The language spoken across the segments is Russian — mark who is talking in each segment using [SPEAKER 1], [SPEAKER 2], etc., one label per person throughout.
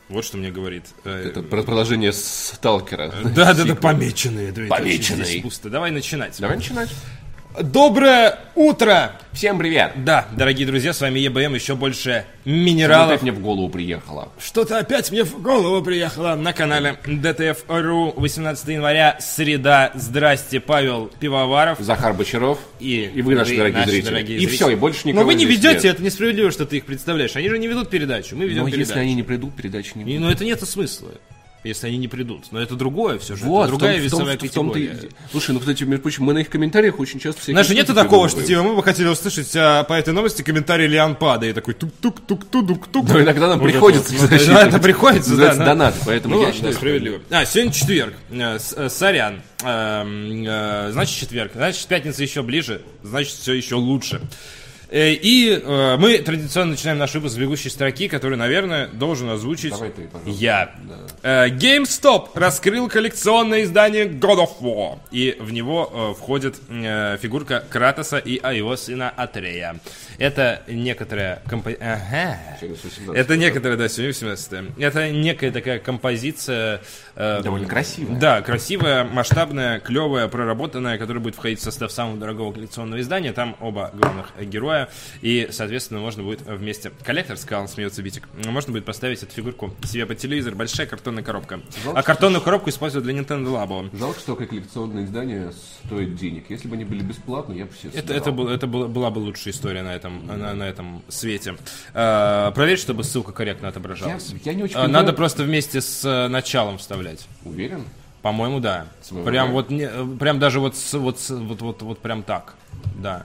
[SPEAKER 1] Вот что мне говорит.
[SPEAKER 2] Это продолжение Сталкера.
[SPEAKER 1] Да, помеченные.
[SPEAKER 2] Помеченные.
[SPEAKER 1] Здесь пусто. Давай начинать. Доброе утро!
[SPEAKER 2] Всем привет!
[SPEAKER 1] Да, дорогие друзья, с вами ЕБМ, еще больше
[SPEAKER 2] Что-то
[SPEAKER 1] минералов.
[SPEAKER 2] опять мне в голову приехало.
[SPEAKER 1] Что-то опять мне в голову приехало на канале ДТФ.ру. 18 января, среда. Здрасте, Павел Пивоваров.
[SPEAKER 2] Захар Бочаров.
[SPEAKER 1] И
[SPEAKER 2] вы, наши дорогие зрители. И все, и больше никого.
[SPEAKER 1] Но вы не
[SPEAKER 2] здесь
[SPEAKER 1] ведете,
[SPEAKER 2] нет.
[SPEAKER 1] это несправедливо, что ты их представляешь. Они же не ведут передачу, мы ведем
[SPEAKER 2] Но
[SPEAKER 1] передачу.
[SPEAKER 2] если они не придут, передачи не будет.
[SPEAKER 1] Но это нет смысла, если они не придут. Но это другое все же.
[SPEAKER 2] Вот,
[SPEAKER 1] это другая
[SPEAKER 2] в том-
[SPEAKER 1] весовая
[SPEAKER 2] в том-
[SPEAKER 1] категория.
[SPEAKER 2] Слушай, ну, кстати, между прочим, мы на их комментариях очень часто всякие
[SPEAKER 1] Знаешь,
[SPEAKER 2] штуки
[SPEAKER 1] нет такого, что
[SPEAKER 2] придумываем.
[SPEAKER 1] типа мы бы хотели услышать по этой новости комментарий Лианпада и такой тук-тук-тук-тук-тук-тук.
[SPEAKER 2] Но иногда нам
[SPEAKER 1] Вот
[SPEAKER 2] приходится
[SPEAKER 1] это вот.
[SPEAKER 2] их
[SPEAKER 1] Да, это приходится, да.
[SPEAKER 2] называется донаты, поэтому
[SPEAKER 1] Ну
[SPEAKER 2] я
[SPEAKER 1] ладно,
[SPEAKER 2] считаю,
[SPEAKER 1] да, справедливо. Сегодня четверг. Сорян. Значит, четверг. Значит, пятница еще ближе. Значит, все еще лучше. И мы традиционно начинаем наш выпуск с бегущей строки, который, наверное, должен озвучить
[SPEAKER 2] Давай ты, пожалуйста.
[SPEAKER 1] я. GameStop раскрыл коллекционное издание God of War. И в него входит фигурка Кратоса и его сына Атрея. Это некоторая Это некоторая, да, сегодня 18-е. Это некая такая композиция.
[SPEAKER 2] Довольно красивая.
[SPEAKER 1] Да, красивая, масштабная, клевая, проработанная, которая будет входить в состав самого дорогого коллекционного издания. Там оба главных героя. И, соответственно, можно будет вместе... Коллектор, сказал, смеется Битик. Можно будет поставить эту фигурку себе под телевизор. Большая картонная коробка.
[SPEAKER 2] Жалко,
[SPEAKER 1] А картонную коробку используют для Nintendo Labo.
[SPEAKER 2] Жалко, что такое коллекционное издание стоит денег. Если бы они были бесплатны, я бы все собирал.
[SPEAKER 1] Это была бы лучшая история на этом свете. Проверь, чтобы ссылка корректно отображалась.
[SPEAKER 2] Я не очень понимаю.
[SPEAKER 1] Надо просто вместе с началом вставлять.
[SPEAKER 2] Уверен?
[SPEAKER 1] По-моему, да.
[SPEAKER 2] Своего
[SPEAKER 1] Прям
[SPEAKER 2] рода.
[SPEAKER 1] прям даже вот прям так. Да.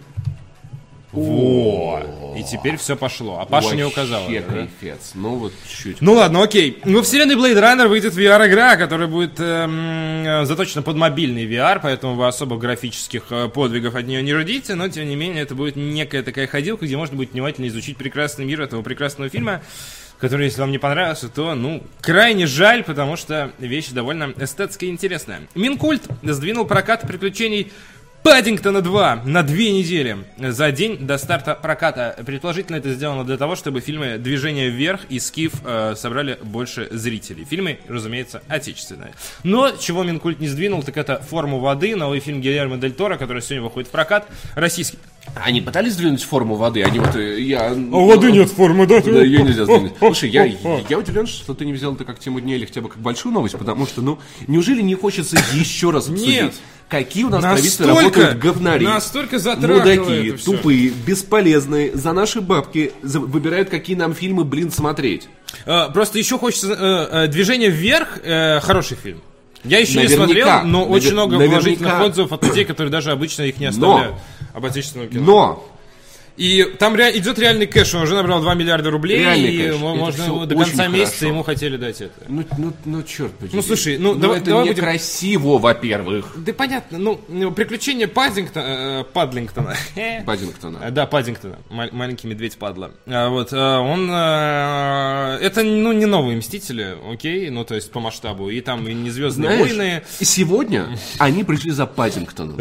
[SPEAKER 1] Во! И теперь все пошло. А Паша не указала.
[SPEAKER 2] Вообще
[SPEAKER 1] Да?
[SPEAKER 2] кайфец. Ну вот чуть-чуть.
[SPEAKER 1] Ну ладно, окей. Во вселенной Blade Runner выйдет VR-игра, которая будет заточена под мобильный VR, поэтому вы особо графических подвигов от нее не ждите, но тем не менее это будет некая такая ходилка, где можно будет внимательно изучить прекрасный мир этого прекрасного фильма, который, если вам не понравился, то, крайне жаль, потому что вещь довольно эстетски интересная. Минкульт сдвинул прокат приключений Паддингтона 2 на 2 недели за день до старта проката. Предположительно, это сделано для того, чтобы фильмы «Движение вверх» и «Скиф» собрали больше зрителей. Фильмы, разумеется, отечественные. Но чего Минкульт не сдвинул, так это «Форму воды», новый фильм Гильермо Дель Торо, который сегодня выходит в прокат. Российский.
[SPEAKER 2] Они пытались сдвинуть форму воды? Они вот...
[SPEAKER 1] воды нет формы, да?
[SPEAKER 2] Да, ее нельзя сдвинуть. Слушай, я удивлен, что ты не взял это как тему дня или хотя бы как большую новость, потому что, неужели не хочется еще раз обсудить?
[SPEAKER 1] Нет.
[SPEAKER 2] Какие у нас в правительстве работают говнари,
[SPEAKER 1] настолько затрагивает
[SPEAKER 2] мудаки,
[SPEAKER 1] это всё.
[SPEAKER 2] тупые, бесполезные, за наши бабки выбирают, какие нам фильмы, смотреть.
[SPEAKER 1] Просто еще хочется... «Движение вверх» хороший фильм. Я еще не
[SPEAKER 2] Наверняка.
[SPEAKER 1] смотрел, но очень много
[SPEAKER 2] Наверняка.
[SPEAKER 1] положительных отзывов от людей, которые даже обычно их не оставляют об отечественном кино.
[SPEAKER 2] Но!
[SPEAKER 1] И там идет реальный кэш, он уже набрал 2 миллиарда рублей,
[SPEAKER 2] Реальный
[SPEAKER 1] и
[SPEAKER 2] кэш.
[SPEAKER 1] можно
[SPEAKER 2] Это всё
[SPEAKER 1] до конца
[SPEAKER 2] очень
[SPEAKER 1] месяца
[SPEAKER 2] хорошо.
[SPEAKER 1] ему хотели дать это.
[SPEAKER 2] Черт подери.
[SPEAKER 1] Ну, слушай, давай
[SPEAKER 2] это
[SPEAKER 1] будем-
[SPEAKER 2] некрасиво, во-первых.
[SPEAKER 1] Да понятно, приключения Паддингтона...
[SPEAKER 2] Паддингтона.
[SPEAKER 1] Да, Паддингтона. Маленький медведь падла. Он... Это, не новые Мстители, окей? То есть по масштабу. И там и не «Звездные войны».
[SPEAKER 2] Знаешь, сегодня они пришли за Паддингтоном.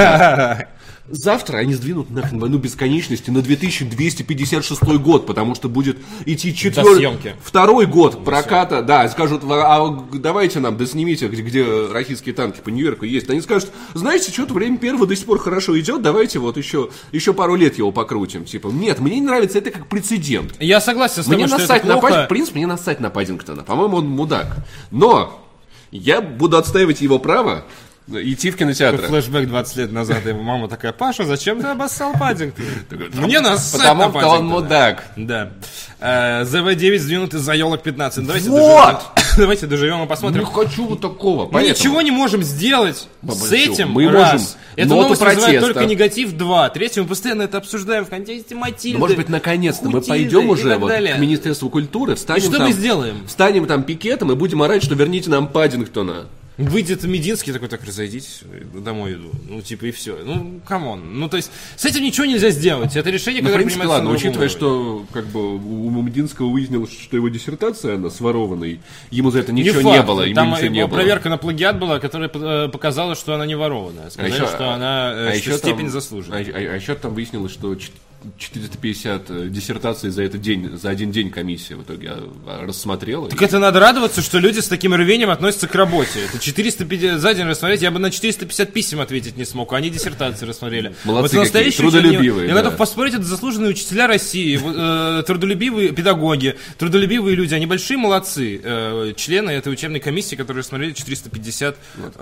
[SPEAKER 2] Завтра они сдвинут нахрен «Войну бесконечности» на 2256 год, потому что будет идти
[SPEAKER 1] съемки.
[SPEAKER 2] второй год проката. Да, скажут, давайте нам доснимите, где российские танки по Нью-Йорку есть. Они скажут, знаете, что-то время первого до сих пор хорошо идет, давайте вот еще пару лет его покрутим. Типа, нет, мне не нравится, это как прецедент.
[SPEAKER 1] Я согласен с тобой,
[SPEAKER 2] Мне
[SPEAKER 1] что
[SPEAKER 2] насать
[SPEAKER 1] это
[SPEAKER 2] на
[SPEAKER 1] плохо.
[SPEAKER 2] В принципе, мне насать на Паддингтона. По-моему, он мудак. Но я буду отстаивать его право идти в кинотеатр.
[SPEAKER 1] Флэшбэк 20 лет назад, его мама такая: Паша, зачем ты обоссал Паддингтона? Мне насать
[SPEAKER 2] Потому
[SPEAKER 1] на
[SPEAKER 2] что
[SPEAKER 1] Паддингтона.
[SPEAKER 2] он мудак.
[SPEAKER 1] Да. ЗВ-9 сдвинут из-за елок 15. Давайте доживем и посмотрим.
[SPEAKER 2] Не хочу вот такого.
[SPEAKER 1] Мы ничего не можем сделать с этим.
[SPEAKER 2] Мы
[SPEAKER 1] раз.
[SPEAKER 2] можем
[SPEAKER 1] Эта
[SPEAKER 2] ноту
[SPEAKER 1] новость вызывает
[SPEAKER 2] протеста.
[SPEAKER 1] только негатив 2. Третье, мы постоянно это обсуждаем в контексте Матильды.
[SPEAKER 2] Может быть, наконец-то мы
[SPEAKER 1] Хутильды
[SPEAKER 2] пойдем
[SPEAKER 1] и
[SPEAKER 2] уже
[SPEAKER 1] так
[SPEAKER 2] вот
[SPEAKER 1] далее.
[SPEAKER 2] к Министерству культуры,
[SPEAKER 1] И
[SPEAKER 2] встанем
[SPEAKER 1] что
[SPEAKER 2] там,
[SPEAKER 1] мы сделаем?
[SPEAKER 2] встанем там пикетом и будем орать, что верните нам Паддингтона.
[SPEAKER 1] Выйдет Мединский такой: так, разойдитесь, домой иду. И все. Камон. То есть, с этим ничего нельзя сделать. Это решение,
[SPEAKER 2] В
[SPEAKER 1] которое
[SPEAKER 2] принципе,
[SPEAKER 1] принимается
[SPEAKER 2] ладно,
[SPEAKER 1] на
[SPEAKER 2] учитывая,
[SPEAKER 1] другом
[SPEAKER 2] что у Мединского выяснилось, что его диссертация, она сворована, и ему за это
[SPEAKER 1] уровне.
[SPEAKER 2] ничего
[SPEAKER 1] Не
[SPEAKER 2] не
[SPEAKER 1] факт.
[SPEAKER 2] было.
[SPEAKER 1] Там
[SPEAKER 2] ничего не было.
[SPEAKER 1] проверка на плагиат была, которая показала, что она не ворованная. Сказали, что она что степень заслужена.
[SPEAKER 2] А еще там выяснилось, что 450 диссертаций за один день комиссия в итоге рассмотрела.
[SPEAKER 1] Так это надо радоваться, что люди с таким рвением относятся к работе. Это 450 за день рассмотреть, я бы на 450 писем ответить не смог, а они диссертации рассмотрели.
[SPEAKER 2] Молодцы вот какие, трудолюбивые.
[SPEAKER 1] Я готов поспорить, это заслуженные учителя России, трудолюбивые педагоги, трудолюбивые люди, они большие молодцы, члены этой учебной комиссии, которые рассмотрели 450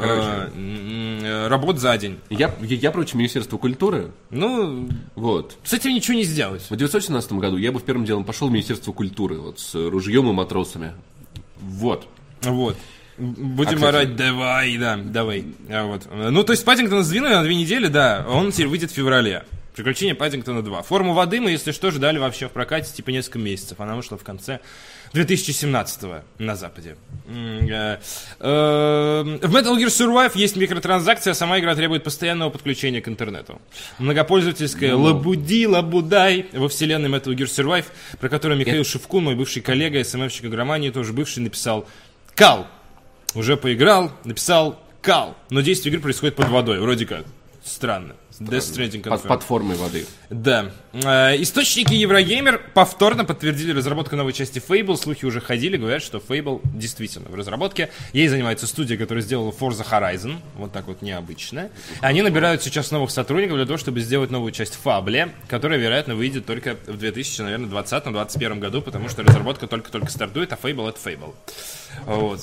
[SPEAKER 1] работ за день.
[SPEAKER 2] Я против Министерства культуры.
[SPEAKER 1] Ну,
[SPEAKER 2] вот.
[SPEAKER 1] С этим ничего не сделать.
[SPEAKER 2] В 1917 году я бы в первым делом пошел в Министерство культуры, вот с ружьем и матросами. Вот. Будем орать, давай. Вот. Ну, то есть Паддингтона сдвинули на 2 недели, да, он теперь выйдет в феврале. «Приключения Паддингтона 2». «Форму воды» мы, если что, ждали вообще в прокате типа несколько месяцев. Она вышла в конце 2017-го на Западе. В Metal Gear Survive есть микротранзакция, а сама игра требует постоянного подключения к интернету. Многопользовательская лабудай во вселенной Metal Gear Survive, про которую Михаил Шевкун, мой бывший коллега, СММщик игромании, тоже бывший, написал «Кал». Уже поиграл, написал «Кал». Но действие игры происходит под водой, вроде как. Странно. Death Stranding confirmed. Под формой воды.
[SPEAKER 1] Да. Источники Еврогеймер повторно подтвердили разработку новой части Fable. Слухи уже ходили, говорят, что Fable действительно в разработке. Ей занимается студия, которая сделала Forza Horizon. Вот так вот необычно. Они набирают сейчас новых сотрудников для того, чтобы сделать новую часть Fable, которая, вероятно, выйдет только в 2020-2021 году, потому что разработка только-только стартует, а Fable — это Fable. Вот.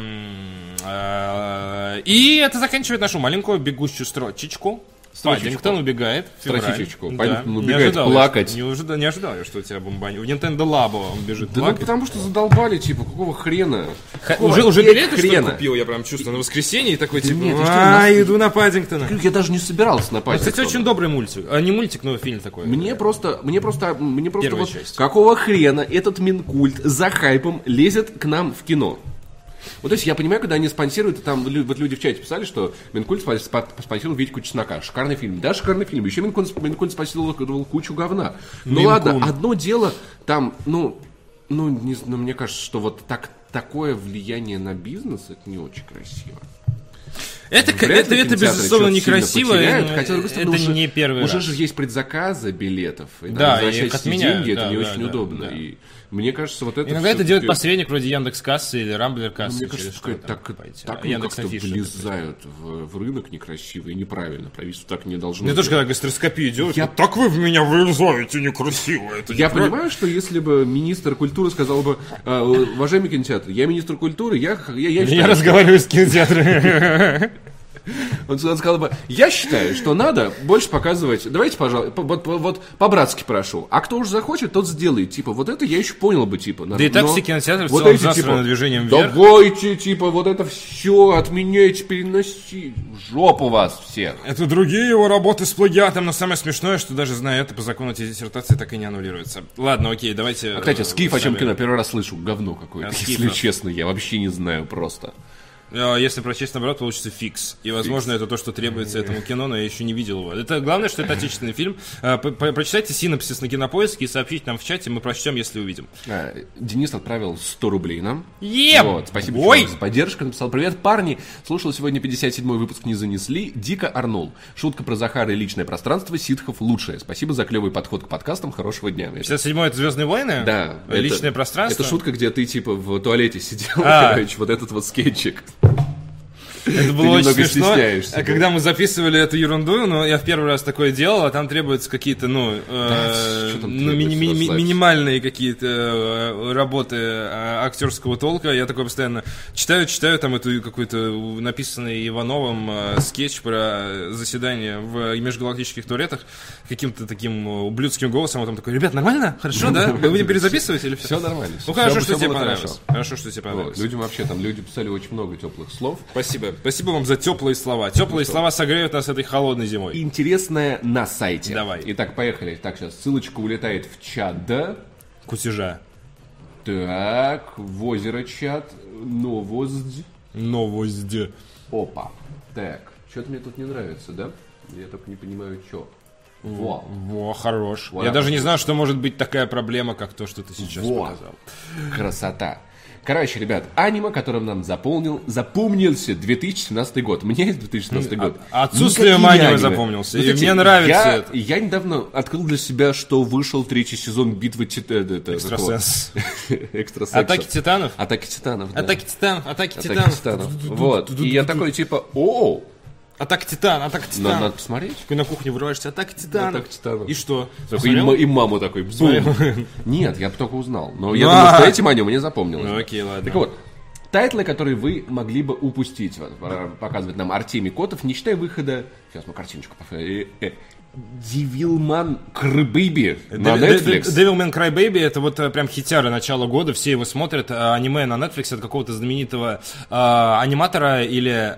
[SPEAKER 1] И это заканчивает нашу маленькую бегущую строчечку. Паддингтон убегает в феврале.
[SPEAKER 2] Паддингтон убегает плакать.
[SPEAKER 1] Не ожидал я, что у тебя бомбанет. В Nintendo Labo он бежит плакать.
[SPEAKER 2] Ну потому что задолбали, типа, какого хрена?
[SPEAKER 1] Уже билеты, что ли, купил, я прям чувствую, на воскресенье, и такой, типа, иду на Паддингтона.
[SPEAKER 2] Я даже не собирался на Паддингтона.
[SPEAKER 1] Кстати, очень добрый мультик. Не мультик, но фильм такой.
[SPEAKER 2] Мне просто вот какого хрена этот Минкульт за хайпом лезет к нам в кино? Вот, то есть я понимаю, когда они спонсируют, там вот люди в чате писали, что Минкульт спонсировал Витьку Чеснока. Шикарный фильм. Да, шикарный фильм. Еще Минкульт спонсировал кучу говна. Ну ладно, одно дело, там, мне кажется, что вот такое влияние на бизнес, это не очень красиво.
[SPEAKER 1] Это безусловно, некрасиво.
[SPEAKER 2] Это
[SPEAKER 1] не первый раз.
[SPEAKER 2] Уже же есть предзаказы билетов.
[SPEAKER 1] Да, и их отменяют.
[SPEAKER 2] Деньги, это не очень удобно. И мне кажется, вот это...
[SPEAKER 1] Иногда это делает посредник вроде Яндекс.Кассы или Рамблер.Кассы.
[SPEAKER 2] Мне кажется, так как-то влезают в рынок некрасиво и неправильно. Правительство так не должно...
[SPEAKER 1] Мне тоже, когда гастроскопию делают, так вы в меня вылезаете некрасиво.
[SPEAKER 2] Я понимаю, что если бы министр культуры сказал бы: уважаемый кинотеатр, я министр культуры, я
[SPEAKER 1] разговариваю с кинотеатром.
[SPEAKER 2] Он сказал бы: я считаю, что надо больше показывать. Давайте, пожалуйста, вот по-братски прошу. А кто уж захочет, тот сделает. Типа, вот это я еще понял бы, типа.
[SPEAKER 1] Да и так все кинотеатры в целом засраны движением вверх.
[SPEAKER 2] Давайте, типа, вот это все отменяйте, переносите. В жопу вас всех.
[SPEAKER 1] Это другие его работы с плагиатом, но самое смешное, что даже зная это, по закону эти диссертации так и не аннулируются. Ладно, окей, давайте...
[SPEAKER 2] Кстати, Скиф, о чем кино, первый раз слышу. Говно какое-то, если честно. Я вообще не знаю просто.
[SPEAKER 1] Если прочесть наоборот, получится фикс. И, возможно, это то, что требуется этому кино, но я еще не видел его. Это главное, что это отечественный фильм. Прочитайте синопсис на Кинопоиске и сообщите нам в чате, мы прочтем, если увидим.
[SPEAKER 2] Денис отправил 100 рублей нам.
[SPEAKER 1] Вот,
[SPEAKER 2] спасибо большое за поддержку. Написал: привет, парни. Слушал сегодня 57-й выпуск «Не занесли». Дико орнул. Шутка про Захара и личное пространство ситхов лучшее. Спасибо за клевый подход к подкастам. Хорошего дня.
[SPEAKER 1] 57-й — это «Звездные войны»?
[SPEAKER 2] Да.
[SPEAKER 1] Личное пространство?
[SPEAKER 2] Это шутка, где ты типа в туалете сидел. Короче, вот этот вот скетчик.
[SPEAKER 1] Это было очень смешно, когда мы записывали эту ерунду, но я в первый раз такое делал, а там требуются какие-то, минимальные какие-то работы актерского толка. Я такой постоянно читаю там эту какой-то написанный Ивановым скетч про заседание в межгалактических туалетах каким-то таким ублюдским голосом, а там такой: ребят, нормально? Хорошо, да? Мы будем перезаписывать или все?
[SPEAKER 2] Все нормально.
[SPEAKER 1] Ну хорошо, что тебе понравилось. Хорошо, что тебе понравилось.
[SPEAKER 2] Людям вообще там, люди писали очень много теплых слов.
[SPEAKER 1] Спасибо вам за теплые слова. Теплые слова согреют нас этой холодной зимой.
[SPEAKER 2] Интересное на сайте.
[SPEAKER 1] Давай.
[SPEAKER 2] Итак, поехали. Так, сейчас ссылочка улетает в чат, да?
[SPEAKER 1] Кутежа.
[SPEAKER 2] Так, в озеро чат. Новость. Опа. Так, что-то мне тут не нравится, да? Я только не понимаю, что.
[SPEAKER 1] Хорош. Я даже не знаю, что может быть такая проблема, как то, что ты сейчас показал.
[SPEAKER 2] Красота. Короче, ребят, аниме, которым нам запомнился 2017 год. Мне есть 2017 год.
[SPEAKER 1] Отсутствием аниме запомнился. И мне нравится это.
[SPEAKER 2] Я недавно открыл для себя, что вышел 3-й сезон битвы
[SPEAKER 1] Экстрасенс.
[SPEAKER 2] Экстрасенсов.
[SPEAKER 1] Атаки титанов?
[SPEAKER 2] Атаки титанов, да.
[SPEAKER 1] Атаки
[SPEAKER 2] Атаки титанов. Вот. И я такой, типа, о,
[SPEAKER 1] Атака Титан.
[SPEAKER 2] надо посмотреть.
[SPEAKER 1] Ты на кухне вырываешься, Атака Титанов. И что?
[SPEAKER 2] И маму такой, бум. Нет, я только узнал. Но я думаю, что этим аниме мне запомнилось.
[SPEAKER 1] Ну окей, ладно.
[SPEAKER 2] Так вот, тайтлы, которые вы могли бы упустить, показывает нам Артемий Котов, не считая выхода... Сейчас мы картиночку Devilman Crybaby на Netflix.
[SPEAKER 1] Devilman Crybaby — это вот прям хитяра начала года, все его смотрят. Аниме на Netflix от какого-то знаменитого аниматора или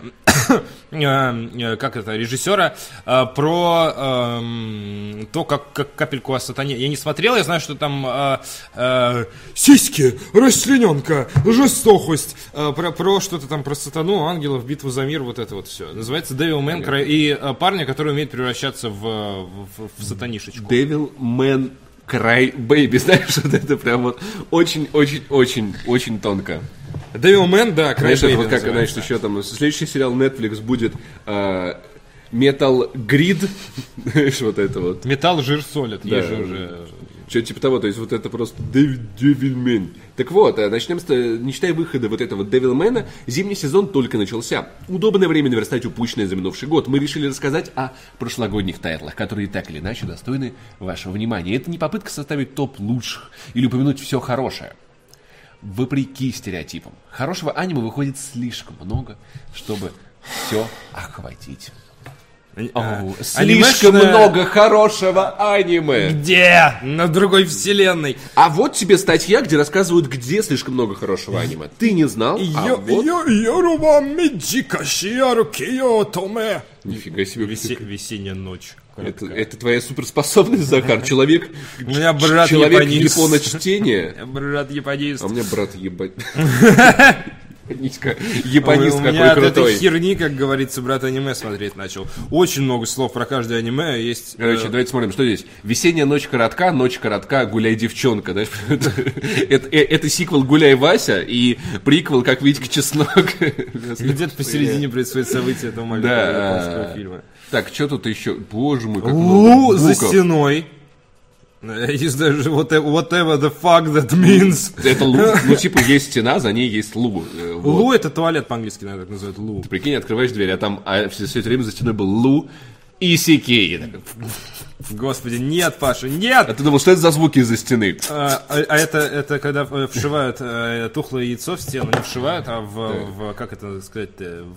[SPEAKER 1] режиссера про то, как капельку о сатане. Я не смотрел, я знаю, что там сиськи, расчлененка, жестокость, про что-то там про сатану, ангелов, битву за мир, вот это вот все. Называется Devilman и парня, который умеет превращаться в сатанишечку.
[SPEAKER 2] Devilman Crybaby, знаешь, вот это прям вот очень тонко.
[SPEAKER 1] Devilman, да, Crybaby.
[SPEAKER 2] Знаешь, это вот как, значит, еще там следующий сериал Netflix будет Metal Grid, знаешь, вот это вот.
[SPEAKER 1] Металл, жир, солид,
[SPEAKER 2] да.
[SPEAKER 1] Есть же уже...
[SPEAKER 2] Что-то типа того, то есть вот это просто Devilman. Так вот, начнем с, не считая выхода вот этого Devilman, зимний сезон только начался. Удобное время наверстать упущенное за минувший год. Мы решили рассказать о прошлогодних тайтлах, которые так или иначе достойны вашего внимания. Это не попытка составить топ лучших или упомянуть все хорошее. Вопреки стереотипам, хорошего аниме выходит слишком много, чтобы все охватить. Слишком много хорошего аниме.
[SPEAKER 1] Где? На другой вселенной.
[SPEAKER 2] А вот тебе статья, где рассказывают, где слишком много хорошего аниме. Ты не знал? Нифига себе.
[SPEAKER 1] Весенняя ночь.
[SPEAKER 2] Это твоя суперспособность, Захар? Человек
[SPEAKER 1] японист.
[SPEAKER 2] японочтения.
[SPEAKER 1] Брат японист.
[SPEAKER 2] А у меня брат японист какой
[SPEAKER 1] меня
[SPEAKER 2] крутой.
[SPEAKER 1] От этой херни, как говорится, брат аниме смотреть начал. Очень много слов про каждое аниме есть.
[SPEAKER 2] Короче, давайте смотрим, что здесь. Весенняя ночь коротка, гуляй, девчонка. Это сиквел «Гуляй, Вася» и приквел «Как Витька Чеснок».
[SPEAKER 1] Где-то посередине происходит событие этого маленького японского фильма.
[SPEAKER 2] Так, что тут еще? Боже мой, как
[SPEAKER 1] много за стеной. Есть даже whatever the fuck that means.
[SPEAKER 2] Это лу. Ну, типа, есть стена, за ней есть лу.
[SPEAKER 1] Лу — это туалет по-английски, наверное, так называют лу.
[SPEAKER 2] Ты прикинь, открываешь дверь, а там все это время за стеной был лу и сикей.
[SPEAKER 1] Господи, нет, Паша, нет!
[SPEAKER 2] А ты думал, что это за звуки из-за стены?
[SPEAKER 1] Это когда вшивают тухлое яйцо в стену, не вшивают, а как это сказать,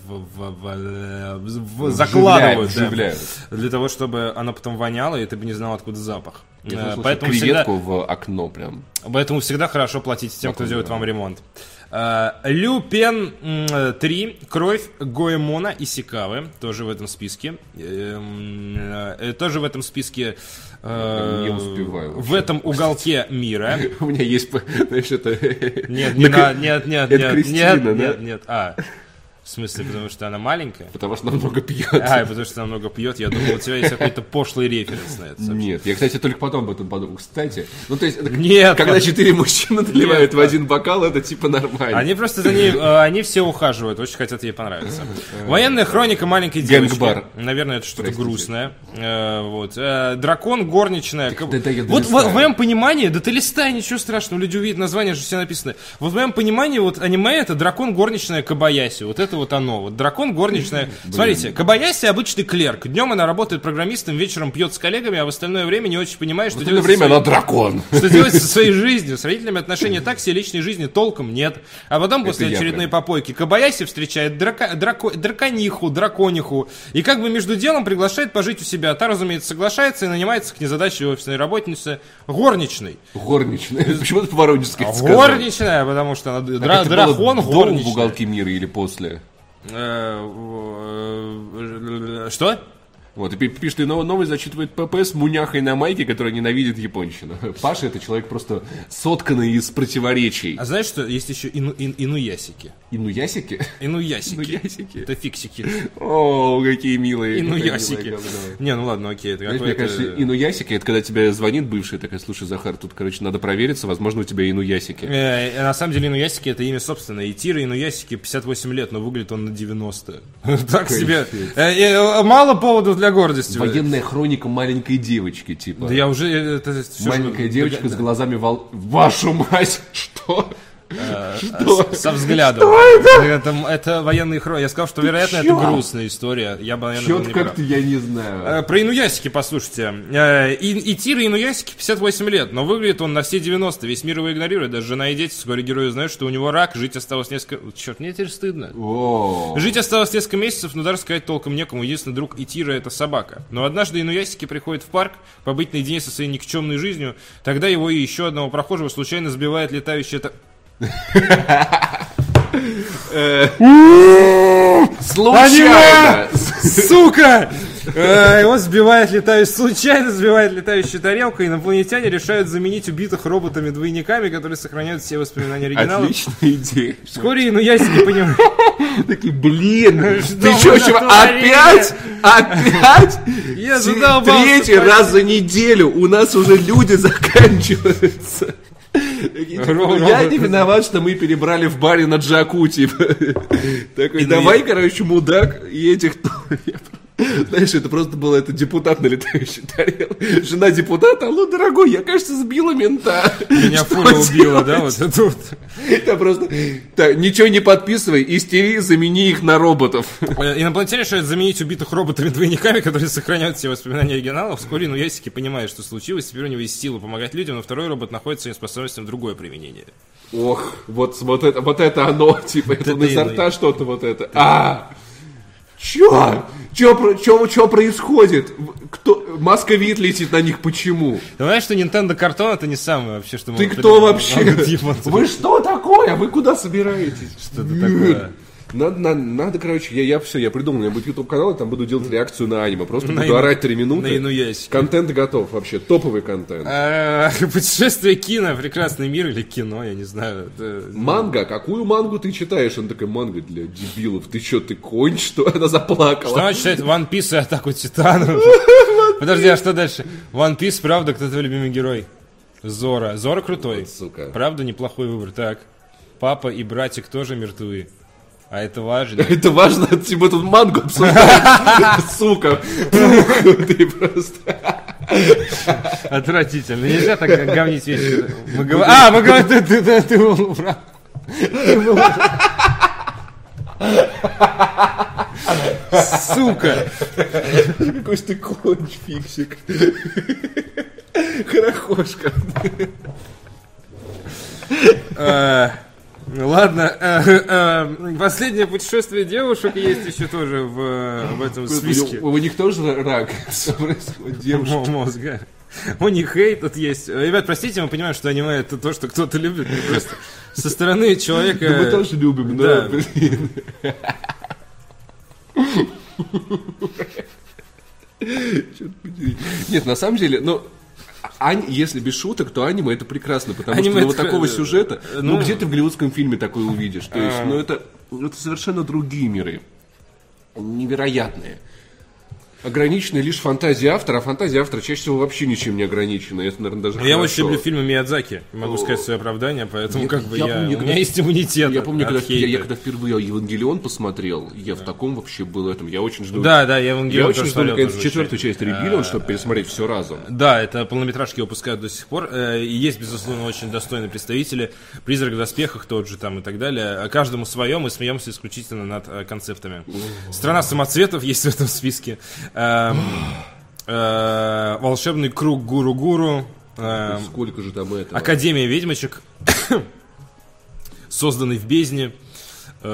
[SPEAKER 1] закладывают.
[SPEAKER 2] Вживляют.
[SPEAKER 1] Для того, чтобы оно потом воняло, и ты бы не знал, откуда запах.
[SPEAKER 2] Поэтому креветку в окно прям.
[SPEAKER 1] Поэтому всегда хорошо платить тем, кто делает вам ремонт. Люпен 3, Кровь Гоэмона Исикавы, тоже в этом списке. Тоже в этом списке.
[SPEAKER 2] Не успеваю.
[SPEAKER 1] В этом уголке мира.
[SPEAKER 2] У меня есть, знаешь, это...
[SPEAKER 1] Нет. В смысле, потому что она маленькая?
[SPEAKER 2] Потому что она много пьет.
[SPEAKER 1] Потому что она много пьет. Я думал, у тебя есть какой-то пошлый референс на это.
[SPEAKER 2] Нет, я, кстати, только потом об этом подумал. Кстати, ну то есть,
[SPEAKER 1] нет,
[SPEAKER 2] когда 4 мужчины наливают в один бокал, это типа нормально.
[SPEAKER 1] Они просто за ней, они все ухаживают, очень хотят ей понравиться. Военная хроника маленькой девочки.
[SPEAKER 2] Гэнгбар.
[SPEAKER 1] Наверное, это что-то грустное. Дракон, горничная. Вот в моем понимании, да ты листай, ничего страшного, люди увидят название, же все написано. Вот в моем понимании, вот аниме — это дракон, горничная, Кобаяси. Вот это вот оно. Вот дракон, горничная. Смотрите, Кобаяси обычный клерк. Днем она работает программистом, вечером пьет с коллегами, а в остальное время не очень понимает, что делать.
[SPEAKER 2] В остальное время она дракон.
[SPEAKER 1] Что делать со своей жизнью. С родителями отношения так, все личной жизни толком нет. А потом после очередной попойки Кобаяси встречает дракониху. И как бы между делом приглашает пожить у себя. Та, разумеется, соглашается и нанимается к незадачливой офисной работнице горничной.
[SPEAKER 2] Горничная? Почему ты по-воронежски сказал?
[SPEAKER 1] Горничная, потому что она дракон горничная.
[SPEAKER 2] В уголке мира или после?
[SPEAKER 1] Что?
[SPEAKER 2] Вот, и пишет, и новость зачитывает ПП с муняхой на майке, которая ненавидит японщину. Паша — это человек просто сотканный из противоречий.
[SPEAKER 1] А знаешь, что есть еще инуясики?
[SPEAKER 2] Инуясики?
[SPEAKER 1] Инуясики. Это фиксики.
[SPEAKER 2] О, какие милые.
[SPEAKER 1] Инуясики. Не, ну ладно, окей.
[SPEAKER 2] Знаешь, мне кажется, инуясики — это когда тебе звонит бывший, такая, слушай, Захар, тут, короче, надо провериться, возможно, у тебя инуясики.
[SPEAKER 1] На самом деле инуясики — это имя собственное. Итира Инуясики 58 лет, но выглядит он на 90. Так себе. Мало поводов для гордости.
[SPEAKER 2] Военная хроника маленькой девочки, типа.
[SPEAKER 1] Да я уже...
[SPEAKER 2] Маленькая девочка с глазами Вашу мать! Что?
[SPEAKER 1] Со взглядом. Это военные хроники. Я сказал, что, вероятно, это грустная история. Я бы, наверное,
[SPEAKER 2] Чё-то как-то я не знаю.
[SPEAKER 1] Про инуясики послушайте. Итира Инуясики 58 лет, но выглядит он на все 90. Весь мир его игнорирует. Даже жена и дети вскоре герои знают, что у него рак. Жить осталось несколько... Черт, мне теперь стыдно. Жить осталось несколько месяцев, но даже сказать толком некому. Единственный друг Итира — это собака. Но однажды Инуясики приходит в парк побыть наедине со своей никчемной жизнью. Тогда его и еще одного прохожего случайно сбивает летающая...
[SPEAKER 2] Случайно!
[SPEAKER 1] Сука! Его случайно сбивает летающая тарелка, и инопланетяне решают заменить убитых роботами-двойниками, которые сохраняют все воспоминания оригинала.
[SPEAKER 2] Отличная идея.
[SPEAKER 1] Вскоре Инуясики понимают.
[SPEAKER 2] Такие, блин, ты что, опять? Опять? Третий раз за неделю у нас уже люди заканчиваются. Я не виноват, что мы перебрали в баре на джакузи. Такой, давай, короче, мудак, и этих... Знаешь, это просто был депутат на летающей тарелке. Жена депутата: алло, дорогой, я, кажется, сбила мента.
[SPEAKER 1] Меня фура убила, да, вот это вот.
[SPEAKER 2] Это просто... Так, ничего не подписывай, истери, замени их на роботов.
[SPEAKER 1] Инопланетяне решают заменить убитых роботами-двойниками, которые сохраняют все воспоминания оригинала. Вскоре Инуясики понимает, что случилось, теперь у него есть сила помогать людям, но второй робот находит своим способностям другое применение.
[SPEAKER 2] Ох, вот это оно, типа, это изо рта что-то вот это. Чё происходит? Московит летит на них, почему?
[SPEAKER 1] Ты знаешь, что Nintendo картон — это не самое вообще, что мы...
[SPEAKER 2] Ты кто вообще? Вы что такое? Вы куда собираетесь?
[SPEAKER 1] Что-то такое.
[SPEAKER 2] Надо, короче, я придумал, у меня будет YouTube-канал, и там буду делать реакцию на аниме. Просто буду орать 3 минуты.
[SPEAKER 1] На Инуясики.
[SPEAKER 2] Контент готов вообще, топовый контент.
[SPEAKER 1] Путешествие кино, прекрасный мир или кино, я не знаю.
[SPEAKER 2] Манга, какую мангу ты читаешь? Она такая, манга для дебилов. Ты что, ты конь, что? Она заплакала.
[SPEAKER 1] Что она читает? One Piece и Атаку Титанов. Подожди, а что дальше? One Piece, правда, кто твой любимый герой? Зора. Зора крутой.
[SPEAKER 2] Сука.
[SPEAKER 1] Правда, неплохой выбор. Так, папа и братик тоже мертвы. А это важно.
[SPEAKER 2] Это важно, типа тут мангу обсуждаем. Сука. Ты просто...
[SPEAKER 1] Отвратительно. Нельзя так говнить вещи. Мы говорим, ты был прав. Сука.
[SPEAKER 2] Какой ты конч, фиксик. Хорохошка.
[SPEAKER 1] Ладно, последнее путешествие девушек есть еще тоже в этом списке.
[SPEAKER 2] У них тоже рак девушек.
[SPEAKER 1] Мозга. У них хейт тут есть. Ребят, простите, мы понимаем, что аниме — это то, что кто-то любит. Просто со стороны человека...
[SPEAKER 2] Мы тоже любим, да, блин. Нет, на самом деле, если без шуток, то аниме — это прекрасно, потому что вот такого сюжета, где ты в голливудском фильме такое увидишь? То есть, это совершенно другие миры, невероятные. Ограничены лишь фантазией автора, а фантазия автора чаще всего вообще ничем не ограничена. Это, наверное, даже
[SPEAKER 1] я очень люблю фильмы Миядзаки, могу сказать свое оправдание, поэтому у меня есть иммунитет.
[SPEAKER 2] Я помню, когда впервые «Евангелион» посмотрел, я в таком вообще был этом. Я очень жду.
[SPEAKER 1] Да, я «Евангелион» тоже смотрел.
[SPEAKER 2] Я очень жду, четвертую часть «Ребиллион», чтобы пересмотреть все разом.
[SPEAKER 1] Да, это полнометражки выпускают до сих пор. И есть, безусловно, очень достойные представители. «Призрак в доспехах» тот же там и так далее. Каждому свое, мы смеемся исключительно над концептами. «Страна самоцветов» есть в этом списке. «Волшебный круг Гуру-Гуру»,
[SPEAKER 2] сколько же там этого?
[SPEAKER 1] «Академия ведьмочек», «Созданный в бездне», и,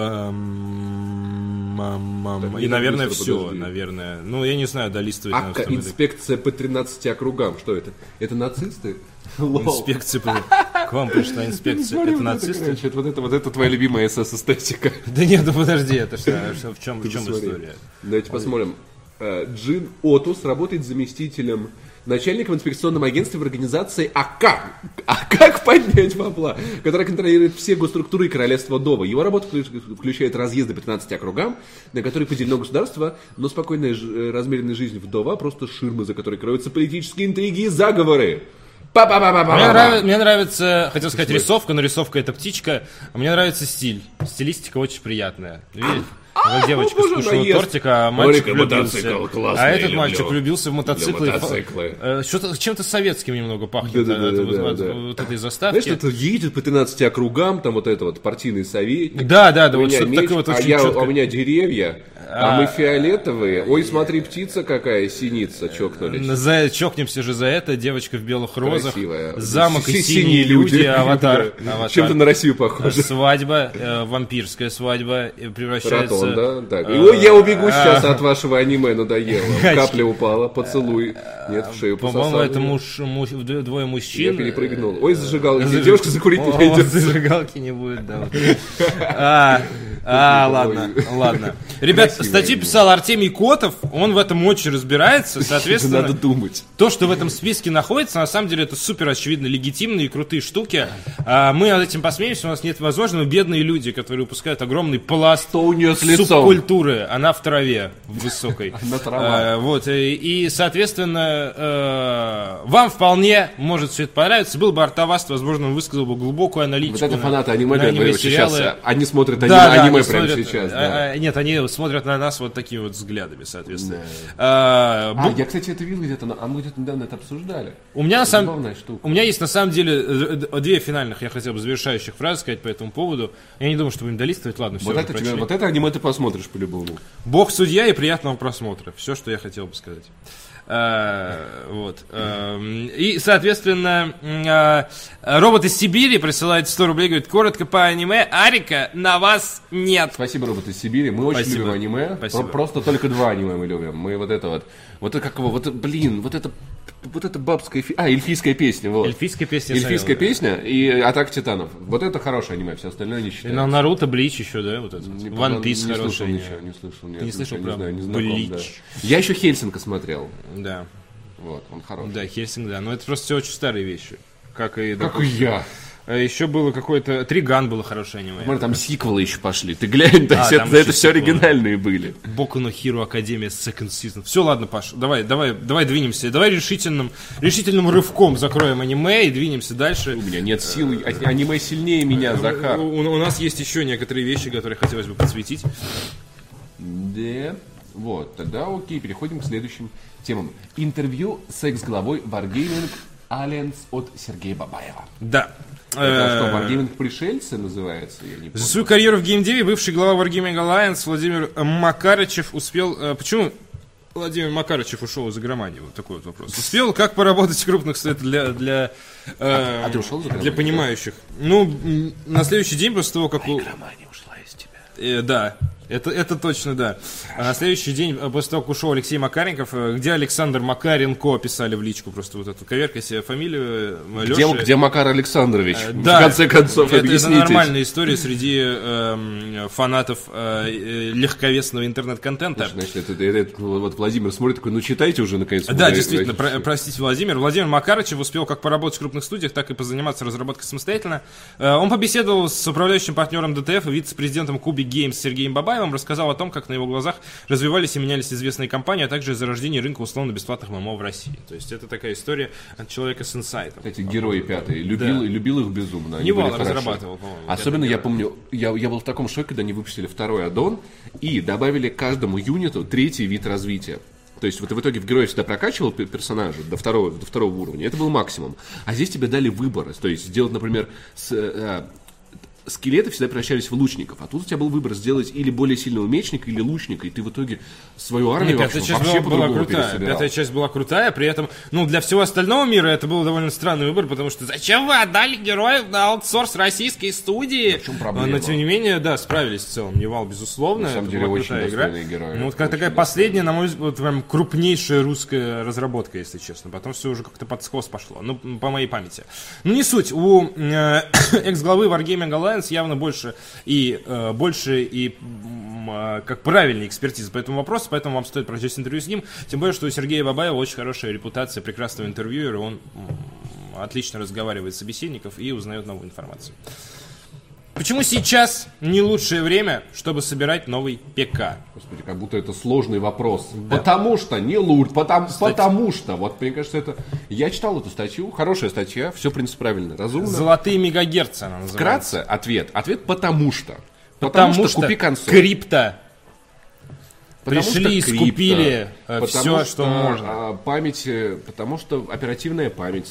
[SPEAKER 1] наверное, все, наверное. Ну, я не знаю, долистывать.
[SPEAKER 2] Инспекция по 13 округам, что это? Это нацисты?
[SPEAKER 1] Инспекция, к вам пришла инспекция, это нацисты?
[SPEAKER 2] Вот это твоя любимая СС-эстетика.
[SPEAKER 1] Да нет, подожди, это что, в чем история?
[SPEAKER 2] Давайте посмотрим. Джин Отус работает заместителем начальником инспекционного агентства в организации АК. А как поднять бабла? Которая контролирует все госструктуры королевства Дова. Его работа включает разъезды по 15 округам, на которые поделено государство, но спокойная размеренная жизнь вдова просто ширма, за которой кроются политические интриги и заговоры.
[SPEAKER 1] Мне нравится, хотел сказать рисовка, но рисовка это птичка. А мне нравится стиль. Стилистика очень приятная. Видите? Девочка скушала тортик, а мальчик влюбился. А этот мальчик влюбился в мотоциклы. Что-то чем-то советским немного пахнет вот этой заставки.
[SPEAKER 2] Знаешь, это едет по 13 округам, там вот это вот партийный советник.
[SPEAKER 1] Да, вот что-то такое вот очень четко.
[SPEAKER 2] А у меня деревья, а мы фиолетовые. Ой, смотри, птица какая, синица, чокнулись.
[SPEAKER 1] Чокнемся же за это, девочка в белых розах.
[SPEAKER 2] Красивая.
[SPEAKER 1] Замок и синие люди, аватар.
[SPEAKER 2] Чем-то на Россию похоже.
[SPEAKER 1] Свадьба, вампирская свадьба, превращается...
[SPEAKER 2] Да? Так. Ой, я убегу сейчас от вашего аниме, надоело. Капля упала, поцелуй. Нет, в шею пососал.
[SPEAKER 1] По-моему, это двое мужчин.
[SPEAKER 2] Я перепрыгнул. Ой, зажигалки. Девушка закурить не найдет.
[SPEAKER 1] Зажигалки не будет, да. Ладно. Ребят, статью писал Артемий Котов, он в этом очень разбирается, соответственно...
[SPEAKER 2] Надо думать.
[SPEAKER 1] То, что в этом списке находится, на самом деле, это супер очевидно легитимные и крутые штуки. Мы над этим посмеемся, у нас нет возможности, но бедные люди, которые выпускают огромный пласт субкультуры, она в траве высокой.
[SPEAKER 2] Она трава.
[SPEAKER 1] Вот, и, соответственно, вам вполне может все это понравиться. Был бы Артаваст, возможно, он высказал бы глубокую аналитику.
[SPEAKER 2] Вот это фанаты аниме
[SPEAKER 1] сериалы.
[SPEAKER 2] Они смотрят аниме прямо сейчас.
[SPEAKER 1] Нет, они смотрят на нас вот такими вот взглядами, соответственно.
[SPEAKER 2] Я, кстати, это видел где-то, а мы где-то недавно это обсуждали.
[SPEAKER 1] У меня есть, на самом деле, две финальных, я хотел бы завершающих фразы сказать по этому поводу. Я не думаю, что будем долистывать, ладно, все.
[SPEAKER 2] Вот это аниме ты посмотришь по-любому.
[SPEAKER 1] Бог судья и приятного просмотра. Все, что я хотел бы сказать. Вот. И, соответственно, робот из Сибири присылает 100 рублей, говорит, коротко по аниме, Арика на вас нет.
[SPEAKER 2] Спасибо, робот из Сибири, мы очень любим аниме. Просто только два аниме мы любим. Мы вот это как его, вот это бабская... эльфийская песня, вот.
[SPEAKER 1] Эльфийская песня
[SPEAKER 2] песня и Атака Титанов. Вот это хорошее аниме, все остальное не считается.
[SPEAKER 1] И Наруто, Блич еще, да, вот это. One Piece хорошее.
[SPEAKER 2] Не слышал.
[SPEAKER 1] Ты не слышал про
[SPEAKER 2] Блич? Я еще Хельсинга смотрел.
[SPEAKER 1] Да.
[SPEAKER 2] Вот, он хороший.
[SPEAKER 1] Да, Хельсинг, да. Но это просто все очень старые вещи. Как и
[SPEAKER 2] я.
[SPEAKER 1] Еще было какое-то... Триган было хорошее аниме.
[SPEAKER 2] Смотри, там сиквелы еще пошли. Ты глянь, это все оригинальные были.
[SPEAKER 1] Боку но Хиро Академия Second Season. Все, ладно, Паш, давай двинемся. Давай решительным рывком закроем аниме и двинемся дальше.
[SPEAKER 2] У меня нет сил, аниме сильнее меня, Захар.
[SPEAKER 1] У нас есть еще некоторые вещи, которые хотелось бы подсветить.
[SPEAKER 2] Да. Вот, тогда окей, переходим к следующим темам. Интервью с экс-главой Wargaming Alliance от Сергея Бабаева.
[SPEAKER 1] Да.
[SPEAKER 2] Это что, Wargaming пришельцы называется? Я не помню.
[SPEAKER 1] За свою карьеру в геймдеве бывший глава Wargaming Alliance Владимир Макарычев успел... Почему Владимир Макарычев ушел из игромании? Вот такой вот вопрос. Успел как поработать в крупных студиях для
[SPEAKER 2] ты ушел из игромании?
[SPEAKER 1] Для понимающих. Ну, на следующий день после того, как...
[SPEAKER 2] Игромания ушла из тебя.
[SPEAKER 1] Да. Это точно, да. А на следующий день, после того, как ушел Алексей Макаренков, где Александр Макаренко писали в личку, просто вот эту коверкой себе фамилию Леши.
[SPEAKER 2] Где Макар Александрович?
[SPEAKER 1] Да,
[SPEAKER 2] в конце концов, объяснитесь.
[SPEAKER 1] Это нормальная история среди фанатов легковесного интернет-контента.
[SPEAKER 2] Значит, вот Владимир смотрит такой, читайте уже наконец.
[SPEAKER 1] Да, действительно, простите, Владимир. Владимир Макарычев успел как поработать в крупных студиях, так и позаниматься разработкой самостоятельно. Он побеседовал с управляющим партнером ДТФ и вице-президентом Кубик Геймс Сергеем Бабаевым, рассказал о том, как на его глазах развивались и менялись известные компании, а также зарождение рынка условно-бесплатных ММО в России. То есть это такая история от человека с инсайтом.
[SPEAKER 2] Эти герои пятые. Любил их безумно.
[SPEAKER 1] Невал разрабатывал, по-моему.
[SPEAKER 2] Особенно я помню, я был в таком шоке, когда они выпустили второй аддон и добавили каждому юниту третий вид развития. То есть вот в итоге в героя всегда прокачивал персонажа до второго уровня. Это был максимум. А здесь тебе дали выбор. То есть сделать, например, скелеты всегда превращались в лучников. А тут у тебя был выбор сделать или более сильного мечника, или лучника, и ты в итоге свою армию вообще по-другому пересобирал.
[SPEAKER 1] Пятая часть была крутая, при этом, для всего остального мира это был довольно странный выбор, потому что зачем вы отдали героев на аутсорс российской студии?
[SPEAKER 2] В чем проблема?
[SPEAKER 1] Но тем не менее, да, справились в целом. Невал, безусловно,
[SPEAKER 2] на самом деле
[SPEAKER 1] была
[SPEAKER 2] очень
[SPEAKER 1] крутая игра.
[SPEAKER 2] Герои.
[SPEAKER 1] Вот такая последняя, на мой взгляд, прям крупнейшая русская разработка, если честно. Потом все уже как-то под скос пошло, по моей памяти. Не суть. У экс-главы Wargaming Alliance явно больше и как правильная экспертиза по этому вопросу, поэтому вам стоит прочесть интервью с ним. Тем более, что у Сергея Бабаева очень хорошая репутация прекрасного интервьюера, он отлично разговаривает с собеседников и узнает новую информацию. Почему сейчас не лучшее время, чтобы собирать новый ПК?
[SPEAKER 2] Господи, как будто это сложный вопрос. Да. Потому что не лучше, потому что. Вот, мне кажется, это... Я читал эту статью, хорошая статья, все, в принципе, правильно, разумно.
[SPEAKER 1] Золотые мегагерцы она называется.
[SPEAKER 2] Вкратце, ответ потому что.
[SPEAKER 1] Потому что
[SPEAKER 2] купи консоль.
[SPEAKER 1] Крипто.
[SPEAKER 2] Потому
[SPEAKER 1] пришли и скупили все, что можно.
[SPEAKER 2] Потому что оперативная память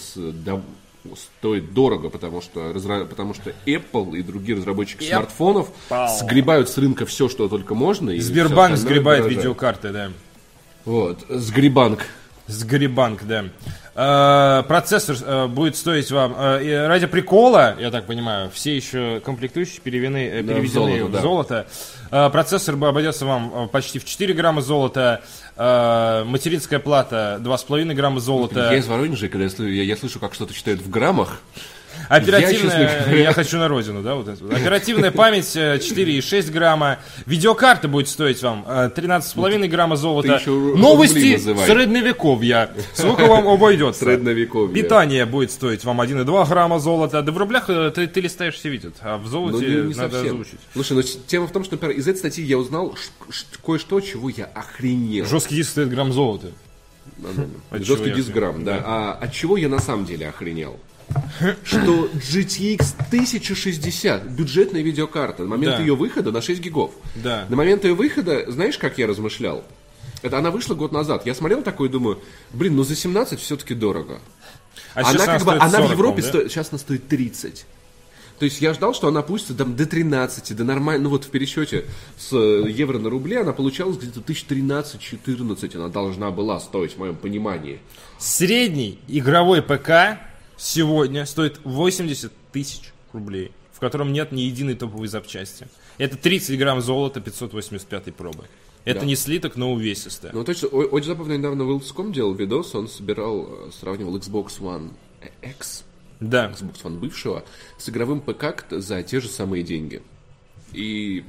[SPEAKER 2] стоит дорого, потому что Apple и другие разработчики смартфонов сгребают с рынка все, что только можно. И
[SPEAKER 1] Сбербанк сгребает видеокарты, да.
[SPEAKER 2] Вот, Сгребанк, да.
[SPEAKER 1] Процессор будет стоить вам ради прикола, я так понимаю, все еще комплектующие переведены в золото. Процессор обойдется вам почти в 4 грамма золота. Материнская плата 2,5 грамма золота.
[SPEAKER 2] Я из Воронежа, когда я слышу, как что-то читают в граммах.
[SPEAKER 1] Оперативная, я хочу на родину, да, вот это. Оперативная память 4,6 грамма. Видеокарта будет стоить вам 13,5 грамма золота. Новости средневековья. Сколько вам обойдется?
[SPEAKER 2] Средневековье.
[SPEAKER 1] Питание будет стоить вам 1,2 грамма золота. Да в рублях ты листаешь, все видят, а в золоте
[SPEAKER 2] не
[SPEAKER 1] надо
[SPEAKER 2] совсем
[SPEAKER 1] озвучить.
[SPEAKER 2] Слушай, но тема в том, что, например, из этой статьи я узнал кое-что, чего я охренел.
[SPEAKER 1] Жесткий диск стоит грамм золота.
[SPEAKER 2] Жесткий диск грамм, да. А от чего я на самом деле охренел? Что GTX 1060, бюджетная видеокарта, на момент ее выхода на 6 гигов.
[SPEAKER 1] Да.
[SPEAKER 2] На момент ее выхода, знаешь, как я размышлял? Это она вышла год назад. Я смотрел такой и думаю, ну за 17 все-таки дорого. Она в Европе стоит, сейчас она стоит 30. То есть я ждал, что она опустится до 13, до нормально, в пересчете с евро на рубли она получалась где-то 1013-14, она должна была стоить, в моем понимании.
[SPEAKER 1] Средний игровой ПК сегодня стоит 80 тысяч рублей, в котором нет ни единой топовой запчасти. Это 30 грамм золота 585 пробы. Это не слиток, но увесистое.
[SPEAKER 2] Ну, точно, очень забавно, недавно Wildcom делал видос, он сравнивал Xbox One X, Xbox One бывшего, с игровым ПК за те же самые деньги. И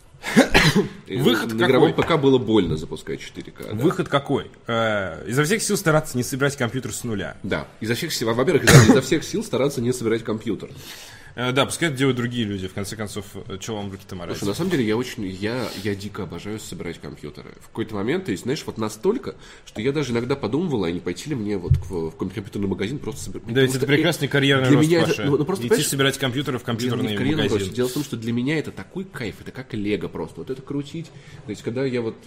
[SPEAKER 1] выход
[SPEAKER 2] на игровом ПК было больно запускать 4К. Да?
[SPEAKER 1] Выход какой? Изо всех сил стараться не собирать компьютер с нуля.
[SPEAKER 2] Да, во-первых, изо всех сил стараться не собирать компьютер.
[SPEAKER 1] Да, пускай это делают другие люди, в конце концов, что вам руки-то морать.
[SPEAKER 2] Слушай, на самом деле я дико обожаю собирать компьютеры. В какой-то момент, то есть, знаешь, вот настолько, что я даже иногда подумывал, а не пойти ли мне вот в компьютерный магазин просто собирать.
[SPEAKER 1] Да, это прекрасный карьерный рост
[SPEAKER 2] это,
[SPEAKER 1] Паша. Идти собирать компьютеры в компьютерный магазин.
[SPEAKER 2] Дело в том, что для меня это такой кайф, это как лего просто. Вот это крутить. То есть, когда я вот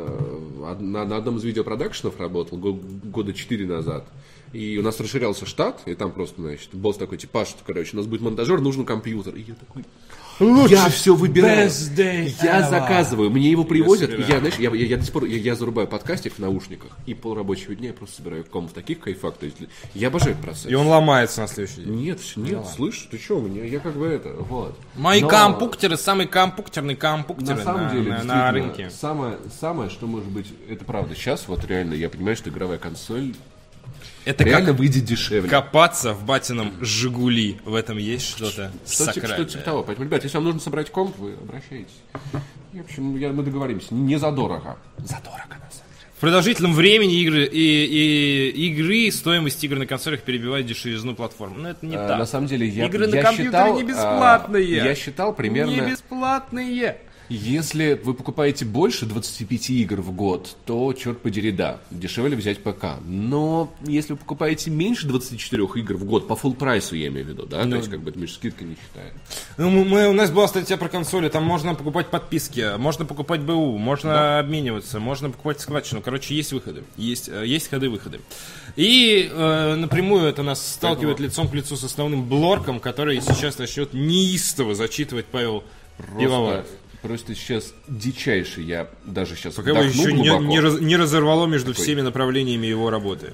[SPEAKER 2] на одном из видеопродакшенов работал года 4 назад, и у нас расширялся штат, и там просто, значит, босс такой, типа, Паш, короче, у нас будет монтажер, нужен компьютер. И я такой, я все выбираю, я заказываю, мне его привозят, и я, знаешь, я до сих пор, я зарубаю подкастик в наушниках, и полрабочего дня я просто собираю ком в таких кайфах, то есть, я обожаю этот процесс.
[SPEAKER 1] И он ломается на следующий день.
[SPEAKER 2] Нет, слышь, ты что, я как бы это, вот.
[SPEAKER 1] Мои компьютеры, самые компьютерные компьютеры
[SPEAKER 2] на самом деле,
[SPEAKER 1] на рынке.
[SPEAKER 2] Самое, что может быть, это правда, сейчас вот реально, я понимаю, что игровая консоль
[SPEAKER 1] это
[SPEAKER 2] реально
[SPEAKER 1] как
[SPEAKER 2] выйдет дешевле.
[SPEAKER 1] Копаться в батином «Жигули». В этом есть что-то сакральное.
[SPEAKER 2] Что типа того. Поэтому, ребят, если вам нужно собрать комп, вы обращайтесь. И, в общем, мы договоримся. Не задорого. Задорого, на самом деле.
[SPEAKER 1] В продолжительном времени игры стоимость игр на консолях перебивает дешевизну платформ. Но это не так.
[SPEAKER 2] На самом деле,
[SPEAKER 1] игры на компьютере не бесплатные.
[SPEAKER 2] Я считал примерно...
[SPEAKER 1] Не бесплатные.
[SPEAKER 2] Если вы покупаете больше 25 игр в год, то, черт подери, да, дешевле взять ПК. Но если вы покупаете меньше 24 игр в год, по full прайсу я имею в виду, да, то есть как бы это мы же скидкой не считаем.
[SPEAKER 1] У нас была статья про консоли, там можно покупать подписки, можно покупать БУ, можно обмениваться, можно покупать складчину. Короче, есть выходы, есть ходы-выходы. И напрямую это нас сталкивает лицом к лицу с основным блорком, который сейчас начнет неистово зачитывать Павел Пивоваров.
[SPEAKER 2] Просто сейчас дичайший, я даже сейчас
[SPEAKER 1] пока его еще не разорвало между всеми направлениями его работы.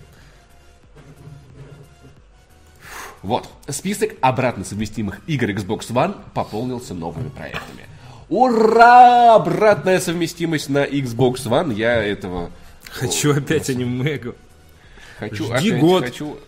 [SPEAKER 2] Вот, список обратно совместимых игр Xbox One пополнился новыми проектами. Ура! Обратная совместимость на Xbox One, я этого...
[SPEAKER 1] Хочу опять анимегу.
[SPEAKER 2] Жди год.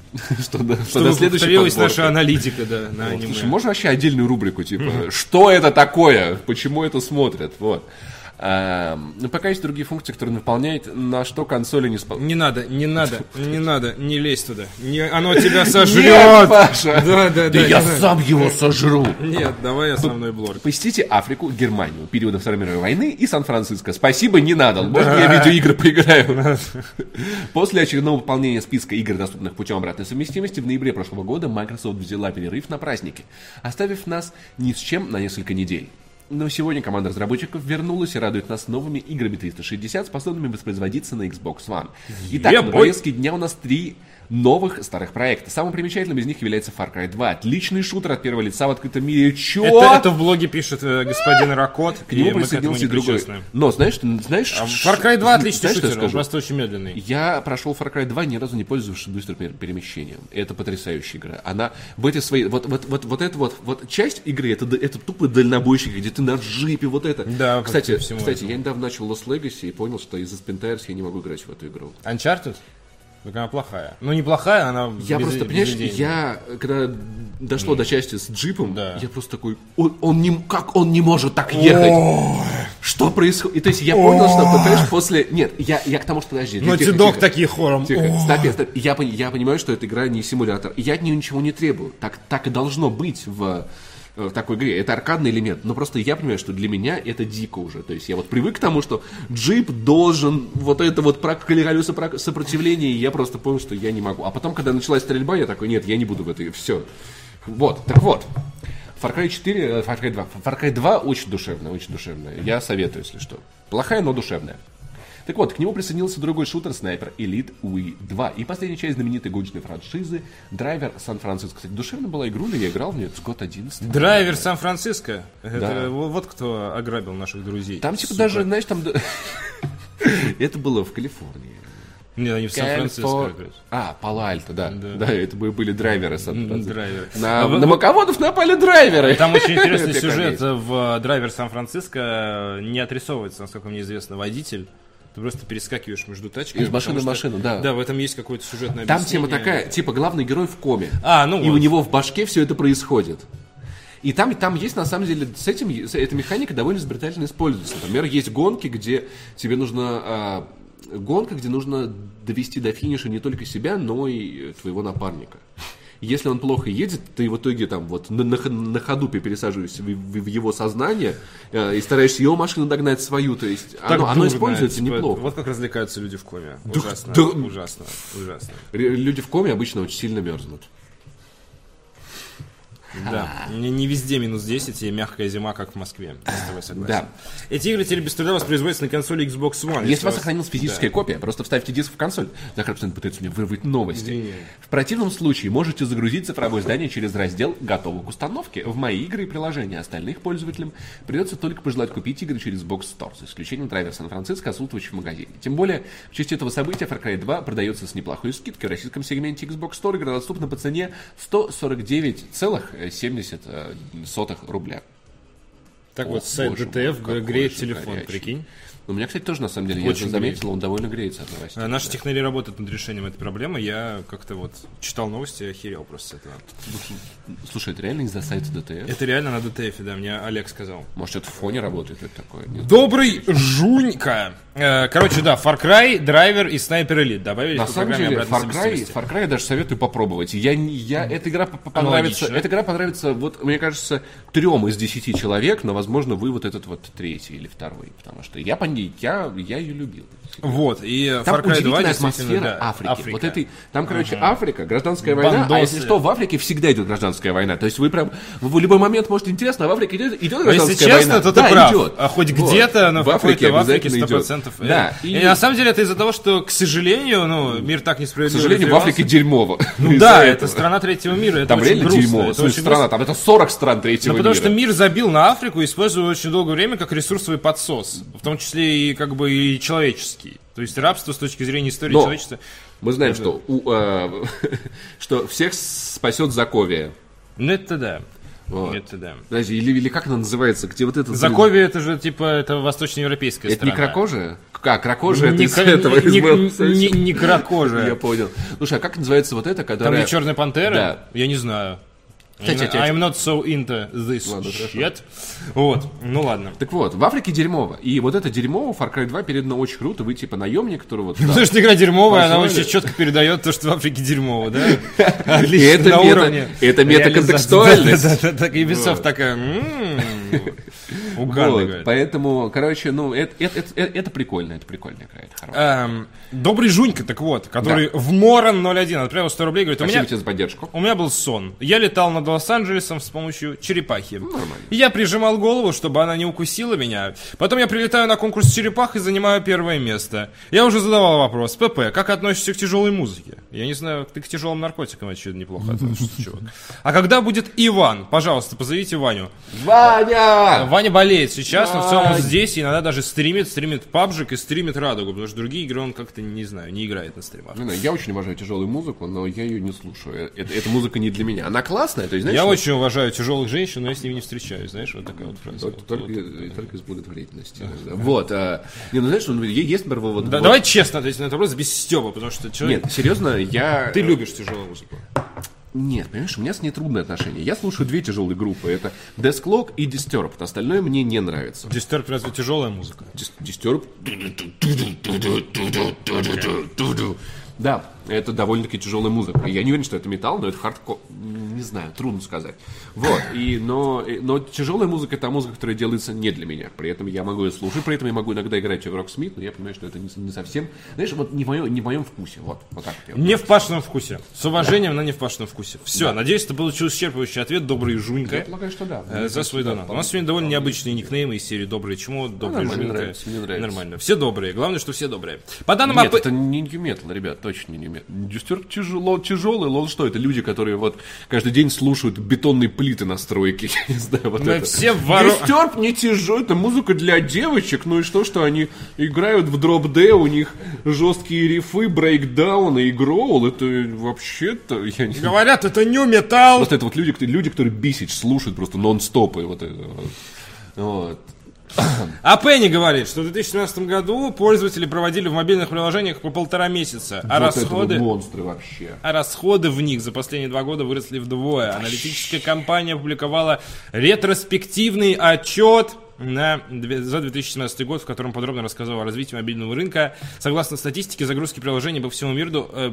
[SPEAKER 1] Чтобы
[SPEAKER 2] до следующей
[SPEAKER 1] повторилась
[SPEAKER 2] подборки.
[SPEAKER 1] наша аналитика, да, на
[SPEAKER 2] Вот,
[SPEAKER 1] аниме.
[SPEAKER 2] слушай, можно вообще отдельную рубрику, типа, что это такое, почему это смотрят, вот. Но пока есть другие функции, которые выполняет, на что консоли не способны.
[SPEAKER 1] Не надо, не лезь туда. Оно тебя сожрет.
[SPEAKER 2] Нет, Паша!
[SPEAKER 1] Да,
[SPEAKER 2] Я сам его сожру!
[SPEAKER 1] Нет, давай основной блок.
[SPEAKER 2] Посетите Африку, Германию, периода Второй мировой войны и Сан-Франциско. Спасибо, не надо. Можно я видеоигры поиграю? После очередного выполнения списка игр, доступных путем обратной совместимости, в ноябре прошлого года Microsoft взяла перерыв на праздники, оставив нас ни с чем на несколько недель. Но сегодня команда разработчиков вернулась и радует нас новыми играми 360, способными воспроизводиться на Xbox One. Итак, на повестке дня у нас 3 новых старых проекта. Самым примечательным из них является Far Cry 2. Отличный шутер от первого лица в открытом мире.
[SPEAKER 1] Это в блоге пишет господин Ракот.
[SPEAKER 2] К нему присоединился другой. Но знаешь...
[SPEAKER 1] Far Cry 2 отличный шутер, он просто очень медленный.
[SPEAKER 2] Я прошел Far Cry 2, ни разу не пользовавшись быстрым перемещением. Это потрясающая игра. Она в эти свои... Вот эта вот часть игры, это тупо дальнобойщик, где ты на джипе, вот это.
[SPEAKER 1] Да,
[SPEAKER 2] кстати, я недавно начал Lost Legacy и понял, что из-за Spintires я не могу играть в эту игру.
[SPEAKER 1] Uncharted? Так она плохая. Ну, не плохая, она
[SPEAKER 2] я просто, понимаешь, когда дошло до части с джипом, я просто такой, он не может так ехать? Что происходит? И то есть я понял, что, понимаешь, после... Нет, я к тому, что, подожди.
[SPEAKER 1] Naughty Dog такие хором.
[SPEAKER 2] Стоп. Я понимаю, что эта игра не симулятор. Я от нее ничего не требую. Так и должно быть в такой игре. Это аркадный элемент. Но просто я понимаю, что для меня это дико уже. То есть я вот привык к тому, что джип должен вот это вот колесо сопротивления, и я просто понял, что я не могу. А потом, когда началась стрельба, я такой, нет, я не буду в этой... Все. Вот. Так вот. Far Cry 2 очень душевная. Я советую, если что. Плохая, но душевная. Так вот, к нему присоединился другой шутер Sniper Elite Ui 2 и последняя часть знаменитой гоночной франшизы Драйвер Сан-Франциско. Кстати, душевно была игру, но я играл в нее с год 11.
[SPEAKER 1] Драйвер Сан-Франциско? Это вот кто ограбил наших друзей.
[SPEAKER 2] Там типа даже, знаешь, там... Это было в Калифорнии.
[SPEAKER 1] Нет, они в Сан-Франциско.
[SPEAKER 2] Пало-Альто, да. Да, это были драйверы Сан-Франциско.
[SPEAKER 1] На
[SPEAKER 2] маководов напали драйверы.
[SPEAKER 1] Там очень интересный сюжет в Драйвер Сан-Франциско. Не отрисовывается, насколько мне известно, водитель. Ты просто перескакиваешь между тачками.
[SPEAKER 2] Из машины в машину, да.
[SPEAKER 1] Да, в этом есть какое-то сюжетное
[SPEAKER 2] там
[SPEAKER 1] объяснение.
[SPEAKER 2] Тема такая, типа главный герой в коме.
[SPEAKER 1] И
[SPEAKER 2] у него в башке все это происходит. И там есть, на самом деле, эта механика довольно изобретательно используется. Например, есть гонки, где тебе нужно... где нужно довести до финиша не только себя, но и твоего напарника. Если он плохо едет, ты в итоге там вот на ходу пересаживаешься в его сознание и стараешься его машину догнать свою. То есть оно используется неплохо.
[SPEAKER 1] Вот как развлекаются люди в коме. Ужасно.
[SPEAKER 2] Люди в коме обычно очень сильно мерзнут.
[SPEAKER 1] Да, не везде минус 10 и мягкая зима, как в Москве. Я с тобой согласен.
[SPEAKER 2] Да.
[SPEAKER 1] Эти игры теперь без труда воспроизводятся на консоли Xbox One.
[SPEAKER 2] Если у вас сохранилась физическая копия, просто вставьте диск в консоль. Захар постоянно пытается мне вырвать новости.
[SPEAKER 1] Извини.
[SPEAKER 2] В противном случае можете загрузить цифровое издание через раздел «Готовы к установке» в «Мои игры и приложения». Остальных пользователям придется только пожелать купить игры через Xbox Store, за исключением драйвера Сан-Франциско, отсутствующего в магазине. Тем более, в честь этого события Far Cry 2 продается с неплохой скидкой. В российском сегменте Xbox Store игра доступна по цене 149,70 рубля.
[SPEAKER 1] Так вот, сайт DTF греет телефон, прикинь.
[SPEAKER 2] У меня, кстати, тоже, на самом деле, я же заметил, он довольно греется от новостей.
[SPEAKER 1] Наши технари работают над решением этой проблемы. Я как-то вот читал новости и охерел просто с этого.
[SPEAKER 2] Слушай, это реально из-за сайта DTF?
[SPEAKER 1] Это реально на DTF, да, мне Олег сказал.
[SPEAKER 2] Может, это в фоне работает, это такое? Нет?
[SPEAKER 1] Добрый Жунька! Короче, да, Far Cry, Драйвер и Sniper Elite добавили
[SPEAKER 2] на самом деле, Far Cry я даже советую попробовать. Эта игра понравится, вот, мне кажется, 3 из 10 человек, но, возможно, вы вот этот вот 3-й или 2-й, потому что я ее любил.
[SPEAKER 1] Вот, и
[SPEAKER 2] там
[SPEAKER 1] Far Cry 2
[SPEAKER 2] атмосфера Африки. Вот этой, там, короче, Африка, гражданская война, а если что, в Африке всегда идет гражданская война. То есть вы прям в любой момент, может, интересно, а в Африке идет гражданская война.
[SPEAKER 1] Если честно, то ты прав.
[SPEAKER 2] Идет.
[SPEAKER 1] А хоть где-то, но в Африке 100%.
[SPEAKER 2] Да.
[SPEAKER 1] И на самом деле это из-за того, что, к сожалению, мир так несправедливо.
[SPEAKER 2] К сожалению, в Африке дерьмово.
[SPEAKER 1] Ну да, это страна третьего мира.
[SPEAKER 2] Там реально дерьмово. Страна, там это 40 стран третьего мира.
[SPEAKER 1] Потому что мир забил на Африку, используя очень долгое время как ресурсовый подсос. В том числе и как бы и человеческий. То есть рабство с точки зрения истории человечества.
[SPEAKER 2] Мы знаем, что всех спасет Заковия.
[SPEAKER 1] Ну это да.
[SPEAKER 2] Вот.
[SPEAKER 1] Это да.
[SPEAKER 2] Подожди, или как она называется? Где вот это...
[SPEAKER 1] Заковье это же типа это восточноевропейская страна.
[SPEAKER 2] Это не кракожия? Как, кракожия это из этого, из
[SPEAKER 1] не кракожия.
[SPEAKER 2] Я понял. Слушай, а как называется вот это, которая...
[SPEAKER 1] Там где Черная пантера?
[SPEAKER 2] Да.
[SPEAKER 1] Я не знаю.
[SPEAKER 2] Кстати,
[SPEAKER 1] I'm not so into this shit. Вот, ну ладно.
[SPEAKER 2] Так вот, в Африке дерьмово. И вот это дерьмово Far Cry 2 передано очень круто. Вы типа наемник, который вот...
[SPEAKER 1] Потому что игра дерьмовая, она очень четко передает то, что в Африке дерьмово, да?
[SPEAKER 2] Отлично, на уровне. Это метаконтекстуальность.
[SPEAKER 1] Да, так и Ubisoft такая... Угадывает.
[SPEAKER 2] Поэтому, короче, ну, это прикольно, это прикольная игра, это хорошая.
[SPEAKER 1] Добрый Жунька, так вот, который в Моран 01 отправил 100 рублей, говорит,
[SPEAKER 2] спасибо тебе за поддержку.
[SPEAKER 1] У меня был сон. Я летал над Лос-Анджелесом с помощью черепахи.
[SPEAKER 2] Нормально.
[SPEAKER 1] Я прижимал голову, чтобы она не укусила меня. Потом я прилетаю на конкурс черепах и занимаю первое место. Я уже задавал вопрос. ПП, как относишься к тяжелой музыке? Я не знаю, ты к тяжелым наркотикам очевидно неплохо относишься, чувак. А когда будет Иван? Пожалуйста, позовите Ваню.
[SPEAKER 2] Ваня!
[SPEAKER 1] Ваня болеет сейчас, но в целом он здесь, и иногда даже стримит PUBG и стримит Радугу, потому что другие игры он как-то, не знаю, не играет на стримах.
[SPEAKER 2] Я очень уважаю тяжелую музыку, но я ее не слушаю. Эта музыка не для меня. Она классная, то есть, знаешь,
[SPEAKER 1] я очень уважаю тяжелых женщин, но я с ними не встречаюсь, знаешь, вот такая вот фраза.
[SPEAKER 2] Только из благотворительности. Вот. Не, ну знаешь, есть, например, вот...
[SPEAKER 1] Давай честно ответить на этот вопрос без стёба, потому что человек...
[SPEAKER 2] Нет, серьезно,
[SPEAKER 1] Ты любишь тяжелую музыку.
[SPEAKER 2] Нет, понимаешь, у меня с ней трудные отношения. Я слушаю две тяжелые группы. Это Desklock и Disturbed. Остальное мне не нравится.
[SPEAKER 1] Disturbed разве тяжелая музыка?
[SPEAKER 2] Disturbed. Да, это довольно-таки тяжелая музыка. Я не уверен, что это металл, но это хардкор. Не знаю, трудно сказать. Вот. Но тяжелая музыка — это музыка, которая делается не для меня. При этом я могу ее слушать, при этом я могу иногда играть в Rocksmith, но я понимаю, что это не совсем... Знаешь, вот не в моем вкусе. Вот так вот.
[SPEAKER 1] Не в Пашином вкусе. С уважением, но не в Пашином вкусе. Все, да. Надеюсь, ты получил исчерпывающий ответ, добрый Жунька.
[SPEAKER 2] Я полагаю, что да.
[SPEAKER 1] За свой донат. У нас сегодня довольно необычные никнеймы из серии «Добрый чмо», «Добрый Жунька».
[SPEAKER 2] Мне нравится.
[SPEAKER 1] Нормально. Все добрые. Главное, что все добрые. По данным
[SPEAKER 2] Нет, это не New Metal, ребят, точно не New Metal. Disturbed тяжелый, лол, что это? Люди, которые вот каждый день слушают бетонные плиты на стройке. Я не знаю, вот это. Disturbed не тяжелый, это музыка для девочек. Ну и что они играют в дроп-д, у них жесткие рифы, брейкдауны и гроул. Это вообще-то...
[SPEAKER 1] Говорят, это New Metal.
[SPEAKER 2] Просто это вот люди, которые Бисич слушают просто нон-стоп. И вот это вот.
[SPEAKER 1] А Пенни говорит, что в 2017 году пользователи проводили в мобильных приложениях по 1,5 месяца,
[SPEAKER 2] а вот монстры вообще.
[SPEAKER 1] А расходы в них за последние 2 года выросли вдвое. Аналитическая компания опубликовала ретроспективный отчет за 2017 год, в котором подробно рассказывал о развитии мобильного рынка. Согласно статистике, загрузки приложений по всему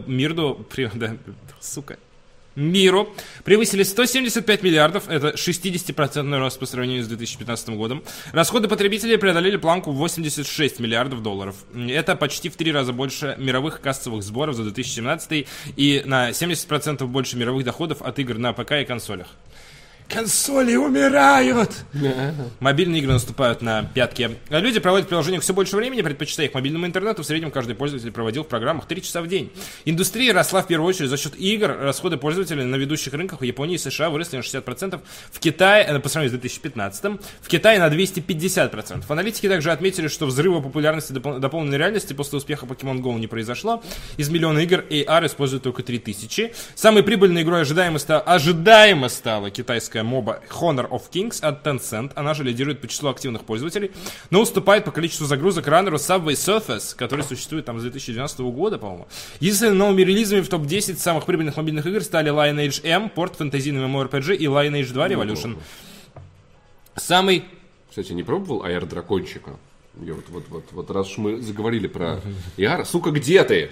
[SPEAKER 1] миру превысили 175 миллиардов, это 60% рост по сравнению с 2015 годом. Расходы потребителей преодолели планку в 86 миллиардов долларов. Это почти в 3 раза больше мировых кассовых сборов за 2017 и на 70% больше мировых доходов от игр на ПК и консолях. Консоли умирают! Мобильные игры наступают на пятки. Люди проводят в приложениях все больше времени, предпочитая их мобильному интернету. В среднем каждый пользователь проводил в программах 3 часа в день. Индустрия росла в первую очередь за счет игр. Расходы пользователей на ведущих рынках в Японии и США выросли на 60%. В Китае, по сравнению с 2015, в Китае на 250%. Аналитики также отметили, что взрыва популярности дополненной реальности после успеха Pokemon Go не произошло. Из миллиона игр AR используют только 3000. Самой прибыльной игрой ожидаемо стала китайская моба Honor of Kings от Tencent. Она же лидирует по числу активных пользователей, но уступает по количеству загрузок раннеру Subway Surfers, который существует там с 2012 года, по-моему. Единственными новыми релизами в топ-10 самых прибыльных мобильных игр стали Lineage M, порт фэнтезийный MMORPG и Lineage 2 Revolution. Самый...
[SPEAKER 2] Кстати, не пробовал AR дракончика? Я вот раз уж мы заговорили про AR, сука, где ты?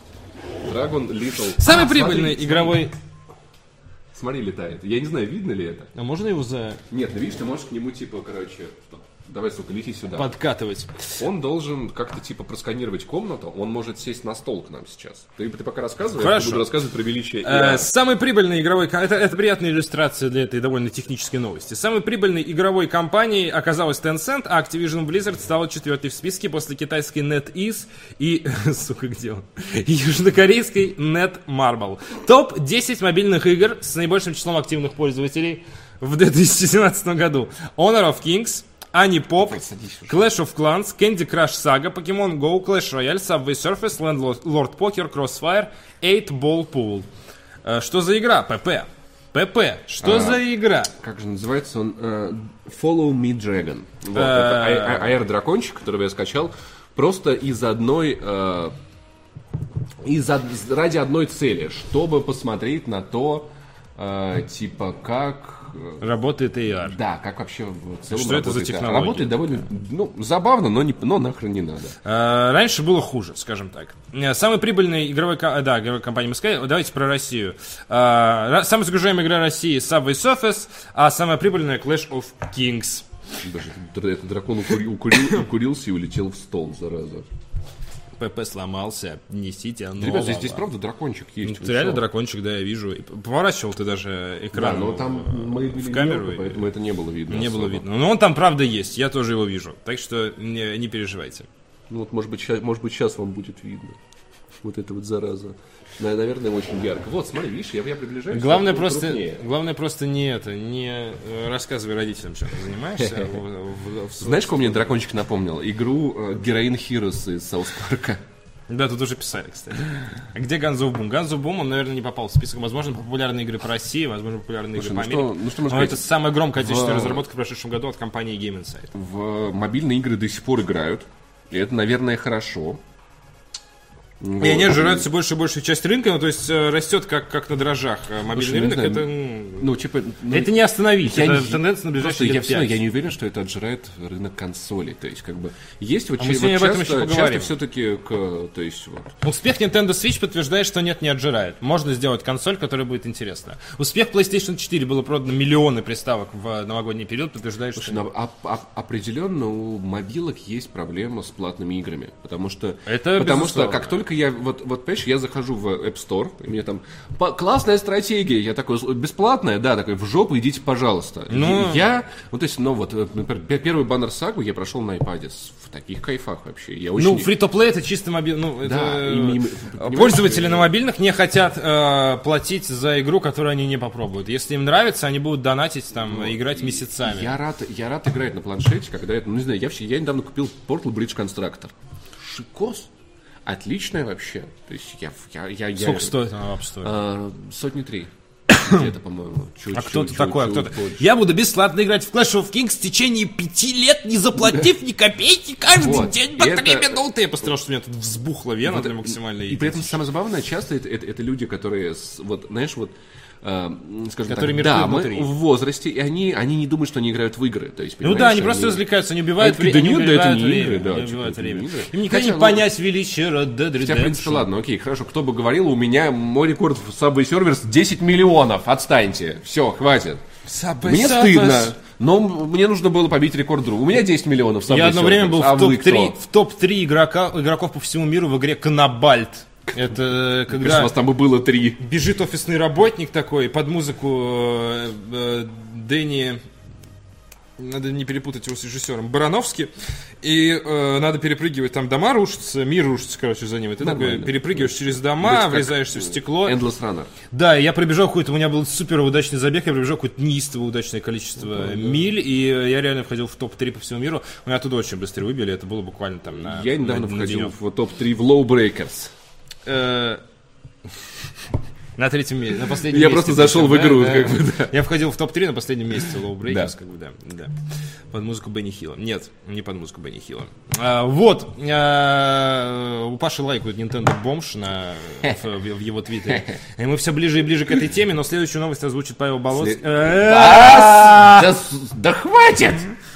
[SPEAKER 2] Dragon Little...
[SPEAKER 1] Самый прибыльный игровой...
[SPEAKER 2] Смотри, летает. Я не знаю, видно ли это.
[SPEAKER 1] А можно его за...
[SPEAKER 2] Нет, ну видишь, ты можешь к нему, типа, короче... Давай, сука, лети сюда.
[SPEAKER 1] Подкатывать.
[SPEAKER 2] Он должен как-то, типа, просканировать комнату. Он может сесть на стол к нам сейчас. Ты пока рассказывай,
[SPEAKER 1] Хорошо.
[SPEAKER 2] Я буду рассказывать про величие AR.
[SPEAKER 1] Самый прибыльный игровой... Это приятная иллюстрация для этой довольно технической новости. Самой прибыльной игровой компанией оказалась Tencent, а Activision Blizzard стала 4-й в списке после китайской NetEase и... Сука, где он? Южнокорейской Netmarble. Топ-10 мобильных игр с наибольшим числом активных пользователей в 2017 году. Honor of Kings, Anipop, Clash of Clans, Candy Crush Saga, Pokemon Go, Clash Royale, Subway Surfers, Landlord Poker, Crossfire, 8 Ball Pool. Что за игра? ПП. ПП, что за игра?
[SPEAKER 2] Как же называется он? Follow Me Dragon. Вот, это AR-дракончик, которого я скачал просто ради одной цели, чтобы посмотреть на то, типа, как...
[SPEAKER 1] Работает AR.
[SPEAKER 2] Да, как вообще в целом
[SPEAKER 1] что это за технология?
[SPEAKER 2] Работает довольно, забавно, но нахрен не надо.
[SPEAKER 1] Раньше было хуже, скажем так. Самая прибыльная игровая компания MSK, давайте про Россию. Самая загружаемая игра России Subway Surfers, а самая прибыльная Clash of Kings.
[SPEAKER 2] Даже этот дракон укурился и улетел в стол, зараза.
[SPEAKER 1] ПП сломался, несите нового.
[SPEAKER 2] Ребят, здесь правда дракончик есть.
[SPEAKER 1] Это реально дракончик, да, я вижу. Поворачивал ты даже экран.
[SPEAKER 2] Да, но там мы были в
[SPEAKER 1] камеру,
[SPEAKER 2] поэтому это не было видно.
[SPEAKER 1] Не было видно. Но он там правда есть, я тоже его вижу. Так что не переживайте.
[SPEAKER 2] Ну вот, может быть, сейчас вам будет видно. Вот это вот зараза. Наверное, очень ярко. Вот, смотри, видишь, я приближаюсь.
[SPEAKER 1] Главное просто не рассказывай родителям, чем ты занимаешься.
[SPEAKER 2] Знаешь, кого мне дракончик напомнил? Игру Heroin Heroes из Саус Парка.
[SPEAKER 1] Да, тут уже писали, кстати. А где Guns of Boom? Guns of Boom, он, наверное, не попал в список. Возможно, популярные игры по России, возможно, популярные игры по Америке. Но это самая громкая отечественная разработка в прошедшем году от компании Game Insight.
[SPEAKER 2] В мобильные игры до сих пор играют. И это, наверное, хорошо.
[SPEAKER 1] Вот. И они отжирают все больше и большую часть рынка, то есть растет как на дрожжах. Мобильный рынок, это не остановить, это тенденция на ближайшие лет 5.
[SPEAKER 2] Я не уверен, что это отжирает рынок консолей. То есть, как бы, есть вот,
[SPEAKER 1] мы сегодня об этом еще поговорим.
[SPEAKER 2] Часто все-таки, то есть, вот.
[SPEAKER 1] Успех Nintendo Switch подтверждает, что нет, не отжирает. Можно сделать консоль, которая будет интересна. Успех PlayStation 4, было продано миллионы приставок в новогодний период, подтверждает, что...
[SPEAKER 2] Определенно у мобилок есть проблема с платными играми, потому что как только я, понимаешь, я захожу в App Store, и мне там, классная стратегия, я такой, бесплатная, да, такой, в жопу идите, пожалуйста. Например, первый баннер сагу я прошел на iPad в таких кайфах вообще.
[SPEAKER 1] Free-to-play это чисто мобильный, пользователи на мобильных не хотят платить за игру, которую они не попробуют. Если им нравится, они будут донатить, играть месяцами.
[SPEAKER 2] Я рад играть на планшете, когда это, не знаю, я недавно купил Portal Bridge Constructor. Шикос. Отличная вообще. То есть
[SPEAKER 1] Сколько стоит она в App Store?
[SPEAKER 2] 103. Где-то, по-моему.
[SPEAKER 1] А кто ты такой? Я буду бесплатно играть в Clash of Kings в течение 5 лет, не заплатив ни копейки каждый день по 3 минуты. Я постарел, что у меня тут взбухла вена для максимальной.
[SPEAKER 2] И при этом самое забавное, часто это люди, которые, скажем
[SPEAKER 1] которые
[SPEAKER 2] так, мы в возрасте, и они не думают, что они играют в игры. То есть,
[SPEAKER 1] они просто развлекаются, они убивают время.
[SPEAKER 2] Это не игры, да.
[SPEAKER 1] Им никогда не понять величие Red Dead Redemption.
[SPEAKER 2] Хотя, в принципе, ладно, окей, хорошо. Кто бы говорил, у меня мой рекорд в Subway Surfers 10 миллионов. Отстаньте. Все, хватит. Мне стыдно. Но мне нужно было побить рекорд друга. У меня 10 миллионов Subway Surfers.
[SPEAKER 1] Я одно время был в топ-3 игроков по всему миру в игре Конобальт. Это когда
[SPEAKER 2] у вас там и было 3.
[SPEAKER 1] Бежит офисный работник такой под музыку Дэнни, надо не перепутать его с режиссером, Барановский, и надо перепрыгивать, там дома рушатся, мир рушится, короче, за ним. И ты такой перепрыгиваешь через дома, врезаешься в стекло.
[SPEAKER 2] Endless Runner.
[SPEAKER 1] Да, и я пробежал какой-то, у меня был супер удачный забег, я пробежал какое-то неистово удачное количество миль, и я реально входил в топ-3 по всему миру. Меня оттуда очень быстро выбили, это было буквально там на...
[SPEAKER 2] Я недавно входил в топ-3 в Low Breakers.
[SPEAKER 1] На третьем месте, на последнем
[SPEAKER 2] месте.
[SPEAKER 1] Я
[SPEAKER 2] просто зашел в игру.
[SPEAKER 1] Да. Я входил в топ-3 на последнем месте Low Breakers, да. Под музыку Бенни Хилла. Нет, не под музыку Бенни Хилла. У Паши лайкают Nintendo бомж в его твиттере. И мы все ближе и ближе к этой теме, но следующую новость озвучит Павел Болоцкий.
[SPEAKER 2] Да хватит!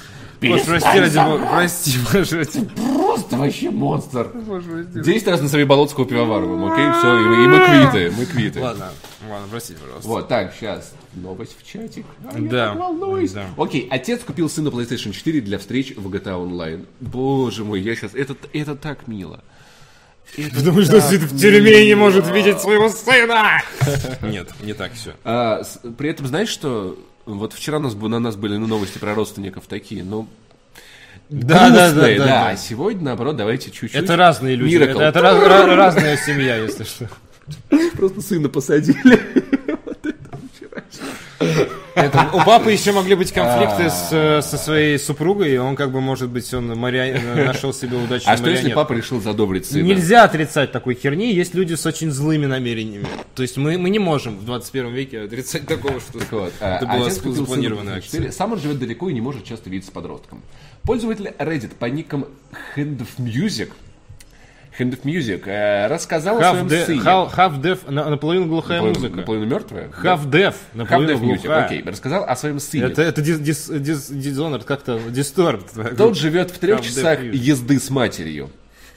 [SPEAKER 1] Прости.
[SPEAKER 2] Просто вообще монстр. 10 раз назови Болоцкого пивоваровым, окей? Все, и мы квиты.
[SPEAKER 1] Ладно, простите, пожалуйста.
[SPEAKER 2] Вот, так, сейчас новость в чатик.
[SPEAKER 1] Да.
[SPEAKER 2] Окей, отец купил сыну PlayStation 4 для встреч в GTA Online. Боже мой, я сейчас... Это так мило.
[SPEAKER 1] Потому что сын в тюрьме не может видеть своего сына! Нет, не так все.
[SPEAKER 2] При этом, знаешь, что... Вот вчера на нас были новости про родственников такие, но...
[SPEAKER 1] Да.
[SPEAKER 2] А сегодня, наоборот, давайте чуть-чуть...
[SPEAKER 1] Это разные люди, это разная семья, если что.
[SPEAKER 2] Просто сына посадили. Вот это вчера.
[SPEAKER 1] У папы еще могли быть конфликты со своей супругой, и он как бы, может быть, он нашел себе удачную
[SPEAKER 2] А что
[SPEAKER 1] марионетку.
[SPEAKER 2] если папа решил задобрить сына?
[SPEAKER 1] Нельзя отрицать такой херни, есть люди с очень злыми намерениями. То есть мы не можем в 21 веке отрицать такого, что это была запланированная акция.
[SPEAKER 2] Сам он живет далеко и не может часто видеться с подростком. Пользователь Reddit по никам Hand of Music рассказал о своем сыне.
[SPEAKER 1] Half-deaf, наполовину глухая музыка.
[SPEAKER 2] Наполовину мертвая?
[SPEAKER 1] Half-deaf, наполовину глухая.
[SPEAKER 2] Окей, рассказал о своем сыне.
[SPEAKER 1] Это Dishonored, как-то Disturbed.
[SPEAKER 2] Тот живет в 3 часах езды с матерью.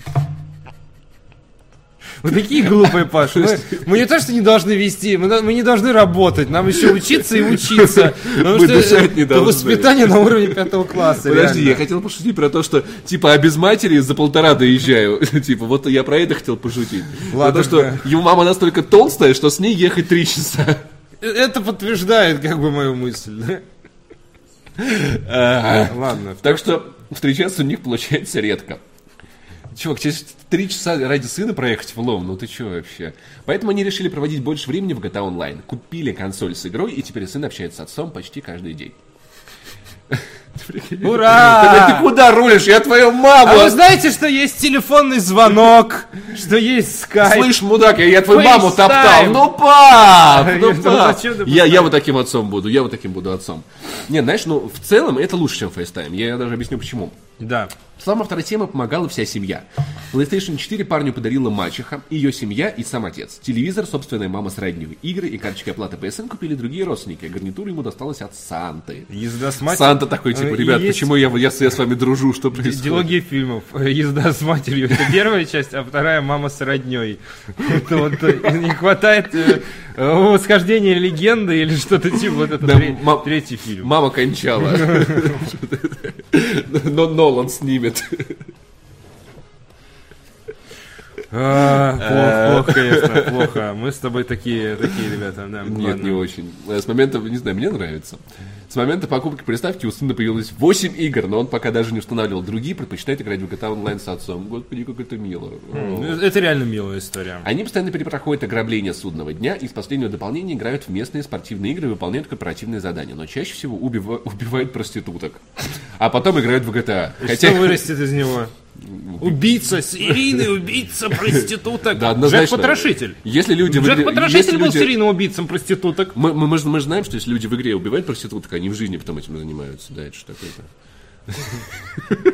[SPEAKER 1] Вы такие глупые, Паш. Мы не то, что не должны вести, мы не должны работать. Нам еще учиться и учиться. Потому что это воспитание на уровне 5 класса.
[SPEAKER 2] Подожди, я хотел пошутить про то, что, типа, а без матери за 1,5 доезжаю. Типа, вот я про это хотел пошутить. Про то, что его мама настолько толстая, что с ней ехать 3 часа.
[SPEAKER 1] Это подтверждает, как бы, мою мысль. Ладно.
[SPEAKER 2] Так что встречаться у них получается редко. Чувак, через 3 часа ради сына проехать в лом, ну ты чё вообще? Поэтому они решили проводить больше времени в GTA Online. Купили консоль с игрой, и теперь сын общается с отцом почти каждый день.
[SPEAKER 1] Ура!
[SPEAKER 2] Ты куда рулишь? Я твою маму!
[SPEAKER 1] А вы знаете, что есть телефонный звонок? Что есть скайп?
[SPEAKER 2] Слышь, мудак, я твою маму топтал. Ну, пап! Я вот таким отцом буду, я вот таким буду отцом. Нет, знаешь, ну, в целом это лучше, чем FaceTime. Я даже объясню, почему.
[SPEAKER 1] Да.
[SPEAKER 2] Самым автору темы помогала вся семья. PlayStation 4 парню подарила мачеха, ее семья и сам отец. Телевизор, собственная мама с родней. Игры и карточки оплаты PSN купили другие родственники. Гарнитура ему досталась от Санты.
[SPEAKER 1] Езда с матерью.
[SPEAKER 2] Санта такой, типа, ребят, почему я с вами дружу, что происходит?
[SPEAKER 1] Дилогия фильмов. Езда с матерью. Это первая часть, а вторая мама с родней. Это вот не хватает восхождения легенды или что-то типа. Вот это третий фильм.
[SPEAKER 2] Мама кончала. Но Нолан снимет.
[SPEAKER 1] Плохо, конечно, плохо. Мы с тобой такие ребята. Да,
[SPEAKER 2] нет,
[SPEAKER 1] ладно.
[SPEAKER 2] не очень. С момента, не знаю, мне нравится. С момента покупки приставки у сына появилось 8 игр, но он пока даже не устанавливал другие, предпочитает играть в GTA Online с отцом. Господи, как это мило.
[SPEAKER 1] Это реально милая история.
[SPEAKER 2] Они постоянно перепроходят ограбление судного дня и с последнего дополнения играют в местные спортивные игры и выполняют корпоративные задания, но чаще всего убивают проституток. А потом играют в GTA.
[SPEAKER 1] Что вырастет из него? Убийца, серийный убийца проституток.
[SPEAKER 2] Да, однозначно.
[SPEAKER 1] Джек-потрошитель.
[SPEAKER 2] Если люди
[SPEAKER 1] Джек-потрошитель был серийным убийцем проституток.
[SPEAKER 2] Мы знаем, что если люди в игре убивают проституток, они в жизни потом этим занимаются. Да, это что такое-то?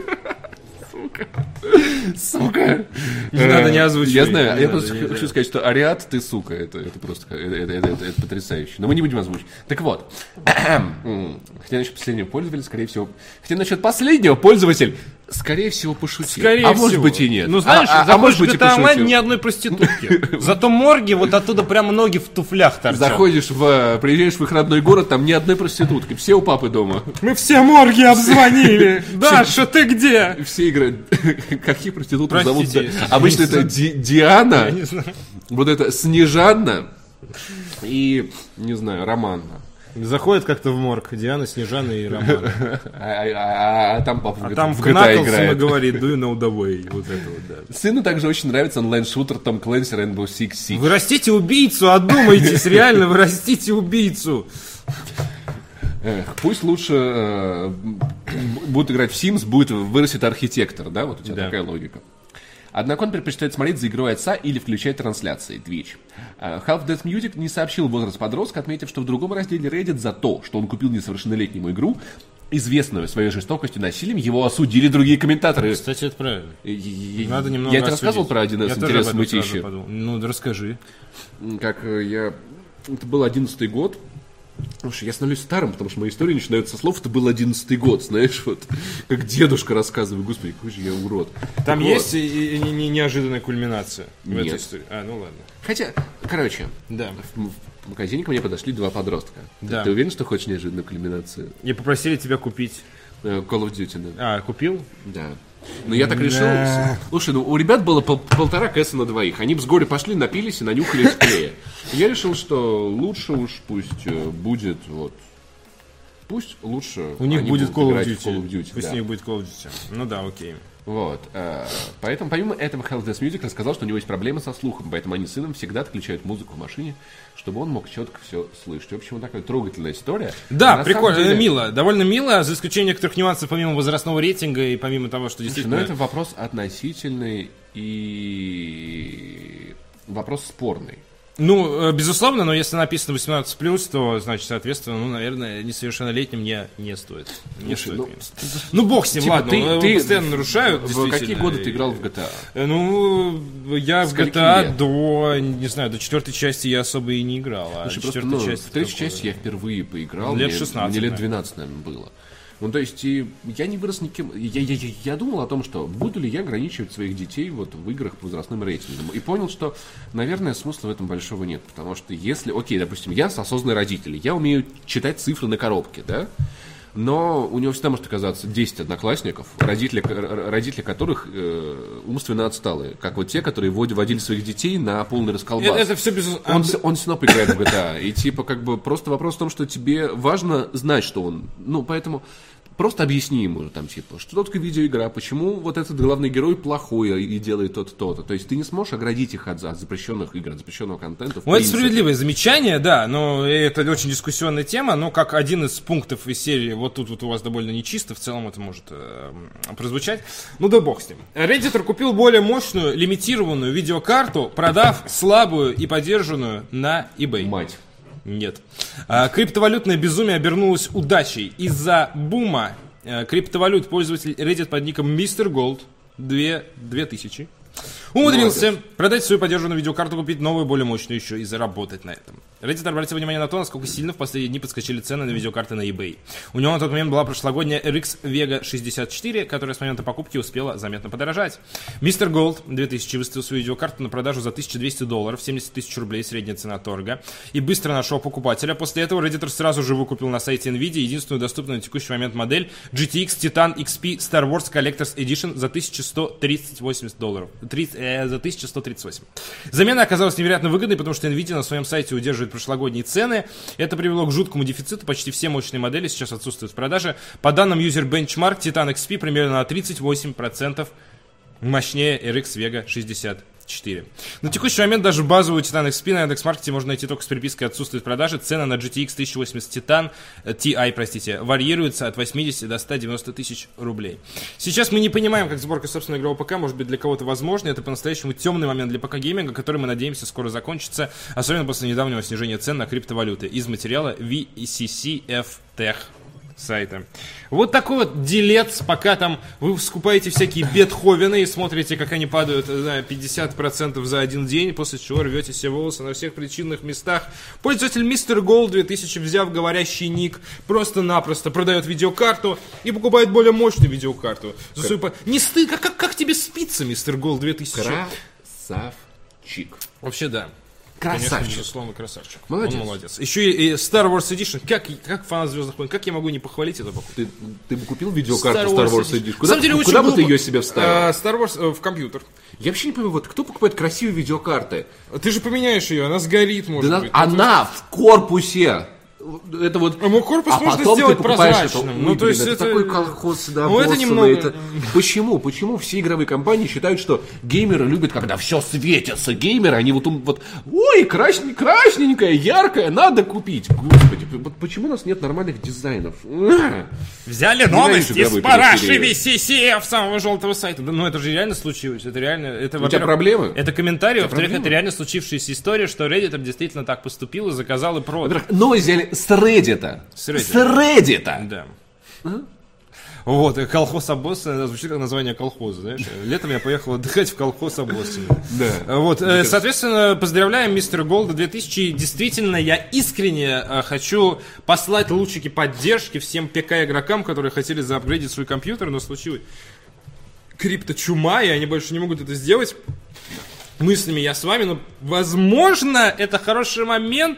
[SPEAKER 2] Сука.
[SPEAKER 1] Не надо не озвучивать.
[SPEAKER 2] Я знаю, я просто хочу сказать, что Ариат, ты сука. Это просто это потрясающе. Но мы не будем озвучить. Так вот. Хотя насчет последнего пользователь, скорее всего, пошутил.
[SPEAKER 1] Скорее всего.
[SPEAKER 2] Может быть и нет.
[SPEAKER 1] Ну знаешь, заходишь в GTA Online ни одной проститутки. Зато морги, вот оттуда прямо ноги в туфлях торчат.
[SPEAKER 2] Приезжаешь в их родной город, там ни одной проститутки. Все у папы дома.
[SPEAKER 1] Мы все морги обзвонили. Даша, ты где?
[SPEAKER 2] Все играют. Какие проститутки зовут? Обычно это Диана, вот это Снежанна и, не знаю, Романна.
[SPEAKER 1] Заходят как-то в морг Диана, Снежана и Роман.
[SPEAKER 2] А там папа
[SPEAKER 1] в GTA играет. Говорит, do you know the way? Вот это вот, да.
[SPEAKER 2] Сыну также очень нравится онлайн-шутер Tom Clancy Rainbow Six Siege.
[SPEAKER 1] Вы растите убийцу, одумайтесь, реально, вы растите убийцу.
[SPEAKER 2] Пусть лучше будут играть в Sims, вырастет архитектор, да? Вот у тебя такая логика. Однако он предпочитает смотреть за игрой отца или включать трансляции Twitch. Half-Death Music не сообщил возраст подростка, отметив, что в другом разделе Reddit за то, что он купил несовершеннолетнему игру, известную своей жестокостью и насилием, его осудили другие комментаторы.
[SPEAKER 1] Кстати, это правильно. Надо немного
[SPEAKER 2] Я тебе рассказывал про один из интересных мытищей?
[SPEAKER 1] Ну, расскажи.
[SPEAKER 2] Это был 11-й год. Слушай, я становлюсь старым, потому что мои истории начинаются со слов, это был 11-й год, знаешь, вот, как дедушка рассказывает, господи, какой же я урод.
[SPEAKER 1] Там есть и неожиданная кульминация в этой истории? Ну ладно.
[SPEAKER 2] Хотя,
[SPEAKER 1] да.
[SPEAKER 2] в магазине ко мне подошли 2 подростка.
[SPEAKER 1] Да.
[SPEAKER 2] Ты уверен, что хочешь неожиданную кульминацию?
[SPEAKER 1] И попросили тебя купить.
[SPEAKER 2] Call of Duty, да.
[SPEAKER 1] Купил?
[SPEAKER 2] Да. Но я так решил. Слушай, у ребят было 1,5 кэса на двоих. Они бы с горя пошли, напились и нанюхались клея. Я решил, что лучше уж пусть будет вот. Пусть лучше.
[SPEAKER 1] У них будет Call of Duty.
[SPEAKER 2] Пусть
[SPEAKER 1] у них будет Call of Duty. Ну да, окей.
[SPEAKER 2] Вот. Поэтому, помимо этого, Hell Death Music рассказал, что у него есть проблемы со слухом, поэтому они с сыном всегда отключают музыку в машине, чтобы он мог четко все слышать. В общем, вот такая трогательная история.
[SPEAKER 1] Да, прикольно, деле... мило, довольно мило, за исключением некоторых нюансов, помимо возрастного рейтинга и помимо того, что действительно...
[SPEAKER 2] Но это вопрос относительный и вопрос спорный.
[SPEAKER 1] Ну, безусловно, но если написано 18+, то, значит, соответственно, ну, наверное, несовершеннолетним не стоит. Не стоит. Ну, бог с ним, типа, ладно, ты постоянно нарушают.
[SPEAKER 2] В какие годы ты играл в GTA?
[SPEAKER 1] Ну, я в GTA до, не знаю, до 4-й части я особо и не играл. А
[SPEAKER 2] в 3-й части я впервые поиграл.
[SPEAKER 1] Лет 16.
[SPEAKER 2] Мне лет 12, наверное, было. Ну, то есть, я не вырос никем. Я думал о том, что буду ли я ограничивать своих детей вот в играх по возрастным рейтингам. И понял, что, наверное, смысла в этом большого нет. Потому что если, окей, допустим, я осознанный родитель, я умею читать цифры на коробке, да? Но у него всегда может оказаться 10 одноклассников, родители которых умственно отсталые. Как вот те, которые водили своих детей на полный расколбас.
[SPEAKER 1] Это все без...
[SPEAKER 2] Он все равно играет в GTA. И типа как бы просто вопрос в том, что тебе важно знать, что он... Ну, поэтому... Просто объясни ему, там, типа, что такое видеоигра, почему вот этот главный герой плохой и делает то-то. То есть ты не сможешь оградить их от запрещенных игр, от запрещенного контента.
[SPEAKER 1] Ну, это справедливое замечание, да, но это очень дискуссионная тема, но как один из пунктов из серии «Вот тут вот у вас довольно нечисто», в целом это может прозвучать. Ну да бог с ним. Redditor купил более мощную, лимитированную видеокарту, продав слабую и подержанную на eBay.
[SPEAKER 2] Мать.
[SPEAKER 1] Нет. Криптовалютное безумие обернулось удачей. Из-за бума криптовалют пользователь Reddit под ником Mr. Gold 2000 умудрился продать свою подержанную видеокарту, купить новую, более мощную еще и заработать на этом. Reddit обратил внимание на то, насколько сильно в последние дни подскочили цены на видеокарты на eBay. У него на тот момент была прошлогодняя RX Vega 64, которая с момента покупки успела заметно подорожать. Mr. Gold 2000 выставил свою видеокарту на продажу за $1200, 70 тысяч рублей средняя цена торга, и быстро нашел покупателя. После этого Redditor сразу же выкупил на сайте NVIDIA единственную доступную на текущий момент модель GTX Titan XP Star Wars Collector's Edition за $1138. За 1138. Замена оказалась невероятно выгодной, потому что NVIDIA на своем сайте удерживает прошлогодние цены. Это привело к жуткому дефициту. Почти все мощные модели сейчас отсутствуют в продаже. По данным User Benchmark, Titan XP примерно на 38% мощнее RX Vega 64. На текущий момент даже базовую Titan XP на Яндекс.Маркете можно найти только с припиской «Отсутствует в продаже». Цены на GTX 1080 Ti, варьируются от 80 до 190 тысяч рублей. Сейчас мы не понимаем, как сборка собственного игрового ПК может быть для кого-то возможной. Это по-настоящему темный момент для ПК-гейминга, который, мы надеемся, скоро закончится, особенно после недавнего снижения цен на криптовалюты. Из материала VCCF Tech сайта. Вот такой вот делец, пока там вы скупаете всякие Бетховены и смотрите, как они падают на 50% за один день, после чего рвете себе волосы на всех причинных местах. Пользователь Mr. Gold 2000, взяв говорящий ник, просто-напросто продает видеокарту и покупает более мощную видеокарту. Не стыдно, как тебе спится, Mr. Gold 2000?
[SPEAKER 2] Красавчик.
[SPEAKER 1] Вообще да.
[SPEAKER 2] Красавчик.
[SPEAKER 1] Конечно, безусловно, красавчик.
[SPEAKER 2] Молодец.
[SPEAKER 1] Он молодец. Еще и Star Wars Edition. Как фанат «Звездных войн», как я могу не похвалить это покупку?
[SPEAKER 2] Ты бы купил видеокарту Star Wars Edition?
[SPEAKER 1] Куда
[SPEAKER 2] бы ты ее себе вставил?
[SPEAKER 1] Star Wars в компьютер.
[SPEAKER 2] Я вообще не понимаю, вот кто покупает красивые видеокарты?
[SPEAKER 1] Ты же поменяешь ее, она сгорит, может быть.
[SPEAKER 2] Она в корпусе. Это вот...
[SPEAKER 1] А мой корпус можно сделать прозрачным.
[SPEAKER 2] Ну, то есть это такой колхоз, да,
[SPEAKER 1] ну, это немного...
[SPEAKER 2] Почему? Почему все игровые компании считают, что геймеры любят, когда все светится? Геймеры, они вот ой, красненькая, яркая, надо купить. Господи, почему у нас нет нормальных дизайнов?
[SPEAKER 1] Взяли новости с парашами CCF самого желтого сайта. Ну, это же реально случилось. Это реально...
[SPEAKER 2] У тебя проблемы?
[SPEAKER 1] Это комментарий. Во-вторых, это реально случившаяся история, что Reddit действительно так поступил и заказал и продал.
[SPEAKER 2] Новость взяли с Reddit.
[SPEAKER 1] Да. Вот, колхоз Обоссен, звучит как название колхоза, знаешь. Летом я поехал отдыхать в колхоз Обоссен.
[SPEAKER 2] Да.
[SPEAKER 1] Вот, соответственно, поздравляем Mr. Gold 2000. Действительно, я искренне хочу послать лучики поддержки всем ПК-игрокам, которые хотели заапгрейдить свой компьютер, но случилась крипточума, и они больше не могут это сделать. Мыслями я с вами, но, возможно, это хороший момент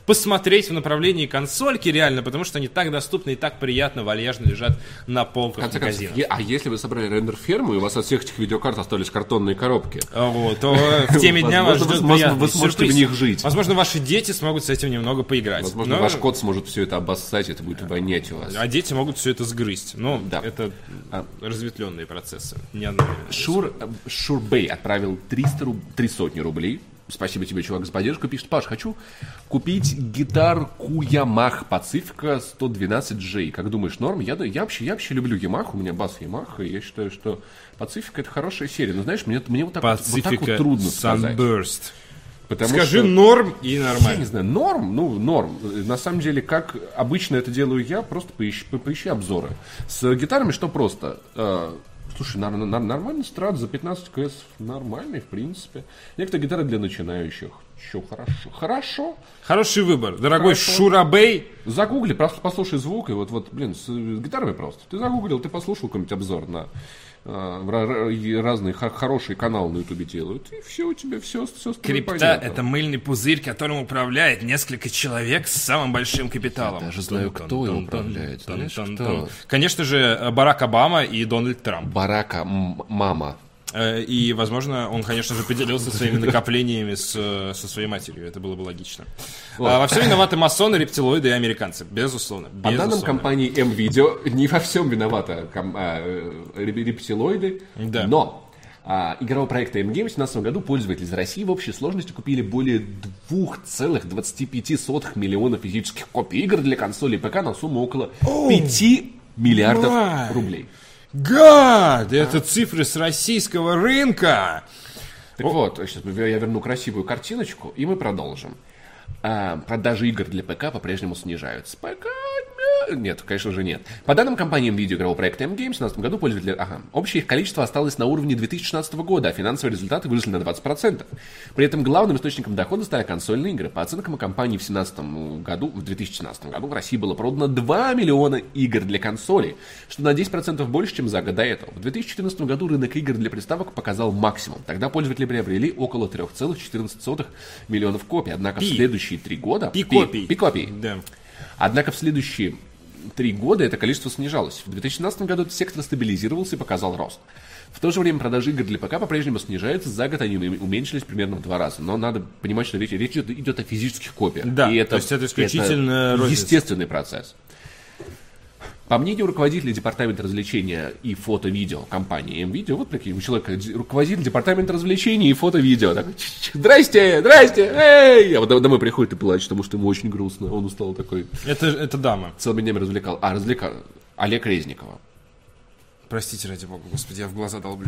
[SPEAKER 1] посмотреть в направлении консольки реально, потому что они так доступны и так приятно, вальяжно лежат на полках магазинов.
[SPEAKER 2] А если вы собрали рендер-ферму, и у вас от всех этих видеокарт остались картонные коробки,
[SPEAKER 1] вот, то в теме дня вас ждет приятный
[SPEAKER 2] вы сможете в них жить.
[SPEAKER 1] Возможно, ваши дети смогут с этим немного поиграть.
[SPEAKER 2] Возможно, ваш кот сможет все это обоссать, это будет вонять у вас.
[SPEAKER 1] А дети могут все это сгрызть. Но это разветвленные процессы.
[SPEAKER 2] Шурбей отправил 300 рублей. Спасибо тебе, чувак, за поддержку. Пишет: Паш, хочу купить гитарку Yamaha Pacifica 112J. Как думаешь, норм? Я вообще люблю Yamaha, у меня бас Yamaha, и я считаю, что Pacifica — это хорошая серия. Но знаешь, мне вот так вот трудно сказать.
[SPEAKER 1] Sunburst.
[SPEAKER 2] Скажи
[SPEAKER 1] что, норм и нормально.
[SPEAKER 2] Я не знаю, норм. На самом деле, как обычно это делаю я, просто поищи обзоры. С гитарами что просто... Слушай, нормальный страт за 15 КС, нормальный, в принципе. Некоторые гитары для начинающих. Еще хорошо.
[SPEAKER 1] Хороший выбор. Дорогой Шурабей.
[SPEAKER 2] Загугли, просто послушай звук. И вот, с гитарами просто. Ты загуглил, ты послушал какой-нибудь обзор на разные хорошие каналы на ютубе делают. И все у тебя, все
[SPEAKER 1] Крипта понятно. — это мыльный пузырь, которым управляет несколько человек с самым большим капиталом.
[SPEAKER 2] Я даже знаю, кто им управляет. Знаешь, кто?
[SPEAKER 1] Конечно же, Барак Обама и Дональд Трамп.
[SPEAKER 2] Барака мама.
[SPEAKER 1] И, возможно, он, конечно же, поделился своими накоплениями со своей матерью. Это было бы логично. Во всем виноваты масоны, рептилоиды и американцы. Безусловно.
[SPEAKER 2] По данным компании M-Video, не во всем виноваты рептилоиды.
[SPEAKER 1] Да.
[SPEAKER 2] Но игрового проекта M-Game в 2017 году пользователи из России в общей сложности купили более 2,25 миллиона физических копий игр для консолей ПК на сумму около 5 миллиардов рублей.
[SPEAKER 1] Это цифры с российского рынка.
[SPEAKER 2] Так вот, сейчас я верну красивую картиночку, и мы продолжим. Продажи игр для ПК по-прежнему снижаются. ПК... Нет, конечно же нет. По данным компании видеоигрового проекта M-Game, в 2017 году пользователи... общее их количество осталось на уровне 2016 года, а финансовые результаты выросли на 20%. При этом главным источником дохода стали консольные игры. По оценкам компании в 2017 году в России было продано 2 миллиона игр для консолей, что на 10% больше, чем за год до этого. В 2014 году рынок игр для приставок показал максимум. Тогда пользователи приобрели около 3,14 миллионов копий. Однако в следующие 3 года... Пи-копий.
[SPEAKER 1] Да.
[SPEAKER 2] Однако в следующие 3 года это количество снижалось. В 2017 году этот сектор стабилизировался и показал рост. В то же время продажи игр для ПК по-прежнему снижаются. За год они уменьшились примерно в 2 раза. Но надо понимать, что речь идет о физических копиях.
[SPEAKER 1] Да,
[SPEAKER 2] и
[SPEAKER 1] то есть это исключительно
[SPEAKER 2] естественный процесс. По мнению руководителя департамента развлечения и фото-видео компании M-Video, вот прикинь, у человека руководитель департамента развлечений и фото-видео, такой: здрасте, эй! А вот домой приходит и плачет, потому что ему очень грустно, он устал такой.
[SPEAKER 1] Это дама.
[SPEAKER 2] Целыми днями развлекал. Олег Резникова.
[SPEAKER 1] Простите, ради бога, господи, я в глаза долблюсь.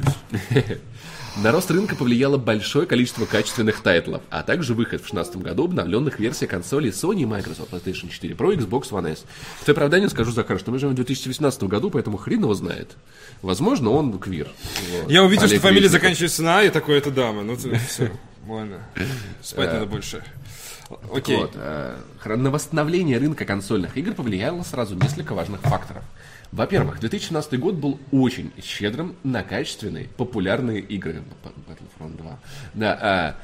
[SPEAKER 2] На рост рынка повлияло большое количество качественных тайтлов, а также выход в 2016 году обновленных версий консолей Sony и Microsoft, PlayStation 4 Pro и Xbox One S. В твое оправдание скажу, Захар, что мы живем в 2018 году, поэтому хрен его знает. Возможно, он квир.
[SPEAKER 1] Вот. Я увидел, Олег что фамилия заканчивается на А, и такой: это дама. Ну, все, ладно. Спать надо больше. Окей.
[SPEAKER 2] Вот, на восстановление рынка консольных игр повлияло сразу несколько важных факторов. Во-первых, 2017 год был очень щедрым на качественные, популярные игры. Battlefront 2. Да,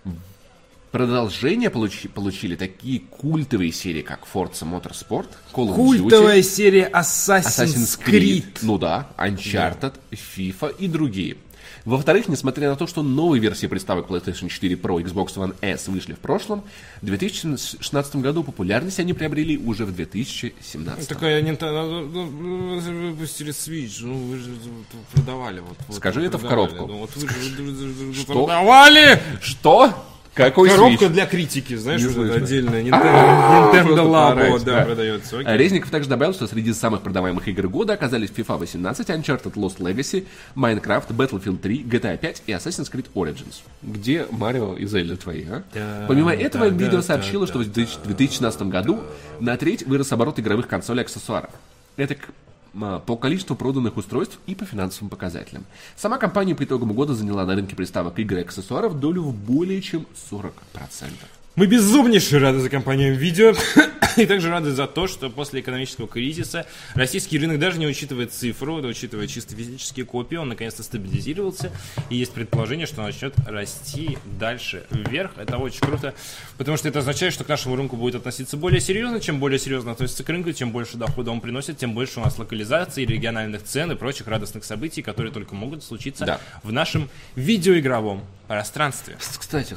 [SPEAKER 2] продолжение получили такие культовые серии, как Forza Motorsport, Call of Duty.
[SPEAKER 1] Культовая серия Assassin's Creed.
[SPEAKER 2] Ну да, Uncharted, FIFA и другие. Во-вторых, несмотря на то, что новые версии приставок PlayStation 4 Pro и Xbox One S вышли в прошлом, в 2016 году популярность они приобрели уже в 2017.
[SPEAKER 1] Такая Nintendo, выпустили Switch, вы же продавали.
[SPEAKER 2] Скажи это в коробку.
[SPEAKER 1] Вы продавали!
[SPEAKER 2] Что? Какой
[SPEAKER 1] коробка
[SPEAKER 2] Switch?
[SPEAKER 1] Для критики, знаешь, уже отдельная. Nintendo Labo, да, продается.
[SPEAKER 2] Окей. Резников также добавил, что среди самых продаваемых игр года оказались FIFA 18, Uncharted Lost Legacy, Minecraft, Battlefield 3, GTA 5 и Assassin's Creed Origins. Где Марио и Зельда твои, а?
[SPEAKER 1] Да,
[SPEAKER 2] Помимо этого, видео сообщило, что в 2016 году на треть вырос оборот игровых консолей и аксессуаров. Это по количеству проданных устройств и по финансовым показателям. Сама компания по итогам года заняла на рынке приставок игр и аксессуаров долю в более чем 40%.
[SPEAKER 1] Мы безумнейше рады за компанию видео и также рады за то, что после экономического кризиса российский рынок, даже не учитывая цифру, да, учитывая чисто физические копии, он наконец-то стабилизировался, и есть предположение, что он начнет расти дальше вверх. Это очень круто, потому что это означает, что к нашему рынку будет относиться более серьезно. Чем более серьезно относится к рынку, тем больше дохода он приносит, тем больше у нас локализации, региональных цен и прочих радостных событий, которые только могут случиться в нашем видеоигровом пространстве.
[SPEAKER 2] Кстати.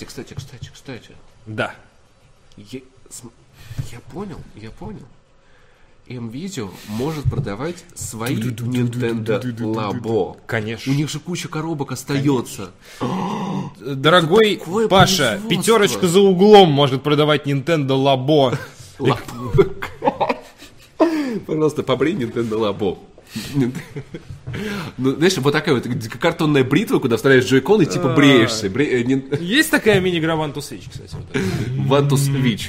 [SPEAKER 1] Да.
[SPEAKER 2] Я понял. М-Видео может продавать свои Nintendo Labo.
[SPEAKER 1] Конечно.
[SPEAKER 2] У них же куча коробок остается.
[SPEAKER 1] Дорогой Паша, пятерочка за углом может продавать Nintendo Labo.
[SPEAKER 2] Пожалуйста, побрей Nintendo Labo. Ну, знаешь, вот такая вот картонная бритва, куда вставляешь джойкон и типа бреешься.
[SPEAKER 1] Есть такая мини-игра One to Switch, кстати.
[SPEAKER 2] One to Switch.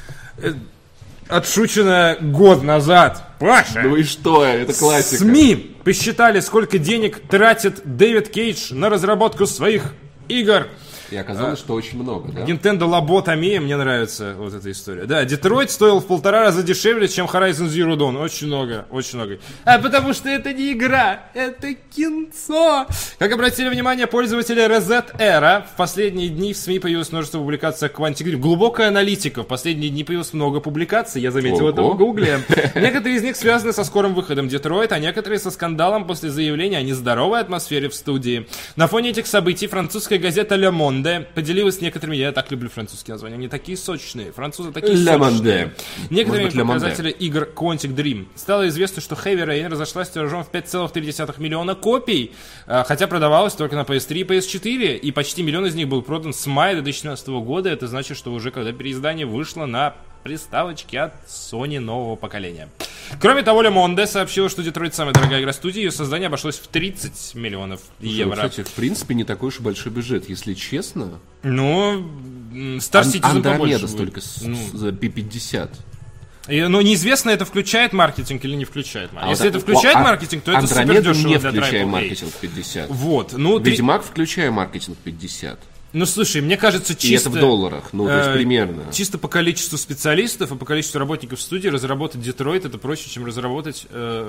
[SPEAKER 1] Отшучено год назад. Паша!
[SPEAKER 2] Ну и что? Это классика.
[SPEAKER 1] СМИ посчитали, сколько денег тратит Дэвид Кейдж на разработку своих игр.
[SPEAKER 2] И оказалось, что очень много, да?
[SPEAKER 1] Nintendo Labo-томия, мне нравится вот эта история. Да, Детройт стоил в 1,5 раза дешевле, чем Horizon Zero Dawn. Очень много. А потому что это не игра, это кинцо. Как обратили внимание пользователи Reset Era, в последние дни в СМИ появилось множество публикаций о Quantic Dream. Глубокая аналитика. В последние дни появилось много публикаций, я заметил это в Гугле. Некоторые из них связаны со скорым выходом Детройт, а некоторые со скандалом после заявления о нездоровой атмосфере в студии. На фоне этих событий французская газета Le Monde поделилась некоторыми, я так люблю французские названия, они такие сочные, французы такие сочные. Некоторыми показателями игр Quantic Dream. Стало известно, что Heavy Rain разошлась тиражом в 5,3 миллиона копий, хотя продавалась только на PS3 и PS4, и почти миллион из них был продан с мая 2012 года. Это значит, что уже когда переиздание вышло на приставочки от Sony нового поколения. Кроме того, Le Monde сообщила, что Детройт самая дорогая игра студии, ее создание обошлось в 30 миллионов евро.
[SPEAKER 2] Кстати, в принципе, не такой уж и большой бюджет, если честно.
[SPEAKER 1] Ну, Star Citizen побольше
[SPEAKER 2] столько за 50.
[SPEAKER 1] Но неизвестно, это включает маркетинг или не включает маркетинг. Если это включает маркетинг, то это супер дешево
[SPEAKER 2] не
[SPEAKER 1] для
[SPEAKER 2] включая маркетинг 50.
[SPEAKER 1] Вот. Ну,
[SPEAKER 2] Ведьмак включая маркетинг 50.
[SPEAKER 1] Ну, слушай, мне кажется, чисто...
[SPEAKER 2] И это в долларах, ну, то есть примерно.
[SPEAKER 1] Чисто по количеству специалистов и по количеству работников студии разработать Детройт это проще, чем разработать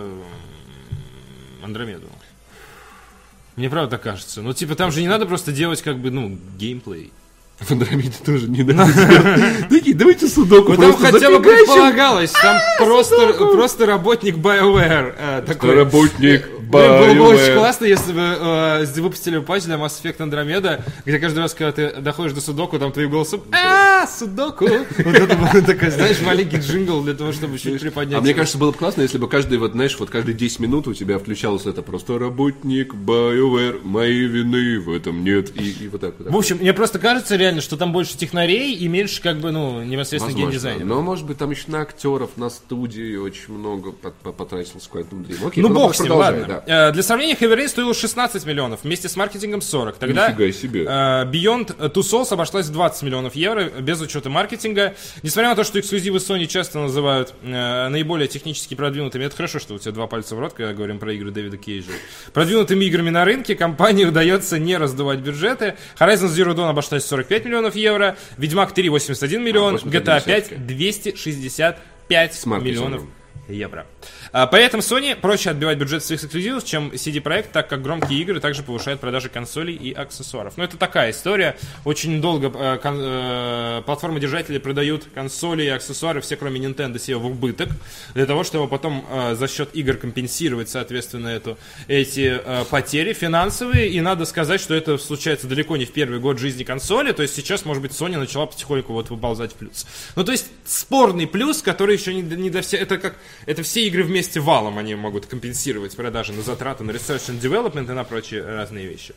[SPEAKER 1] Андромеду. Мне правда так кажется. Ну, типа, там же не надо просто делать, как бы, ну, геймплей.
[SPEAKER 2] В Андромеде тоже не надо делать. Такие, давайте судоку
[SPEAKER 1] просто запигаем. Там хотя бы предполагалось, там просто работник BioWare.
[SPEAKER 2] Работник BioWare.
[SPEAKER 1] Было бы очень классно, если бы выпустили патч для Mass Effect Andromeda, где каждый раз, когда ты доходишь до судоку, там твоим голосом судоку. Вот это был такой, знаешь, маленький джингл для того, чтобы чуть приподнять.
[SPEAKER 2] А мне кажется, было бы классно, если бы каждый, вот, знаешь, вот каждые 10 минут у тебя включалось это просто работник BioWare, моей вины в этом нет. И вот так вот.
[SPEAKER 1] В общем, мне просто кажется реально, что там больше технарей и меньше, как бы, ну, непосредственно геймдизайнеров.
[SPEAKER 2] Но, может быть, там еще на актеров, на студии очень много потратилось в Quantic Dream.
[SPEAKER 1] Окей, ну, бог с ним, ладно. Да. Для сравнения, Heavy Rain стоил 16 миллионов, вместе с маркетингом 40. Тогда Beyond Two Souls обошлась в 20 миллионов евро, без учета маркетинга. Несмотря на то, что эксклюзивы Sony часто называют наиболее технически продвинутыми, это хорошо, что у тебя 2 пальца в рот, когда говорим про игры Дэвида Кейджа. Продвинутыми играми на рынке компании удается не раздувать бюджеты. Horizon Zero Dawn обошлась в 45 миллионов евро, Ведьмак 3 81 миллион, GTA 5 265 миллионов евро. При этом Sony проще отбивать бюджет своих эксклюзивов, чем CD Projekt, так как громкие игры также повышают продажи консолей и аксессуаров. Но это такая история. Очень долго платформодержатели продают консоли и аксессуары, все кроме Nintendo, себе в убыток, для того, чтобы потом за счет игр компенсировать, соответственно, эти потери финансовые. И надо сказать, что это случается далеко не в первый год жизни консоли. То есть сейчас, может быть, Sony начала потихоньку вот выползать в плюс. Ну, то есть спорный плюс, который еще не до всех... Это все игры вместе валом они могут компенсировать продажи на затраты на research and development и на прочие разные вещи.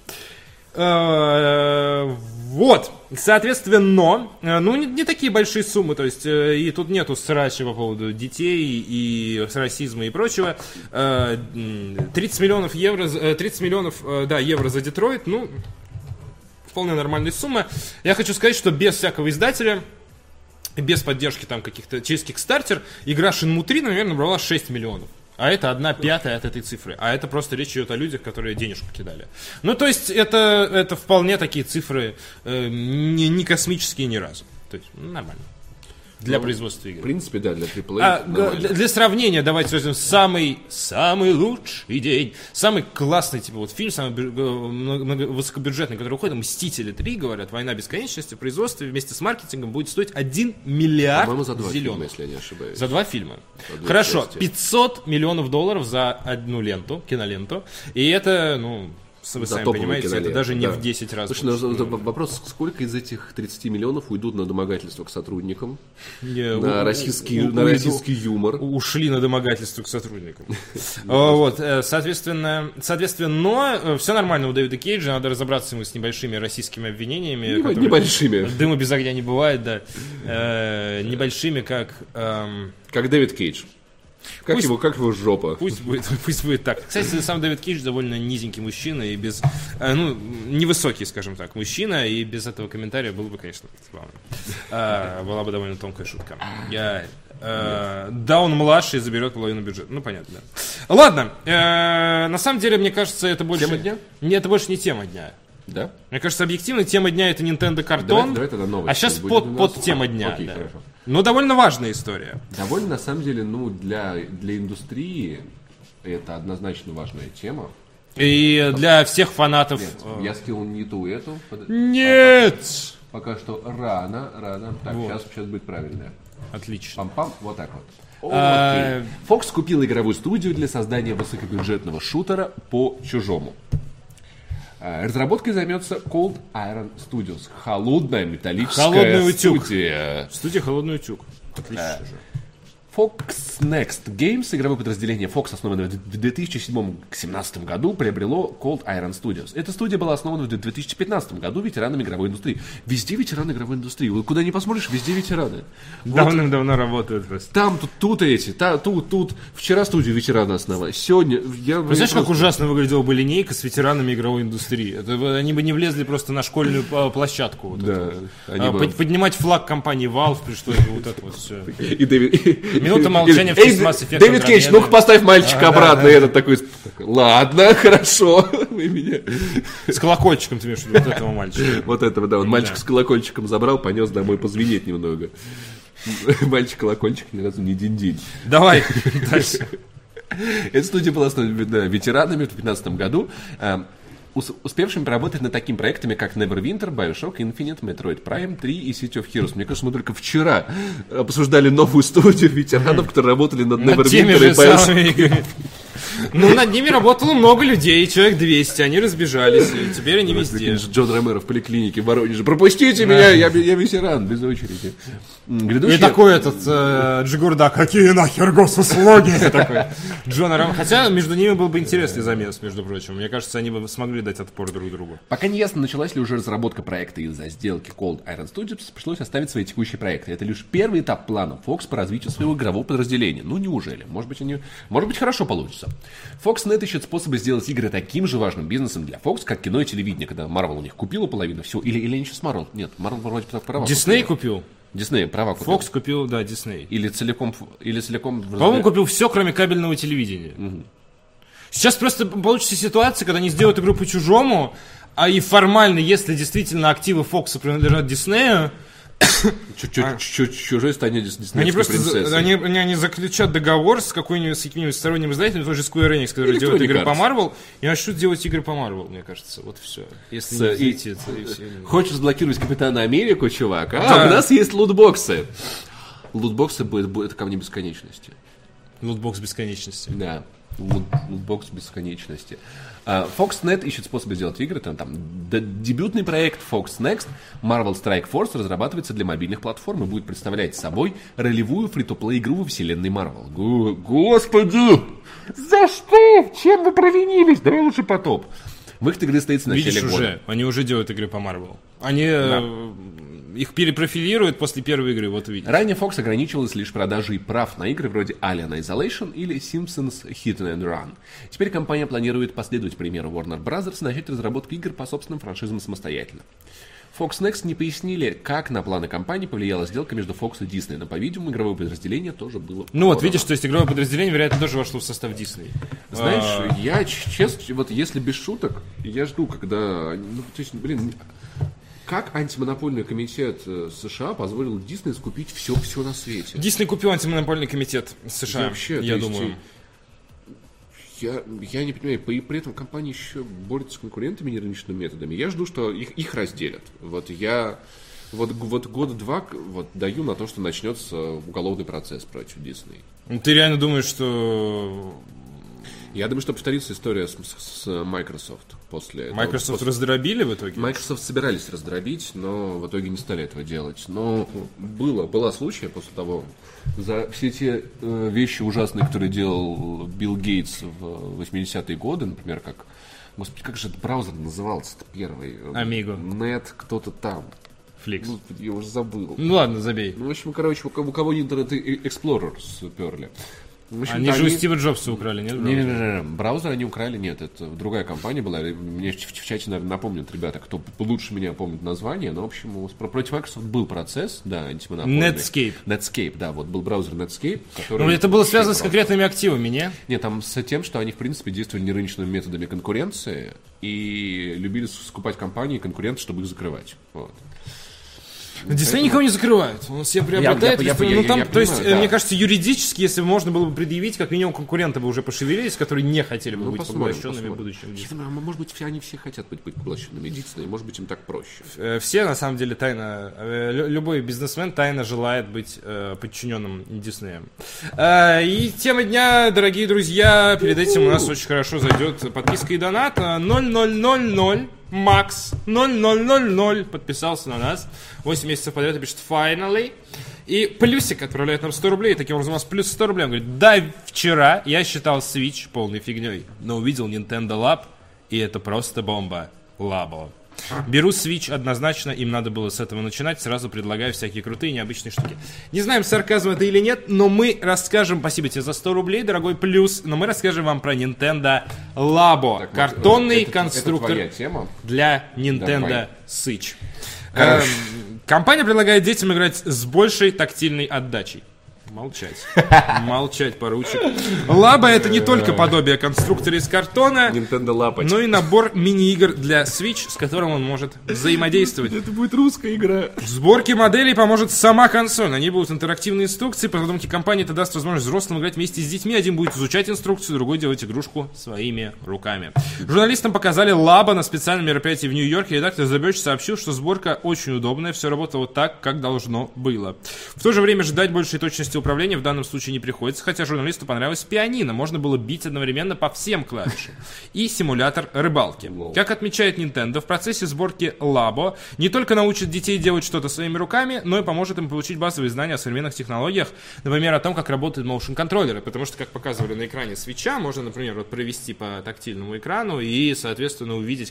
[SPEAKER 1] Вот, соответственно, ну, не такие большие суммы, то есть, и тут нету срача по поводу детей и расизма и прочего. 30 миллионов евро за Детройт, ну, вполне нормальная сумма. Я хочу сказать, что без всякого издателя, без поддержки там каких-то через Kickstarter, игра Shenmue 3, наверное, набрала 6 миллионов. А это 1/5 от этой цифры. А это просто речь идет о людях, которые денежку кидали. Ну, то есть, это вполне такие цифры не космические ни разу. То есть, нормально. Для производства игр.
[SPEAKER 2] В принципе, да, для AAA.
[SPEAKER 1] Для сравнения, давайте возьмем самый лучший день. Самый классный, типа, вот фильм, самый высокобюджетный, который уходит, «Мстители 3», говорят, «Война бесконечности», в производстве вместе с маркетингом будет стоить 1 миллиард
[SPEAKER 2] По-моему, за 2
[SPEAKER 1] зеленых.
[SPEAKER 2] фильма, если я не ошибаюсь.
[SPEAKER 1] За 2 фильма.
[SPEAKER 2] За 2
[SPEAKER 1] Хорошо,
[SPEAKER 2] части.
[SPEAKER 1] $500 миллионов за одну ленту, киноленту. И это, вы сами понимаете, это даже не в 10 раз.
[SPEAKER 2] Слушай, вопрос, сколько из этих 30 миллионов уйдут на домогательство к сотрудникам, на российский юмор?
[SPEAKER 1] Ушли на домогательство к сотрудникам. Вот, соответственно, все нормально у Дэвида Кейджа, надо разобраться ему с небольшими российскими обвинениями.
[SPEAKER 2] Небольшими.
[SPEAKER 1] Дыма без огня не бывает, да. Небольшими, как
[SPEAKER 2] Дэвид Кейдж. Как его жопа.
[SPEAKER 1] Пусть будет так. Кстати, сам Дэвид Кейдж довольно низенький мужчина и без... невысокий, скажем так, мужчина, и без этого комментария было бы, конечно, забавно. Была бы довольно тонкая шутка. Да, он младший и заберет половину бюджета. Ну, понятно, да. Ладно, на самом деле, мне кажется, это больше...
[SPEAKER 2] Тема дня?
[SPEAKER 1] Нет, это больше не тема дня.
[SPEAKER 2] Да?
[SPEAKER 1] Мне кажется, объективно, тема дня — это Nintendo Carton.
[SPEAKER 2] Давай тогда новость.
[SPEAKER 1] А сейчас под тема дня.
[SPEAKER 2] Окей,
[SPEAKER 1] да.
[SPEAKER 2] хорошо.
[SPEAKER 1] Но довольно важная история.
[SPEAKER 2] Довольно, на самом деле, для индустрии это однозначно важная тема.
[SPEAKER 1] И для всех фанатов...
[SPEAKER 2] Нет, я скинул не ту эту.
[SPEAKER 1] Нет!
[SPEAKER 2] Пока что рано. Так,
[SPEAKER 1] Вот.
[SPEAKER 2] сейчас будет правильное.
[SPEAKER 1] Отлично.
[SPEAKER 2] Пам-пам, вот так вот. Окей. Fox купил игровую студию для создания высокобюджетного шутера по «Чужому». Разработкой займется Cold Iron Studios. Холодная металлическая студия.
[SPEAKER 1] Студия «Холодный утюг». Отлично же.
[SPEAKER 2] Fox Next Games, игровое подразделение Fox, основанное в 2007-2017 году, приобрело Cold Iron Studios. Эта студия была основана в 2015 году ветеранами игровой индустрии. Везде ветераны игровой индустрии. Вот куда ни посмотришь, везде ветераны.
[SPEAKER 1] Давным-давно работают просто.
[SPEAKER 2] Там, тут эти, тут. Вчера студию ветераны основали. Сегодня...
[SPEAKER 1] Вы знаешь, как ужасно выглядела бы линейка с ветеранами игровой индустрии? Они бы не влезли просто на школьную площадку. Вот
[SPEAKER 2] да.
[SPEAKER 1] Поднимать флаг компании Valve, пришлось бы вот это вот все.
[SPEAKER 2] И
[SPEAKER 1] Минута молчания в честь Mass Effect.
[SPEAKER 2] Дэвид Кейдж, ну-ка поставь мальчика обратно. И этот такой, ладно, хорошо. Вы меня...
[SPEAKER 1] С колокольчиком ты имеешь в виду, вот этого мальчика.
[SPEAKER 2] Вот этого, да. Он мальчик с колокольчиком забрал, понес домой позвенеть немного. Мальчик-колокольчик ни разу не динь-динь.
[SPEAKER 1] Давай, дальше.
[SPEAKER 2] Эта студия была основана ветеранами в 2015 году, успевшими поработать над такими проектами, как Neverwinter, Bioshock Infinite, Metroid Prime 3 и City of Heroes. Мне кажется, мы только вчера обсуждали новую студию ветеранов, которые работали над Neverwinter и Bioshock.
[SPEAKER 1] Ну, над ними работало много людей, человек 200, они разбежались, и теперь они везде.
[SPEAKER 2] Джон Ромеро в поликлинике в Воронеже. Пропустите меня, я ветеран, без очереди.
[SPEAKER 1] И такой Джигурда, какие нахер госуслуги? Джон Ромеро. Хотя между ними был бы интересный замес, между прочим. Мне кажется, они бы смогли дать отпор друг другу.
[SPEAKER 2] Пока не ясно, началась ли уже разработка проекта из-за сделки Cold Iron Studios, пришлось оставить свои текущие проекты. Это лишь первый этап плана Fox по развитию своего игрового подразделения. Ну, неужели? Может быть, хорошо получится. Fox.net ищет способы сделать игры таким же важным бизнесом для Fox, как кино и телевидение, когда Marvel у них купила половину всего. Или они сейчас Marvel? Нет, Marvel вроде права.
[SPEAKER 1] Дисней купил.
[SPEAKER 2] Дисней права купил.
[SPEAKER 1] Fox купил, да, Дисней.
[SPEAKER 2] Или целиком.
[SPEAKER 1] По-моему, купил все, кроме кабельного телевидения. Угу. Сейчас просто получится ситуация, когда они сделают игру по чужому, и формально, если действительно активы Fox принадлежат Диснею,
[SPEAKER 2] Чужой станет диснеевской принцессой.
[SPEAKER 1] Они заключат договор с каким-нибудь сторонним издателем, той же Square Enix, который делает игры по Marvel, и начнут делать игры по Marvel, мне кажется. Вот все. Если не взять это, и все.
[SPEAKER 2] Хочешь заблокировать Капитана Америку, чувак? У нас есть лутбоксы. Лутбоксы будет это камни бесконечности.
[SPEAKER 1] Лутбокс бесконечности.
[SPEAKER 2] Да. Лутбокс бесконечности. Fox.net ищет способы сделать игры. Там дебютный проект Fox Next Marvel Strike Force разрабатывается для мобильных платформ и будет представлять собой ролевую фри-то-плей игру во вселенной Marvel. Господи! За что? Чем вы провинились? Давай лучше потоп. Выход игры состоится в начале года.
[SPEAKER 1] Они уже делают игры по Marvel. Они их перепрофилируют после первой игры, вот увидите.
[SPEAKER 2] Ранее Fox ограничивалась лишь продажей прав на игры вроде Alien Isolation или Simpsons Hit and Run. Теперь компания планирует последовать примеру Warner Bros. И начать разработку игр по собственным франшизам самостоятельно. Fox Next не пояснили, как на планы компании повлияла сделка между Fox и Disney, но, по-видимому, игровое подразделение тоже было...
[SPEAKER 1] Ну вот, видишь, то есть игровое подразделение, вероятно, тоже вошло в состав Disney.
[SPEAKER 2] Знаешь, я, честно, вот если без шуток, я жду, когда... Как антимонопольный комитет США позволил Дисней скупить все на свете?
[SPEAKER 1] Дисней купил антимонопольный комитет США,
[SPEAKER 2] Вообще,
[SPEAKER 1] я думаю.
[SPEAKER 2] Я не понимаю, при этом компания еще борется с конкурентами нерыночными методами. Я жду, что их разделят. Вот года 2 даю на то, что начнется уголовный процесс против Дисней.
[SPEAKER 1] Ты реально думаешь, что...
[SPEAKER 2] Я думаю, что повторится история с Microsoft после этого.
[SPEAKER 1] Microsoft раздробили в итоге?
[SPEAKER 2] Microsoft собирались раздробить, но в итоге не стали этого делать. Но была случай после того, за все те вещи ужасные, которые делал Билл Гейтс в 80-е годы, например, Господи, как же этот браузер назывался-то первый?
[SPEAKER 1] Amigo.
[SPEAKER 2] Нет, кто-то там.
[SPEAKER 1] Фликс.
[SPEAKER 2] Я уже забыл.
[SPEAKER 1] Ну ладно, забей.
[SPEAKER 2] В общем, у кого Internet Explorer сперли.
[SPEAKER 1] Они же у Стива Джобса украли, нет?
[SPEAKER 2] Не, браузер они украли, нет, это другая компания была. Мне в чате, наверное, напомнят ребята, кто лучше меня помнит название, но, в общем, против Microsoft был процесс, да, антимонопольный. Netscape, да, вот был браузер Netscape, который...
[SPEAKER 1] Ну, это было связано с конкретными активами, не?
[SPEAKER 2] Нет, там с тем, что они, в принципе, действовали нерыночными методами конкуренции и любили скупать компании конкурентов, чтобы их закрывать, вот.
[SPEAKER 1] Дисней никого не закрывает. Он себе приобретает. То есть, мне кажется, юридически, если можно было бы предъявить, как минимум конкуренты бы уже пошевелились, которые не хотели бы быть поглощенными будущим Дисней.
[SPEAKER 2] Может быть, они все хотят быть поглощенными Дисней, может быть, им так проще.
[SPEAKER 1] Все, на самом деле, любой бизнесмен тайно желает быть подчиненным Диснеем. И тема дня, дорогие друзья, перед этим у нас очень хорошо зайдет подписка и донат. 0000 Макс 0000 подписался на нас. 8 месяцев подряд и пишет finally. И плюсик отправляет нам 100 рублей. Таким образом у нас плюс 100 рублей. Он говорит: да, вчера я считал Switch полной фигней, но увидел Nintendo Lab, и это просто бомба. Лабо. Беру Switch однозначно, им надо было с этого начинать. Сразу предлагаю всякие крутые необычные штуки. Не знаем, сарказм это или нет, но мы расскажем, спасибо тебе за 100 рублей, дорогой плюс, но мы расскажем вам про Nintendo Labo. Так, картонный конструктор для Nintendo Switch. Компания предлагает детям играть с большей тактильной отдачей. Молчать. Молчать, поручик. Лаба — это не только подобие конструктора из картона, но и набор мини-игр для Switch, с которым он может взаимодействовать.
[SPEAKER 2] Это будет русская игра.
[SPEAKER 1] В сборке моделей поможет сама консоль. На ней будут интерактивные инструкции. По задумке компании это даст возможность взрослым играть вместе с детьми. Один будет изучать инструкцию, другой делать игрушку своими руками. Журналистам показали Лаба на специальном мероприятии в Нью-Йорке. Редактор The Verge сообщил, что сборка очень удобная. Все работало так, как должно было. В то же время ждать большей точности управления в данном случае не приходится, хотя журналисту понравилось пианино. Можно было бить одновременно по всем клавишам. И симулятор рыбалки. Как отмечает Nintendo, в процессе сборки Labo не только научит детей делать что-то своими руками, но и поможет им получить базовые знания о современных технологиях, например, о том, как работают motion-контроллеры. Потому что, как показывали на экране Switch'а, можно, например, провести по тактильному экрану и, соответственно, увидеть,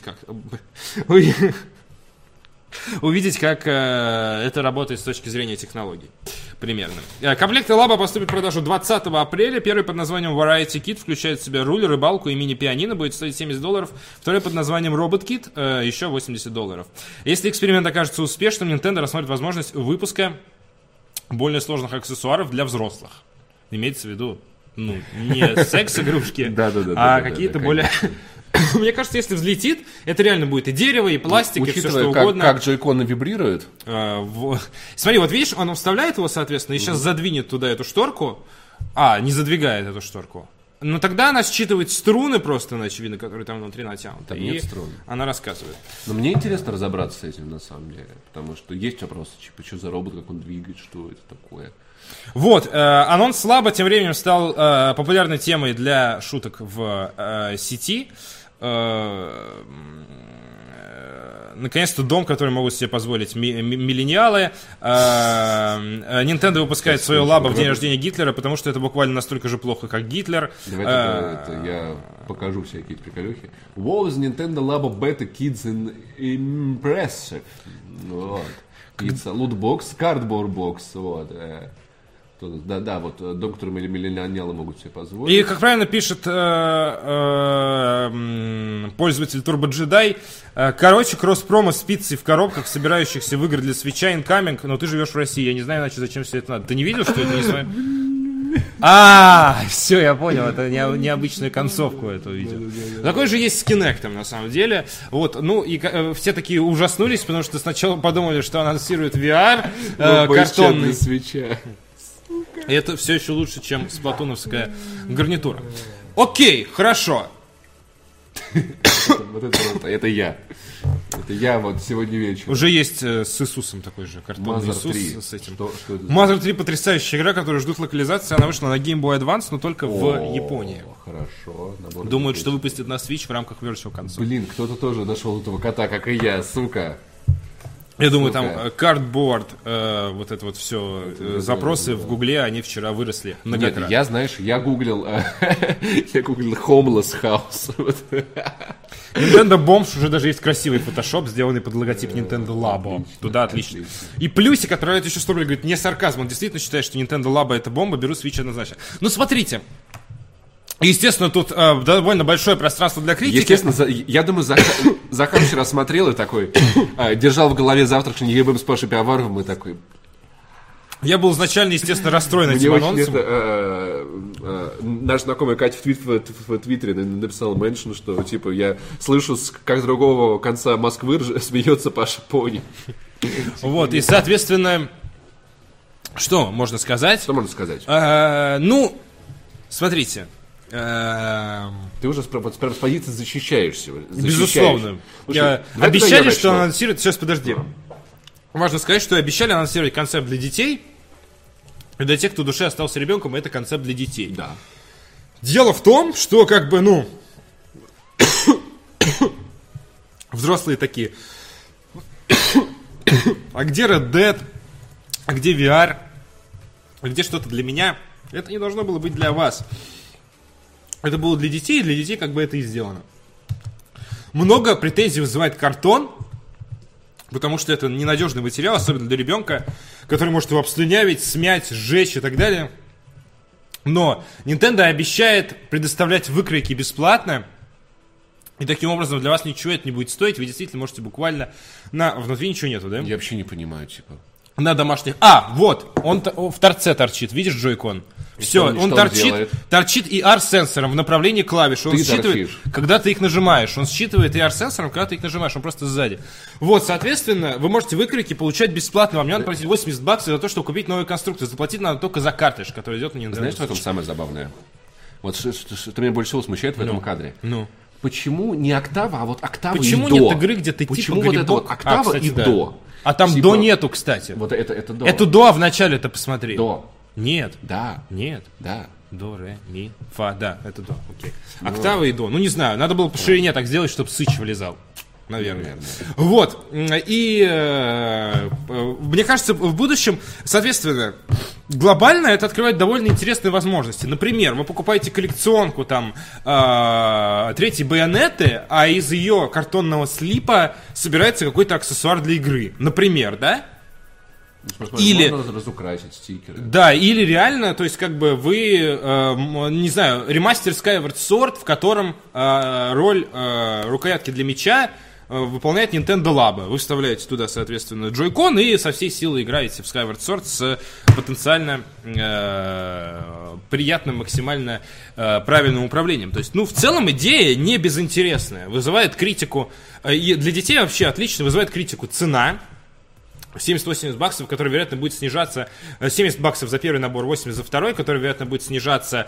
[SPEAKER 1] как это работает с точки зрения технологий. Примерно. Комплекты Labo поступят в продажу 20 апреля. Первый под названием Variety Kit включает в себя руль, рыбалку и мини-пианино. Будет стоить $70. Второй под названием Robot Kit еще $80. Если эксперимент окажется успешным, Nintendo рассмотрит возможность выпуска более сложных аксессуаров для взрослых. Имеется в виду, не секс-игрушки, а какие-то более... Мне кажется, если взлетит, это реально будет и дерево, и пластик, и все что угодно.
[SPEAKER 2] Как джойконы вибрируют.
[SPEAKER 1] Смотри, вот видишь, он вставляет его, соответственно, и сейчас задвинет туда эту шторку. Не задвигает эту шторку. Но тогда она считывает струны просто, очевидно, которые там внутри натянуты.
[SPEAKER 2] Там нет струн.
[SPEAKER 1] Она рассказывает.
[SPEAKER 2] Но мне интересно разобраться с этим, на самом деле. Потому что есть вопросы, что за робот, как он двигает, что это такое.
[SPEAKER 1] Вот, анонс Labo тем временем стал популярной темой для шуток в сети. Наконец-то дом, который могут себе позволить миллениалы. Nintendo выпускает свое Labo в день рождения Гитлера, потому что это буквально настолько же плохо, как Гитлер.
[SPEAKER 2] Давайте я покажу всякие приколюхи. Was Nintendo Labo Beta Kids impressive? Вот. It's a loot box, cardboard box. Вот. Да, вот дом, который миллениалы могут себе позволить.
[SPEAKER 1] И, как правильно пишет пользователь Turbo Jedi, короче, кросс-промо с пиццей в коробках, собирающихся в игры для Switch'а incoming, но ты живешь в России, я не знаю, иначе зачем все это надо. Ты не видел, что это не с вами? Все, я понял, это необычную концовку эту видео. Такой же есть с Kinect, на самом деле. Вот, ну, и все такие ужаснулись, потому что сначала подумали, что анонсирует VR картонный.
[SPEAKER 2] Свеча.
[SPEAKER 1] И это все еще лучше, чем сплатуновская гарнитура. Окей, хорошо.
[SPEAKER 2] Это я. Это я вот сегодня вечером.
[SPEAKER 1] Уже есть с Иисусом такой же картонный
[SPEAKER 2] Mother
[SPEAKER 1] Иисус
[SPEAKER 2] 3.
[SPEAKER 1] с этим.
[SPEAKER 2] Что это?
[SPEAKER 1] Mother 3 потрясающая игра, которую ждут локализации. Она вышла на Game Boy Advance, но только в Японии.
[SPEAKER 2] Хорошо.
[SPEAKER 1] Думают, что выпустят на Switch в рамках Virtual Console.
[SPEAKER 2] Блин, кто-то тоже нашел этого кота, как и я, сука.
[SPEAKER 1] Я думаю, там Cardboard, вот это вот все запросы в Гугле, они вчера выросли многократно.
[SPEAKER 2] Я, знаешь, я гуглил Homeless House.
[SPEAKER 1] Nintendo Bombs уже даже есть красивый фотошоп, сделанный под логотип Nintendo Labo. Туда отлично. И плюсик, который это еще 100 рублей, говорит, не сарказм, он действительно считает, что Nintendo Labo это бомба, беру Switch однозначно. Ну, смотрите. Естественно, тут довольно большое пространство для критики.
[SPEAKER 2] Естественно, я думаю, Захар вчера смотрел и такой, держал в голове завтрашний ЕБМ с Пашей Пиаваровым и такой...
[SPEAKER 1] Я был изначально, естественно, расстроен этим анонсом.
[SPEAKER 2] Наш знакомый Катя в Твиттере написал меншн, что типа я слышу, как с другого конца Москвы смеется Паша Пони.
[SPEAKER 1] Вот, и, соответственно, что можно сказать?
[SPEAKER 2] Что можно сказать?
[SPEAKER 1] Ну, смотрите.
[SPEAKER 2] Ты уже с позиции защищаешься.
[SPEAKER 1] Безусловно. Обещали, что анонсируют... Сейчас, подожди. Важно сказать, что обещали анонсировать концепт для детей. И для тех, кто в душе остался ребенком, это концепт для детей.
[SPEAKER 2] Да.
[SPEAKER 1] Дело в том, что как бы, ну... взрослые такие... а где Red Dead? А где VR? А где что-то для меня? Это не должно было быть для вас. Это было для детей, и для детей как бы это и сделано. Много претензий вызывает картон, потому что это ненадежный материал, особенно для ребенка, который может его обслюнявить, смять, сжечь и так далее. Но Nintendo обещает предоставлять выкройки бесплатно, и таким образом для вас ничего это не будет стоить. Вы действительно можете буквально внутри ничего нету, да?
[SPEAKER 2] Я вообще не понимаю, типа.
[SPEAKER 1] На домашних... вот, он в торце торчит, видишь, джойкон? Все, он торчит ER-сенсором в направлении клавиш. Он считывает, когда ты их нажимаешь. Он считывает ER-сенсором, когда ты их нажимаешь. Он просто сзади. Вот, соответственно, вы можете выкройки получать бесплатно. Вам не надо платить $80 за то, чтобы купить новую конструкцию. Заплатить надо только за картридж, который идет на Nintendo.
[SPEAKER 2] Знаешь, что в этом самое забавное? Вот что меня больше всего смущает в этом кадре. Почему не октава, а вот октава и до?
[SPEAKER 1] Почему нет игры, где ты
[SPEAKER 2] Почему типа грибок? Вот это вот октава и до?
[SPEAKER 1] А там типа... до нету, кстати.
[SPEAKER 2] Вот это до.
[SPEAKER 1] Это до, а в начале-то посмотри.
[SPEAKER 2] До.
[SPEAKER 1] Нет.
[SPEAKER 2] Да.
[SPEAKER 1] Нет.
[SPEAKER 2] Да.
[SPEAKER 1] До, ре, ми, фа, да, это до, окей. Октава и до. Ну, не знаю, надо было по ширине так сделать, чтобы сыч вылезал. Наверное. Вот. И мне кажется, в будущем, соответственно, глобально это открывает довольно интересные возможности. Например, вы покупаете коллекционку там третьей Байонеты, а из ее картонного слипа собирается какой-то аксессуар для игры. Например, да?
[SPEAKER 2] Или можно разукрасить стикеры.
[SPEAKER 1] Да, или реально, то есть как бы вы, не знаю, ремастер Skyward Sword, в котором роль рукоятки для меча выполняет Nintendo Labo. Вы вставляете туда, соответственно, джойкон и со всей силы играете в Skyward Sword с потенциально приятным, максимально правильным управлением. То есть, ну, в целом идея не безинтересная. Вызывает критику. И для детей вообще отлично вызывает критику цена. $70-80, который, вероятно, будет снижаться, $70 за первый набор, 80 за второй, который, вероятно, будет снижаться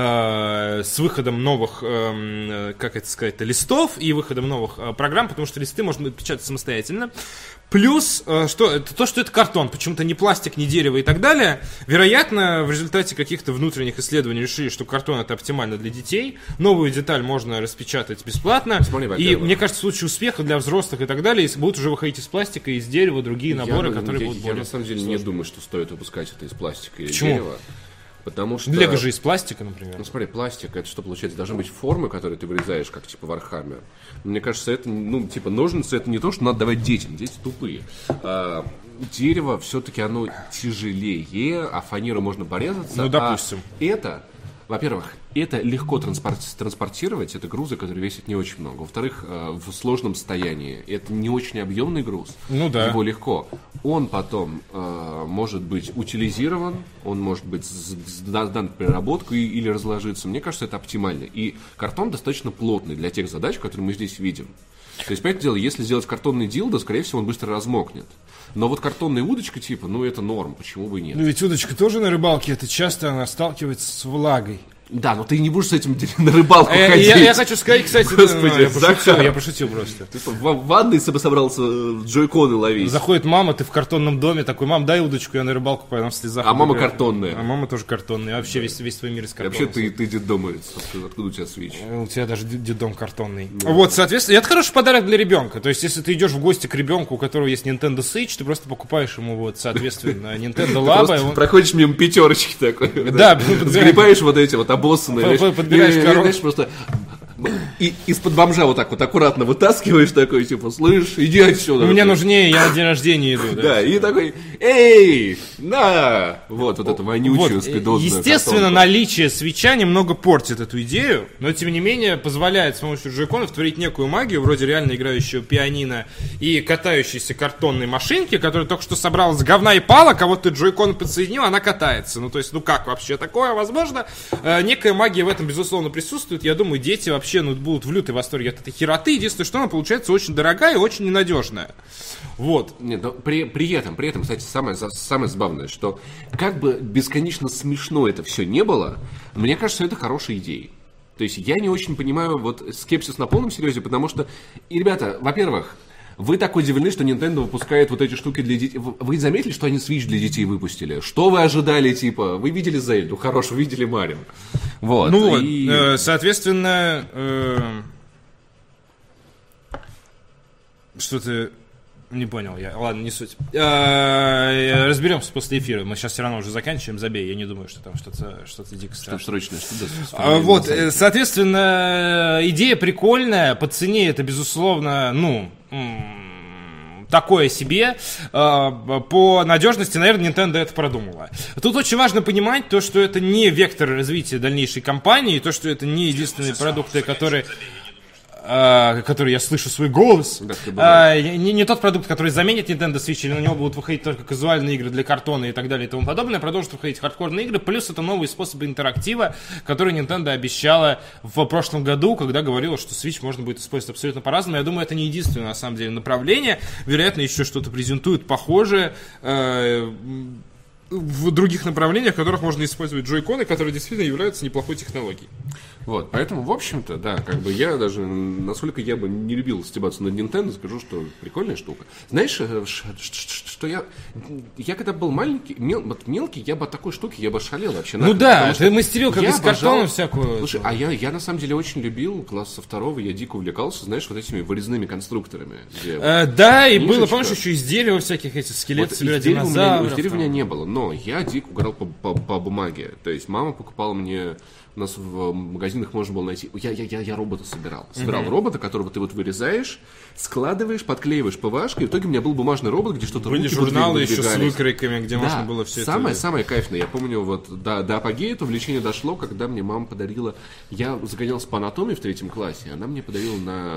[SPEAKER 1] с выходом новых, как это сказать, листов и выходом новых программ, потому что листы можно печатать самостоятельно. Плюс, что это картон, почему-то не пластик, не дерево и так далее. Вероятно, в результате каких-то внутренних исследований решили, что картон это оптимально для детей. Новую деталь можно распечатать бесплатно. И мне кажется, в случае успеха для взрослых и так далее, будут уже выходить из пластика, из дерева, другие наборы, которые будут более
[SPEAKER 2] на самом деле
[SPEAKER 1] сложные.
[SPEAKER 2] Не думаю, что стоит выпускать это из пластика или
[SPEAKER 1] Почему?
[SPEAKER 2] дерева. Потому что...
[SPEAKER 1] Лего же из пластика, например.
[SPEAKER 2] Ну смотри, пластик, это что получается? Должны быть формы, которые ты вырезаешь, как типа Warhammer. Мне кажется, это, ну, типа ножницы, это не то, что надо давать детям, дети тупые. Дерево все-таки оно тяжелее, а фанеру можно порезаться.
[SPEAKER 1] Ну, допустим.
[SPEAKER 2] Это Во-первых, это легко транспортировать, это грузы, которые весят не очень много. Во-вторых, в сложном состоянии, это не очень объемный груз, его легко. Он потом может быть утилизирован, он может быть сдан в переработку или разложиться. Мне кажется, это оптимально. И картон достаточно плотный для тех задач, которые мы здесь видим. То есть, понятное дело, если сделать картонный дилдо, скорее всего, он быстро размокнет. Но вот картонная удочка, типа, это норм, почему бы и нет.
[SPEAKER 1] Ну ведь удочка тоже на рыбалке, это часто она сталкивается с влагой.
[SPEAKER 2] Да, но ты не будешь с этим на рыбалку ходить.
[SPEAKER 1] Я хочу сказать, кстати, я пошутил просто.
[SPEAKER 2] Ты в ванной собрался джойконы ловить.
[SPEAKER 1] Заходит мама, ты в картонном доме, такой, мам, дай удочку, я на рыбалку пойду в слезах.
[SPEAKER 2] А мама картонная.
[SPEAKER 1] А мама тоже картонная, вообще весь твой мир из картона.
[SPEAKER 2] Вообще ты детдомовец, откуда у тебя свич?
[SPEAKER 1] У тебя даже детдом картонный. Вот, соответственно, это хороший подарок для ребенка. То есть, если ты идешь в гости к ребенку, у которого есть Nintendo Switch, ты просто покупаешь ему, соответственно, Nintendo Labo.
[SPEAKER 2] Проходишь мимо пятерочки такой.
[SPEAKER 1] Да,
[SPEAKER 2] сгребаешь вот эти вот обоссанные.
[SPEAKER 1] Подбираешь коробку.
[SPEAKER 2] Знаешь, просто и из-под бомжа вот так вот аккуратно вытаскиваешь такой, типа, слышь, иди отсюда.
[SPEAKER 1] Мне нужнее, я на день рождения иду.
[SPEAKER 2] Да, и такой, эй, на! Вот это вонючую спидозную
[SPEAKER 1] естественно,
[SPEAKER 2] картонку.
[SPEAKER 1] наличие свитча немного портит эту идею, но, тем не менее, позволяет с помощью джойконов творить некую магию, вроде реально играющего пианино и катающейся картонной машинки, которая только что собралась с говна и палок, а вот ты джойкон подсоединил, она катается. То есть, как вообще такое возможно? Некая магия в этом, безусловно, присутствует. Я думаю, дети вообще будут в лютой восторге от этой хероты. Единственное, что она получается очень дорогая и очень ненадежная. Вот.
[SPEAKER 2] Нет, но при этом, кстати, самое забавное, что как бы бесконечно смешно это все не было, мне кажется, это хорошая идея. То есть я не очень понимаю скепсис на полном серьезе, потому что, ребята, во-первых, вы так удивлены, что Nintendo выпускает вот эти штуки для детей. Вы заметили, что они Switch для детей выпустили? Что вы ожидали, типа? Вы видели Зельду? Хорошо, видели Марио. Вот.
[SPEAKER 1] Соответственно, что-то не понял я. Ладно, не суть. Разберемся после эфира. Мы сейчас все равно уже заканчиваем. Забей. Я не думаю, что там что-то дико страшное.
[SPEAKER 2] Что срочное,
[SPEAKER 1] Вот, соответственно, идея прикольная. По цене это, безусловно, такое себе. По надежности, наверное, Nintendo это продумала. Тут очень важно понимать то, что это не вектор развития дальнейшей компании, то, что это не единственные продукты, которые я слышу свой голос. Не тот продукт, который заменит Nintendo Switch, или на него будут выходить только казуальные игры для картона и так далее и тому подобное. Продолжат выходить хардкорные игры, плюс это новые способы интерактива, которые Nintendo обещала в прошлом году, когда говорила, что Switch можно будет использовать абсолютно по-разному. Я думаю, это не единственное, на самом деле, направление. Вероятно, еще что-то презентуют похожее в других направлениях, в которых можно использовать джойконы, которые действительно являются неплохой технологией.
[SPEAKER 2] Вот, поэтому, в общем-то, да, я даже, насколько я бы не любил стебаться над Nintendo, скажу, что прикольная штука. Знаешь, что я когда был мелкий, я бы от такой штуки, я бы шалел вообще.
[SPEAKER 1] Ты мастерил как из картона всякую.
[SPEAKER 2] Слушай, а я на самом деле очень любил, класса второго, я дико увлекался, знаешь, вот этими вырезными конструкторами.
[SPEAKER 1] Да, и было, помнишь, еще из дерева всяких этих скелетов, собирать динозавров.
[SPEAKER 2] Из дерева у меня не было, но я дико угорал по бумаге. То есть мама покупала мне... У нас в магазинах можно было найти... Я робота собирал. Собирал робота, которого ты вырезаешь, складываешь, подклеиваешь ПВАшкой. И в итоге у меня был бумажный робот, где что-то...
[SPEAKER 1] Были журналы еще с выкройками, где можно было все это...
[SPEAKER 2] Самое кайфное. Я помню, до апогея это увлечение дошло, когда мне мама подарила... Я загонялся по анатомии в 3 классе. Она мне подарила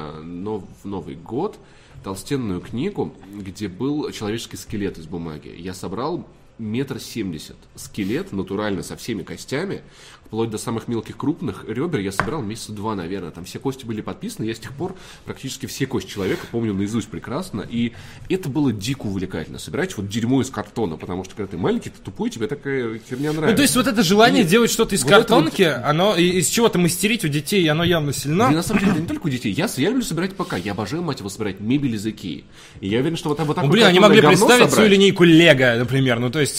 [SPEAKER 2] в Новый год толстенную книгу, где был человеческий скелет из бумаги. Я собрал 1,70 м. Скелет, натурально, со всеми костями, вплоть до самых мелких крупных ребер, я собирал месяца 2, наверное. Там все кости были подписаны, я с тех пор практически все кости человека помню наизусть прекрасно, и это было дико увлекательно. Собирать дерьмо из картона, потому что когда ты маленький, ты тупой, тебе такая херня нравится.
[SPEAKER 1] То есть это желание делать что-то из картонки, оно из чего-то мастерить у детей, оно явно сильно.
[SPEAKER 2] И на самом деле, это не только у детей. Я люблю собирать ПК, я обожаю, мать его, собирать мебель из Икеи. И я уверен, что
[SPEAKER 1] они могли представить всю линейку Лего, например, то есть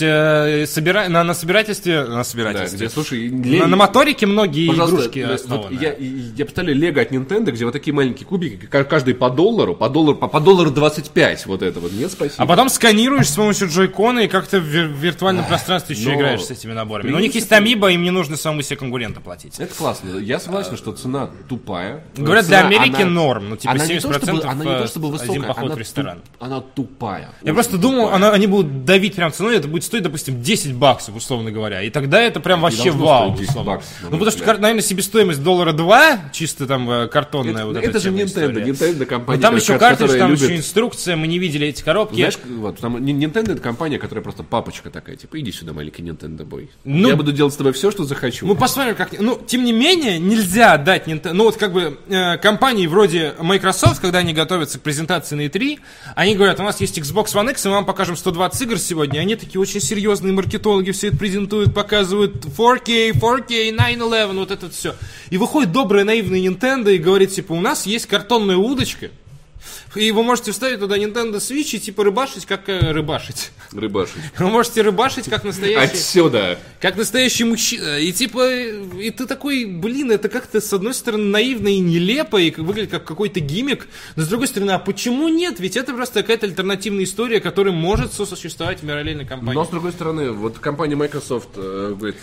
[SPEAKER 1] на собирательстве...
[SPEAKER 2] Да, где, слушай,
[SPEAKER 1] на моторике многие игрушки основаны.
[SPEAKER 2] Я представляю Лего от Nintendo, где такие маленькие кубики, каждый по доллару 25, нет, спасибо.
[SPEAKER 1] А потом сканируешь с помощью джойкона и как-то в виртуальном пространстве еще играешь с этими наборами. Но у них есть амибо, им не нужно самому себе конкурента платить.
[SPEAKER 2] Это классно. Я согласен, что цена тупая.
[SPEAKER 1] Говорят, для Америки норм, 70%
[SPEAKER 2] она не то чтобы высокая,
[SPEAKER 1] один поход в ресторан.
[SPEAKER 2] Она тупая.
[SPEAKER 1] Я просто думал, они будут давить прям ценой, это будет стоить, допустим, $10, условно говоря. И тогда это прям вообще вау.
[SPEAKER 2] баксов.
[SPEAKER 1] Ну, потому что, наверное, себестоимость $2, чисто там картонная вот эта
[SPEAKER 2] это же Nintendo компания.
[SPEAKER 1] Но там еще картридж, там еще инструкция, мы не видели эти коробки.
[SPEAKER 2] Знаешь, вот, там Nintendo это компания, которая просто папочка такая, типа, иди сюда, маленький Nintendo Boy. Я буду делать с тобой все, что захочу.
[SPEAKER 1] Мы посмотрим, как... Ну, тем не менее, нельзя дать Nintendo... Ну, вот как бы компании вроде Microsoft, когда они готовятся к презентации на E3, они говорят, у нас есть Xbox One X, и мы вам покажем 120 игр сегодня. Они такие очень серьезные маркетологи, все это презентуют, показывают 4K, 911, вот это все. И выходит добрая наивная Nintendo и говорит, типа, у нас есть картонная удочка, и вы можете вставить туда Nintendo Switch и типа рыбашить, как рыбашить. Вы можете рыбашить, как настоящий...
[SPEAKER 2] Отсюда.
[SPEAKER 1] Как настоящий мужчина. И типа, и ты такой, блин, это как-то с одной стороны наивно и нелепо, и выглядит как какой-то гиммик, но с другой стороны, а почему нет? Ведь это просто какая-то альтернативная история, которая может сосуществовать в параллельной компании.
[SPEAKER 2] Но с другой стороны, вот компания Microsoft говорит,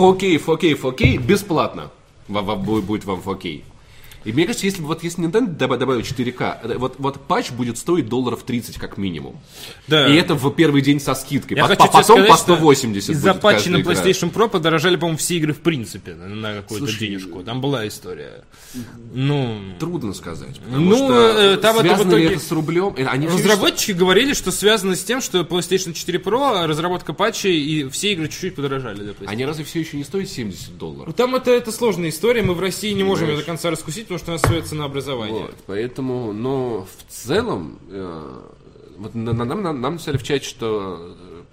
[SPEAKER 2] 4K бесплатно будет вам 4K. И мне кажется, если Nintendo добавил 4К, вот патч будет стоить $30 как минимум. Да. И это в первый день со скидкой. Потом сказать, по 180
[SPEAKER 1] из-за патча на PlayStation Pro подорожали, по-моему, все игры в принципе на какую-то денежку. Там была история. Ну...
[SPEAKER 2] Трудно сказать. Там связано ли это с рублем?
[SPEAKER 1] Разработчики говорили, что связано с тем, что PlayStation 4 Pro, разработка патчей, и все игры чуть-чуть подорожали.
[SPEAKER 2] Они разве все еще не стоят $70?
[SPEAKER 1] Там это сложная история, мы в России не можем ее до конца раскусить, потому что у нас свое ценообразование.
[SPEAKER 2] Вот, поэтому, но в целом, вот нам написали в чате, что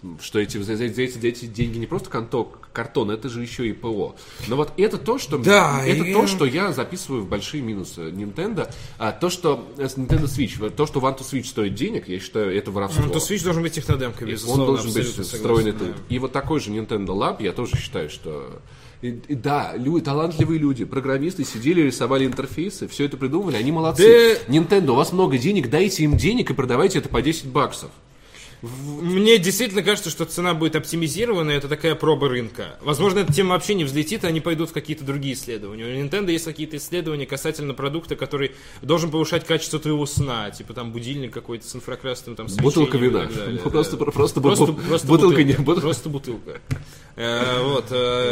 [SPEAKER 2] эти деньги не просто картон, это же еще и ПО. Но вот это то, что то, что я записываю в большие минусы Nintendo. То, что с Nintendo Switch, то, что One to Switch стоит денег, я считаю, это воровство.
[SPEAKER 1] One to Switch должен быть технодемкой, безусловно.
[SPEAKER 2] Он должен быть встроенный тут. И вот такой же Nintendo Lab, я тоже считаю, что... И да, талантливые люди, программисты сидели, рисовали интерфейсы, все это придумали, они молодцы. Nintendo, у вас много денег, дайте им денег и продавайте это по $10.
[SPEAKER 1] Мне действительно кажется, что цена будет оптимизирована, это такая проба рынка. Возможно, эта тема вообще не взлетит, и они пойдут в какие-то другие исследования. У Nintendo есть какие-то исследования касательно продукта, который должен повышать качество твоего сна, типа там будильник какой-то с инфракрасным там свечением.
[SPEAKER 2] Бутылка вина. Просто бутылка.
[SPEAKER 1] Просто бутылка. Вот.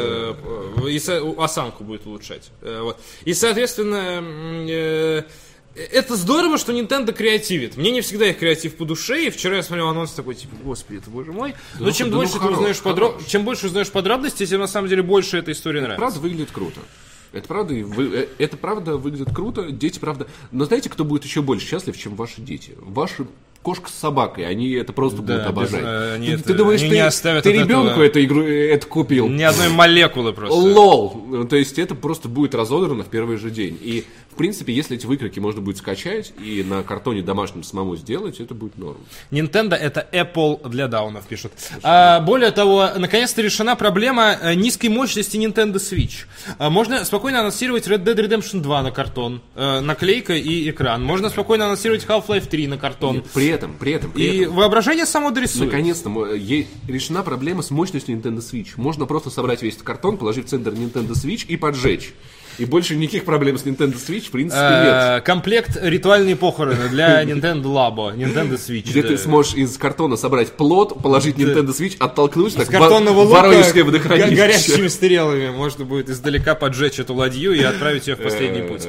[SPEAKER 1] И осанку будет улучшать. И, соответственно... Это здорово, что Nintendo креативит. Мне не всегда их креатив по душе, и вчера я смотрел анонс такой, типа, господи, это боже мой. Но чем больше ты узнаешь подробностей, тем на самом деле больше эта история нравится.
[SPEAKER 2] Правда выглядит круто. Это правда выглядит круто, дети правда... Но знаете, кто будет еще больше счастлив, чем ваши дети? Ваши кошка с собакой, они это просто будут обожать. Ты думаешь, ты ребенку эту игру это купил?
[SPEAKER 1] Ни одной молекулы просто.
[SPEAKER 2] Лол! То есть это просто будет разодрано в первый же день. И в принципе, если эти выкройки можно будет скачать и на картоне домашнем самому сделать, это будет норм.
[SPEAKER 1] Nintendo — это Apple для даунов, пишут. Более того, наконец-то решена проблема низкой мощности Nintendo Switch. Можно спокойно анонсировать Red Dead Redemption 2 на картон, наклейка и экран. Можно спокойно анонсировать Half-Life 3 на картон.
[SPEAKER 2] При этом. И
[SPEAKER 1] воображение само дорисует.
[SPEAKER 2] Наконец-то решена проблема с мощностью Nintendo Switch. Можно просто собрать весь этот картон, положить в центр Nintendo Switch и поджечь. И больше никаких проблем с Nintendo Switch, в принципе, нет.
[SPEAKER 1] Комплект ритуальные похороны для Nintendo Labo, Nintendo Switch.
[SPEAKER 2] Где ты сможешь из картона собрать плот, положить Nintendo Switch, оттолкнуть, так
[SPEAKER 1] картонного лука горящими стрелами. Можно будет издалека поджечь эту ладью и отправить ее в последний путь.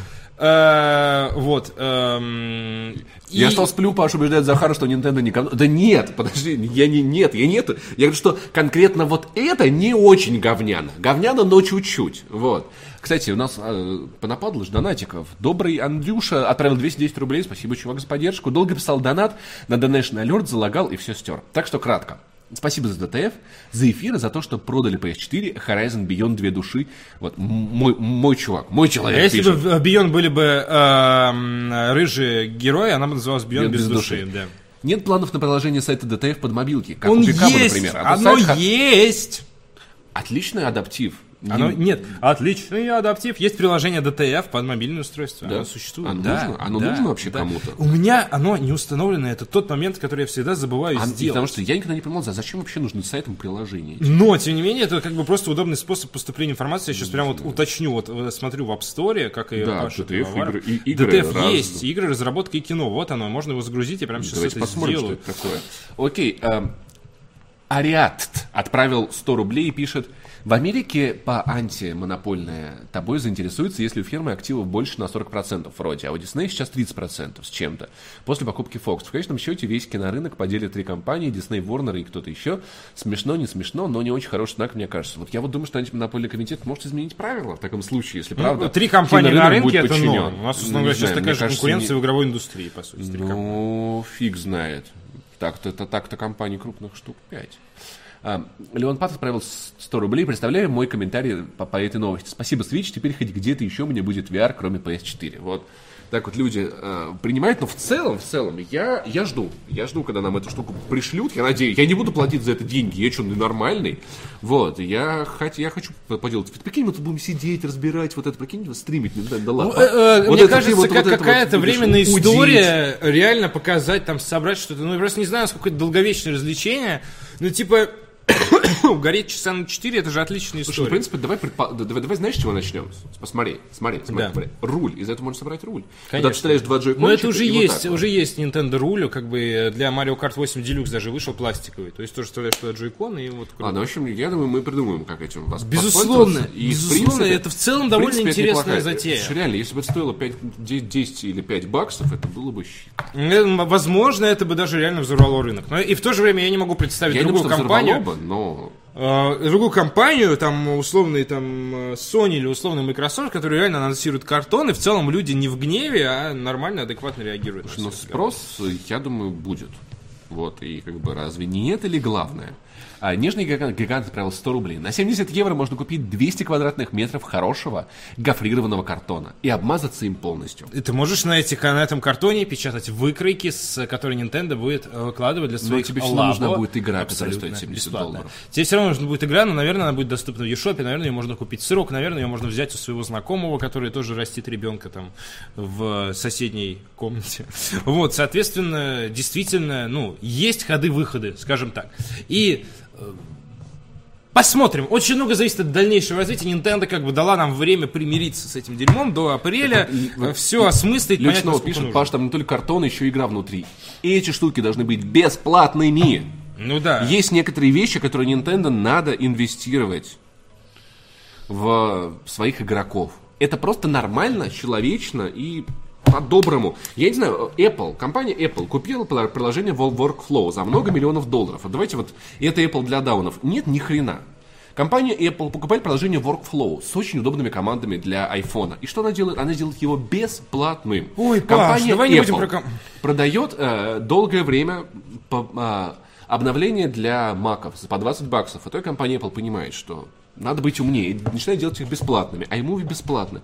[SPEAKER 1] Вот.
[SPEAKER 2] Я что сплю, Паша убеждает Захара, что Nintendo не говно. Да нет, подожди, я не. Я говорю, что конкретно вот это не очень говняно. Говняно, но чуть-чуть. Вот. Кстати, у нас понападало же донатиков. Добрый Андрюша отправил 210 рублей. Спасибо, чувак, за поддержку. Долго писал донат, на Donation Alert залагал и все стер. Так что кратко. Спасибо за ДТФ, за эфир, за то, что продали PS4, Horizon Beyond 2 души. Вот, мой чувак, мой человек.
[SPEAKER 1] А если бы в Beyond были бы рыжие герои, она бы называлась Beyond без души. Да.
[SPEAKER 2] Нет планов на продолжение сайта ДТФ под мобилки, как
[SPEAKER 1] он
[SPEAKER 2] у Пикаба,
[SPEAKER 1] есть,
[SPEAKER 2] например.
[SPEAKER 1] Оно есть!
[SPEAKER 2] Отличный адаптив.
[SPEAKER 1] Нет, отличный адаптив. Есть приложение DTF под мобильное устройство.
[SPEAKER 2] Да?
[SPEAKER 1] Оно существует.
[SPEAKER 2] Оно нужно вообще кому-то?
[SPEAKER 1] У меня оно не установлено. Это тот момент, который я всегда забываю сделать.
[SPEAKER 2] Потому что я никогда не понимал, зачем вообще нужны сайтом приложения.
[SPEAKER 1] Но, тем не менее, это как бы просто удобный способ поступления информации. Я сейчас прямо вот уточню. Вот смотрю в App Store, как ее пашут. DTF есть. Игры, разработка и кино. Вот оно. Можно его загрузить. Я прямо сейчас
[SPEAKER 2] Давайте
[SPEAKER 1] это
[SPEAKER 2] посмотрим,
[SPEAKER 1] сделаю.
[SPEAKER 2] Что это такое. Окей. Ариат отправил 100 рублей и пишет: В Америке по антимонопольная тобой заинтересуется, если у фирмы активов больше на 40% вроде, а у Disney сейчас 30% с чем-то. После покупки Fox. В конечном счете весь кинорынок поделят 3 компании, Disney, Warner и кто-то еще. Смешно, не смешно, но не очень хороший знак, мне кажется. Вот я вот думаю, что антимонопольный комитет может изменить правила в таком случае, если правда.
[SPEAKER 1] 3 компании на рынке это
[SPEAKER 2] подчинен.
[SPEAKER 1] норм. У нас, условно говоря, сейчас такая же конкуренция в игровой индустрии, по сути.
[SPEAKER 2] Ну, фиг знает. Так-то компаний крупных штук 5. Леон Пат отправил 100 рублей. Представляю мой комментарий по этой новости. Спасибо, Switch. Теперь хоть где-то еще у меня будет VR, кроме PS4. Вот так вот люди принимают. Но в целом, я жду. Я жду, когда нам эту штуку пришлют. Я надеюсь. Я не буду платить за это деньги. Я что, ненормальный? Вот. Я хочу поделать. Прикинь, мы тут будем сидеть, разбирать вот это. Прикинь, стримить. Да ладно.
[SPEAKER 1] Мне кажется, какая-то временная история реально показать, там, собрать что-то. Ну, я просто не знаю, насколько это долговечное развлечение. Ну, типа... Гореть часа на 4, это же отличная история.
[SPEAKER 2] Слушай, в принципе, давай знаешь, с чего начнем? Смотри. Руль. Из этого можно собрать руль.
[SPEAKER 1] Конечно.
[SPEAKER 2] Когда ты вставляешь 2 джойкончика.
[SPEAKER 1] Но это уже есть, уже есть Nintendo руль, как бы для Mario Kart 8 Deluxe даже вышел пластиковый. То есть тоже вставляешь туда джойконы и вот...
[SPEAKER 2] Ладно, в общем, я думаю, мы придумаем, как этим вас
[SPEAKER 1] безусловно, это в целом довольно интересная затея.
[SPEAKER 2] Реально, если бы это стоило 10 или 5 баксов, это было бы щит.
[SPEAKER 1] Возможно, это бы даже реально взорвало рынок. Но и в то же время я не могу представить другую компанию. Другую компанию, там, условный там Sony или условный Microsoft, которые реально анонсируют картон, и в целом люди не в гневе, а нормально, адекватно реагируют.
[SPEAKER 2] Но спрос, я думаю, будет. Вот, и как бы разве не это ли главное? Нежный гигант отправил 100 рублей. На 70 евро можно купить 200 квадратных метров хорошего гофрированного картона и обмазаться им полностью.
[SPEAKER 1] И ты можешь на этом картоне печатать выкройки, которые Nintendo будет выкладывать для своих
[SPEAKER 2] тебе все равно нужна будет игра, которая стоит $70.
[SPEAKER 1] Тебе все равно нужна будет игра, но, наверное, она будет доступна в eShop, наверное, ее можно купить сырок, наверное, ее можно взять у своего знакомого, который тоже растит ребенка там в соседней комнате. Вот, соответственно, действительно, ну, есть ходы-выходы, скажем так. И посмотрим. Очень много зависит от дальнейшего развития. Nintendo как бы дала нам время примириться с этим дерьмом до апреля. Все осмыслить, понять, насколько
[SPEAKER 2] пишет,
[SPEAKER 1] нужно.
[SPEAKER 2] Паш, там не только картон, еще игра внутри. И эти штуки должны быть бесплатными.
[SPEAKER 1] Ну да.
[SPEAKER 2] Есть некоторые вещи, которые Nintendo надо инвестировать в своих игроков. Это просто нормально, человечно и по-доброму. Я не знаю, компания Apple купила приложение Workflow за много миллионов долларов. Вот давайте вот, это Apple для даунов. Нет, ни хрена. Компания Apple покупает приложение Workflow с очень удобными командами для iPhone. И что она делает? Она делает его бесплатным.
[SPEAKER 1] Ой,
[SPEAKER 2] компания
[SPEAKER 1] Паш, давай не будем
[SPEAKER 2] продает долгое время обновления для маков по $20. И той компания Apple понимает, что надо быть умнее. И начинает делать их бесплатными. А ему бесплатно.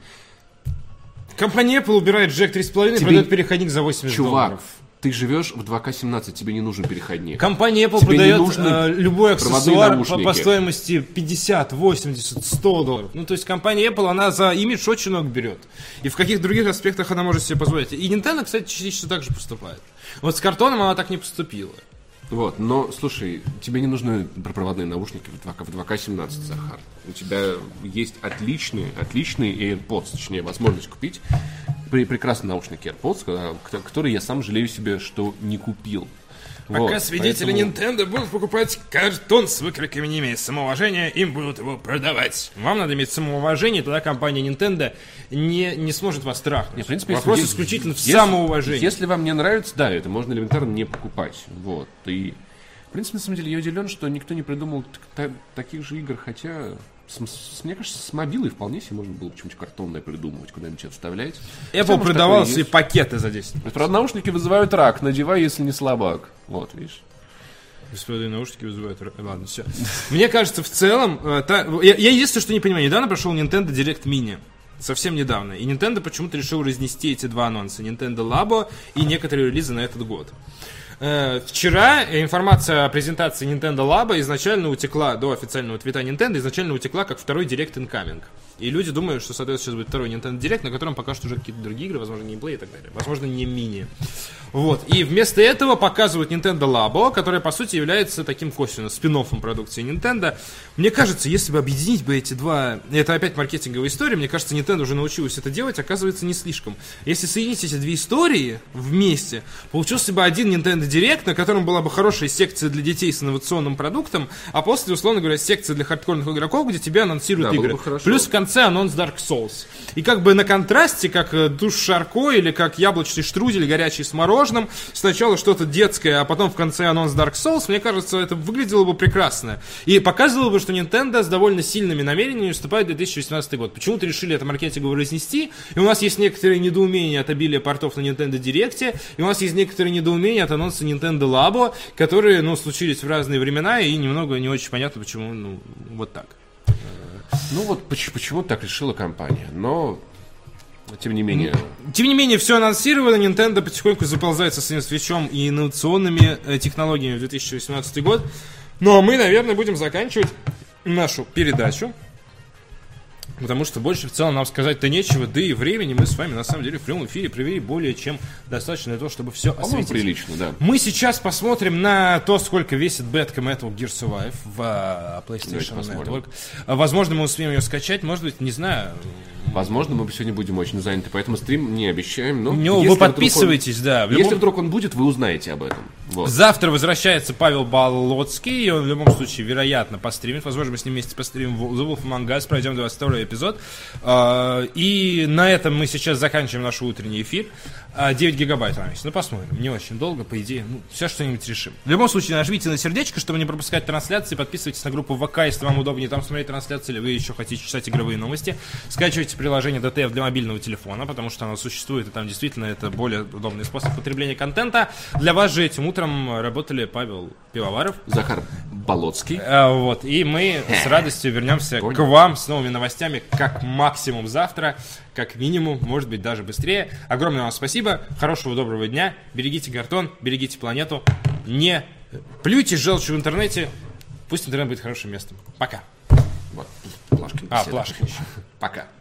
[SPEAKER 1] Компания Apple убирает Jack 3.5 и продает переходник за $80.
[SPEAKER 2] Чувак, ты живешь в 2К17, тебе не нужен переходник.
[SPEAKER 1] Компания Apple продает любой аксессуар по стоимости $50, $80, $100. Ну, то есть компания Apple, она за имидж очень много берет. И в каких других аспектах она может себе позволить. И Nintendo, кстати, частично так же поступает. Вот с картоном она так не поступила.
[SPEAKER 2] Вот, но, слушай, тебе не нужны проводные наушники в 2К17, Захар. У тебя есть отличные AirPods, точнее, возможность купить прекрасные наушники AirPods, которые я сам жалею себе, что не купил.
[SPEAKER 1] Пока вот, свидетели Nintendo будут покупать картон с выкройками, не имея самоуважения, им будут его продавать. Вам надо иметь самоуважение, тогда компания Nintendo не сможет вас трахнуть.
[SPEAKER 2] В принципе,
[SPEAKER 1] вопрос исключительно в самоуважении.
[SPEAKER 2] Если вам не нравится, да, это можно элементарно не покупать. Вот. И, в принципе, на самом деле, я удивлен, что никто не придумал таких же игр, хотя... Мне кажется, с мобилой вполне себе можно было почему-нибудь картонное придумывать, куда-нибудь что-то вставлять.
[SPEAKER 1] Apple продавал свои пакеты за 10.
[SPEAKER 2] Правда, наушники вызывают рак, надевай, если не слабак. Вот, видишь.
[SPEAKER 1] Господи, наушники вызывают рак. Ладно, все. Мне кажется, в целом... Я единственное, что не понимаю. Недавно прошел Nintendo Direct Mini. Совсем недавно. И Nintendo почему-то решил разнести эти два анонса. Nintendo Labo и некоторые релизы на этот год. Вчера информация о презентации Nintendo Labo изначально утекла до официального твита Nintendo, изначально утекла как второй Direct Incoming. И люди думают, что, соответственно, сейчас будет второй Nintendo Direct, на котором покажут уже какие-то другие игры, возможно, геймплей и так далее. Возможно, не мини. Вот. И вместо этого показывают Nintendo Labo, которая, по сути, является таким косвенно спин-оффом продукции Nintendo. Мне кажется, если бы объединить бы эти два... Это опять маркетинговая история. Мне кажется, Nintendo уже научилась это делать, оказывается, не слишком. Если соединить эти две истории вместе, получился бы один Nintendo Direct, на котором была бы хорошая секция для детей с инновационным продуктом, а после, условно говоря, секция для хардкорных игроков, где тебе анонсируют игры. Плюс в конце анонс Dark Souls. И как бы на контрасте, как душ Шарко или как яблочный штрудель, горячий с мороженым, сначала что-то детское, а потом в конце анонс Dark Souls, мне кажется, это выглядело бы прекрасно. И показывало бы, что Nintendo с довольно сильными намерениями вступает в 2018 год. Почему-то решили это маркетингово разнести, и у нас есть некоторые недоумения от обилия портов на Nintendo Direct, и у нас есть некоторые недоумения от анонса Nintendo Labo, которые, случились в разные времена, и немного не очень понятно, почему, вот так.
[SPEAKER 2] Ну вот почему так решила компания, но тем не менее...
[SPEAKER 1] Тем не менее, все анонсировано, Nintendo потихоньку заползает со своим свечом и инновационными технологиями в 2018 год. Ну а мы, наверное, будем заканчивать нашу передачу, потому что больше в целом нам сказать-то нечего, да и времени мы с вами на самом деле в прямом эфире провели более чем достаточно для того, чтобы все осветить.
[SPEAKER 2] Прилично, да.
[SPEAKER 1] Мы сейчас посмотрим на то, сколько весит бетка Metal Gear Survive в PlayStation Network. Возможно, мы успеем ее скачать, может быть, не знаю.
[SPEAKER 2] Возможно, мы сегодня будем очень заняты, поэтому стрим не обещаем. Но
[SPEAKER 1] вы подписывайтесь, да.
[SPEAKER 2] Если вдруг он будет, вы узнаете об этом. Вот.
[SPEAKER 1] Завтра возвращается Павел Болоцкий, и он в любом случае, вероятно, постримит. Возможно, мы с ним вместе постримим The Wolf Among Us, пройдем 22-й эпизод. И на этом мы сейчас заканчиваем наш утренний эфир. 9 гигабайт нам есть. Посмотрим. Не очень долго, по идее. Все что-нибудь решим. В любом случае, нажмите на сердечко, чтобы не пропускать трансляции. Подписывайтесь на группу ВК, если вам удобнее там смотреть трансляции, или вы еще хотите читать игровые новости. Скачивайте приложение DTF для мобильного телефона, потому что оно существует, и там действительно это более удобный способ потребления контента. Для вас же этим утром работали Павел Пивоваров,
[SPEAKER 2] Захар Болоцкий.
[SPEAKER 1] И мы с радостью вернемся к вам с новыми новостями, как максимум завтра, как минимум, может быть, даже быстрее. Огромное вам спасибо, хорошего, доброго дня, берегите картон, берегите планету, не плюйте желчью в интернете, пусть интернет будет хорошим местом. Пока.
[SPEAKER 2] Вот, плашка.
[SPEAKER 1] Плашка еще.
[SPEAKER 2] Пока.